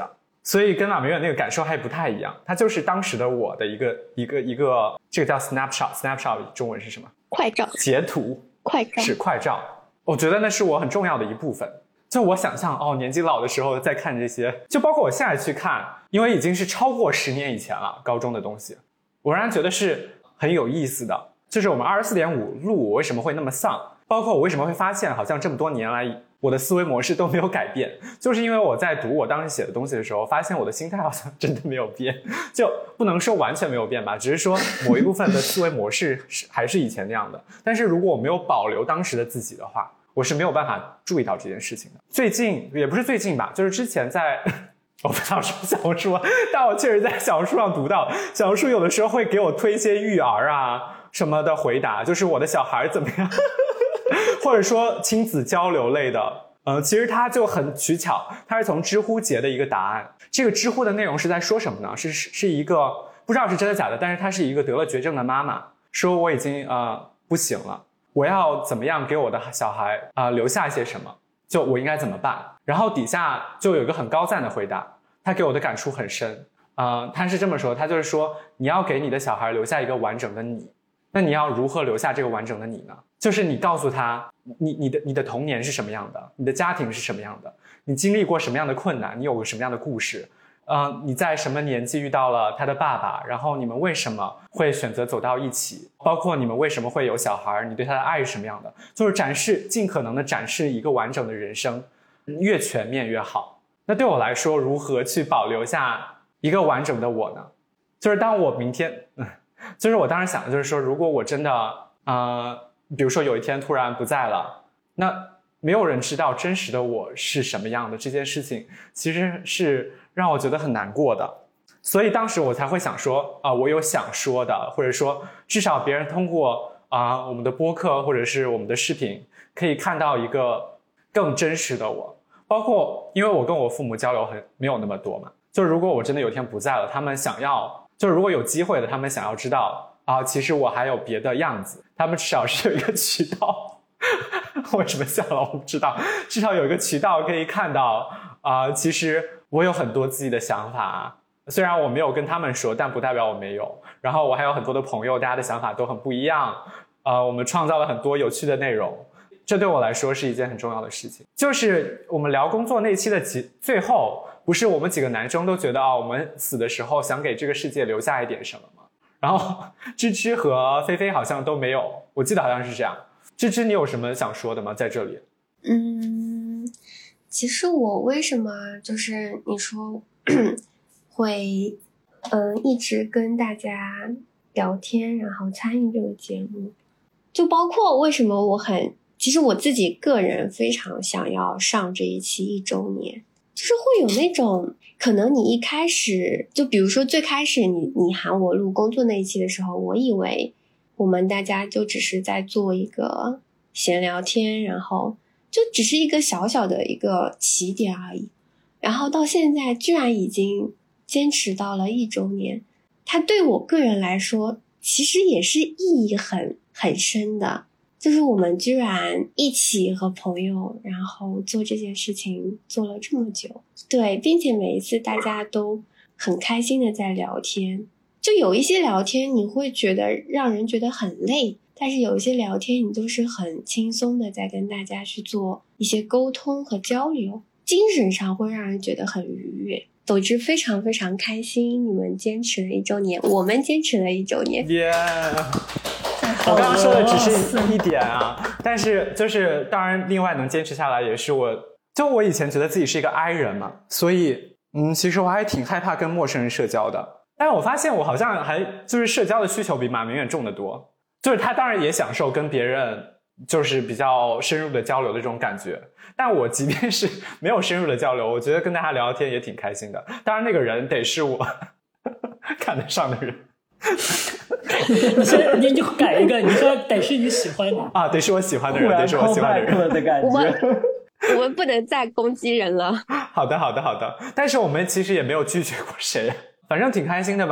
所以跟马明远那个感受还不太一样，它就是当时的我的一个一个一个，这个叫 snapshot， snapshot 中文是什么？ 快照， 截图， 快照是快照。我觉得那是我很重要的一部分。就我想象哦，年纪老的时候再看这些，就包括我现在去看，因为已经是超过十年以前了，高中的东西，我仍然觉得是很有意思的。就是我们 二十四点五 路，我为什么会那么丧？包括我为什么会发现好像这么多年来我的思维模式都没有改变，就是因为我在读我当时写的东西的时候，发现我的心态好像真的没有变，就不能说完全没有变吧，只是说某一部分的思维模式是还是以前那样的。但是如果我没有保留当时的自己的话，我是没有办法注意到这件事情的。最近也不是最近吧，就是之前在我不想说小红书，但我确实在小红书上读到，小红书有的时候会给我推一些育儿啊什么的回答，就是我的小孩怎么样或者说亲子交流类的，呃，其实它就很取巧，它是从知乎截的一个答案。这个知乎的内容是在说什么呢？是是一个不知道是真的假的，但是它是一个得了绝症的妈妈，说我已经呃不行了，我要怎么样给我的小孩啊、呃、留下一些什么？就我应该怎么办？然后底下就有一个很高赞的回答，他给我的感触很深。呃，他是这么说，他就是说你要给你的小孩留下一个完整的你。那你要如何留下这个完整的你呢？就是你告诉他你你的你的童年是什么样的，你的家庭是什么样的，你经历过什么样的困难，你有过什么样的故事，呃，你在什么年纪遇到了他的爸爸，然后你们为什么会选择走到一起，包括你们为什么会有小孩，你对他的爱是什么样的，就是展示，尽可能的展示一个完整的人生，越全面越好。那对我来说，如何去保留下一个完整的我呢？就是当我明天嗯就是我当时想的就是说，如果我真的呃比如说有一天突然不在了，那没有人知道真实的我是什么样的，这件事情其实是让我觉得很难过的。所以当时我才会想说啊、呃，我有想说的，或者说至少别人通过啊、呃、我们的播客或者是我们的视频可以看到一个更真实的我。包括因为我跟我父母交流很没有那么多嘛，就是如果我真的有一天不在了，他们想要就是如果有机会的，他们想要知道啊、呃，其实我还有别的样子，他们至少是有一个渠道为什么笑了我不知道，至少有一个渠道可以看到啊、呃，其实我有很多自己的想法，虽然我没有跟他们说，但不代表我没有。然后我还有很多的朋友，大家的想法都很不一样，呃，我们创造了很多有趣的内容，这对我来说是一件很重要的事情。就是我们聊工作那期的最后，不是我们几个男生都觉得啊、哦，我们死的时候想给这个世界留下一点什么吗？然后芝芝和菲菲好像都没有，我记得好像是这样。芝芝，你有什么想说的吗？在这里？ 嗯，其实我为什么就是你说会嗯一直跟大家聊天，然后参与这个节目，就包括为什么我很其实我自己个人非常想要上这一期一周年，就是会有那种可能你一开始就比如说最开始你你喊我录工作那一期的时候，我以为我们大家就只是在做一个闲聊天，然后就只是一个小小的一个起点而已，然后到现在居然已经坚持到了一周年，它对我个人来说其实也是意义很很深的，就是我们居然一起和朋友然后做这件事情做了这么久，对，并且每一次大家都很开心的在聊天，就有一些聊天你会觉得让人觉得很累，但是有一些聊天你都是很轻松的在跟大家去做一些沟通和交流，精神上会让人觉得很愉悦。总之非常非常开心，你们坚持了一周年，我们坚持了一周年， 耶、yeah. 我刚刚说的只是一点啊，但是就是当然另外能坚持下来也是我就我以前觉得自己是一个 I 人嘛，所以嗯，其实我还挺害怕跟陌生人社交的，但是我发现我好像还就是社交的需求比马明远重得多，就是他当然也享受跟别人就是比较深入的交流的这种感觉，但我即便是没有深入的交流，我觉得跟大家聊天也挺开心的，当然那个人得是我看得上的人你先你就改一个，你说得是你喜欢的啊，得是我喜欢的人，得是我喜欢的人的感觉。 我们我们不能再攻击人了。 好的好的好的，但是我们其实也没有拒绝过谁，反正挺开心的吧。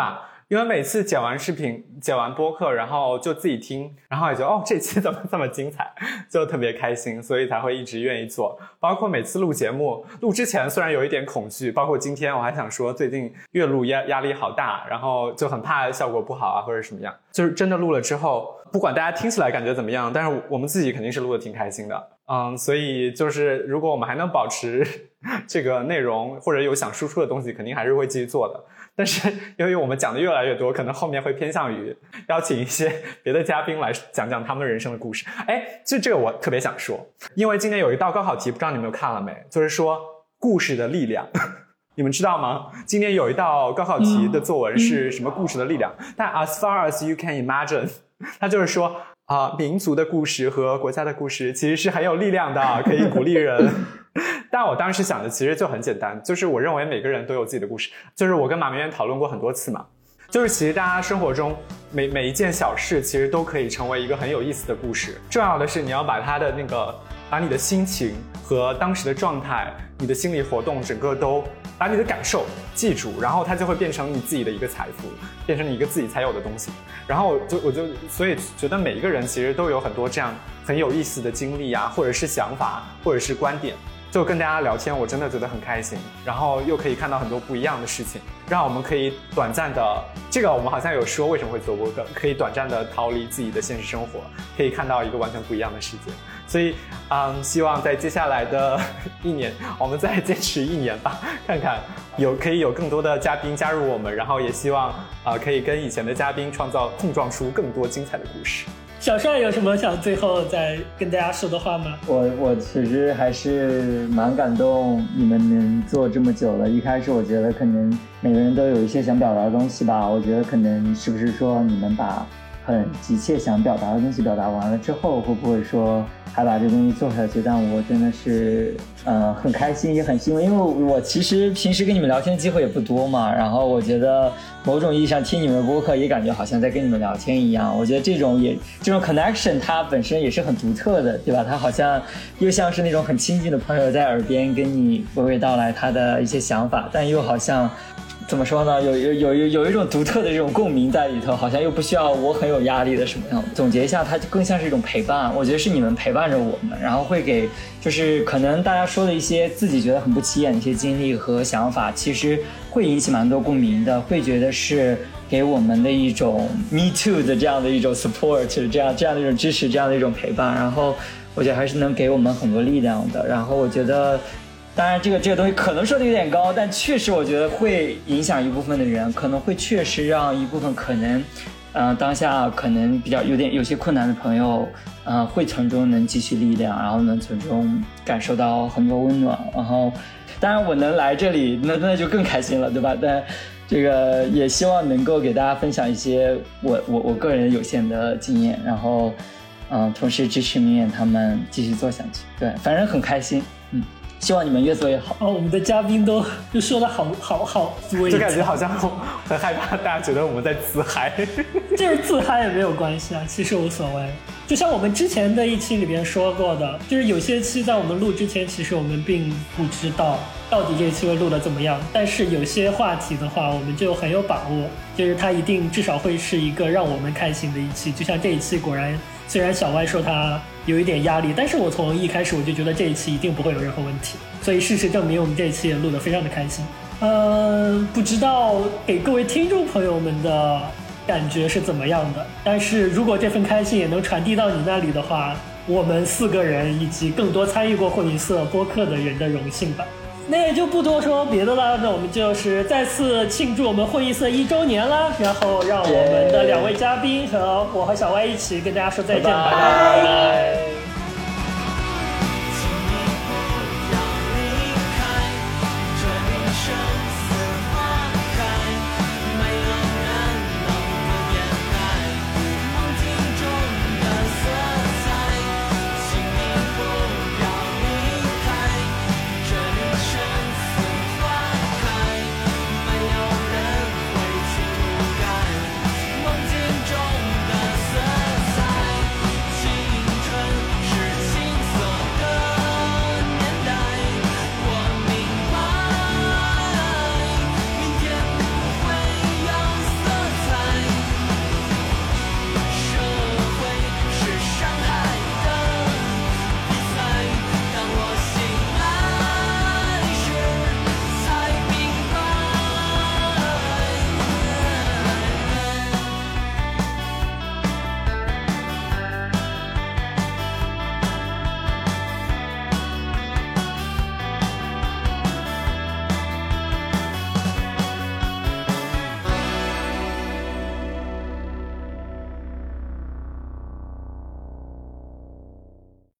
因为每次剪完视频剪完播客然后就自己听，然后也觉得哦这期怎么这么精彩，就特别开心，所以才会一直愿意做。包括每次录节目，录之前虽然有一点恐惧，包括今天我还想说最近越录压压力好大，然后就很怕效果不好啊或者什么样，就是真的录了之后不管大家听起来感觉怎么样，但是我们自己肯定是录得挺开心的。嗯，所以就是如果我们还能保持这个内容或者有想输出的东西，肯定还是会继续做的。但是由于我们讲的越来越多，可能后面会偏向于邀请一些别的嘉宾来讲讲他们人生的故事。哎，就这个我特别想说，因为今年有一道高考题，不知道你们有看了没，就是说故事的力量你们知道吗？今年有一道高考题的作文是什么故事的力量、嗯嗯、但 as far as you can imagine 它就是说啊、呃，民族的故事和国家的故事其实是很有力量的，可以鼓励人但我当时想的其实就很简单，就是我认为每个人都有自己的故事，就是我跟马明远讨论过很多次嘛，就是其实大家生活中每每一件小事其实都可以成为一个很有意思的故事，重要的是你要把它的那个把你的心情和当时的状态，你的心理活动整个都把你的感受记住，然后它就会变成你自己的一个财富，变成你一个自己才有的东西。然后就我就所以觉得每一个人其实都有很多这样很有意思的经历啊，或者是想法，或者是观点，就跟大家聊天我真的觉得很开心，然后又可以看到很多不一样的事情，让我们可以短暂的，这个我们好像有说为什么会做播客，可以短暂的逃离自己的现实生活，可以看到一个完全不一样的世界。所以嗯，希望在接下来的一年我们再坚持一年吧，看看有可以有更多的嘉宾加入我们，然后也希望呃可以跟以前的嘉宾创造碰撞出更多精彩的故事。 小帅有什么想最后再跟大家说的话吗？ 我我其实还是蛮感动你们能做这么久了。一开始我觉得可能每个人都有一些想表达的东西吧，我觉得可能是不是说你们把很急切想表达的东西表达完了之后，会不会说还把这东西做下去？但我真的是呃很开心也很欣慰，因为我其实平时跟你们聊天机会也不多嘛，然后我觉得某种意义上听你们的播客也感觉好像在跟你们聊天一样，我觉得这种也这种 connection 它本身也是很独特的，对吧？它好像又像是那种很亲近的朋友在耳边跟你娓娓道来他的一些想法，但又好像怎么说呢，有有有有一种独特的这种共鸣在里头，好像又不需要我很有压力的什么样。总结一下，它更像是一种陪伴，我觉得是你们陪伴着我们，然后会给就是可能大家说的一些自己觉得很不起眼的一些经历和想法，其实会引起蛮多共鸣的，会觉得是给我们的一种 me too 的这样的一种 support， 这样这样的一种支持，这样的一种陪伴，然后我觉得还是能给我们很多力量的。然后我觉得当然这个这个东西可能说的有点高，但确实我觉得会影响一部分的人，可能会确实让一部分可能呃当下可能比较有点有些困难的朋友呃会从中能汲取力量，然后能从中感受到很多温暖。然后当然我能来这里那那就更开心了，对吧？但这个也希望能够给大家分享一些我我我个人有限的经验，然后嗯、呃、同时支持明远他们继续做下去。对，反正很开心。嗯，希望你们越做越好。 哦，我们的嘉宾都就说的好好好自慰， 就感觉好像很害怕大家觉得我们在自嗨就是自嗨也没有关系啊，其实无所谓。就像我们之前的一期里边说过的，就是有些期在我们录之前，其实我们并不知道到底这一期会录得怎么样，但是有些话题的话我们就很有把握，就是它一定至少会是一个让我们开心的一期。就像这一期，果然虽然小歪说他有一点压力，但是我从一开始我就觉得这一期一定不会有任何问题，所以事实证明我们这一期也录得非常的开心。呃，不知道给各位听众朋友们的感觉是怎么样的，但是如果这份开心也能传递到你那里的话，我们四个人以及更多参与过混音色播客的人的荣幸吧。那也就不多说别的了，那我们就是再次庆祝我们混音色一周年啦，然后让我们的两位嘉宾和我和小歪一起跟大家说再见吧，拜拜。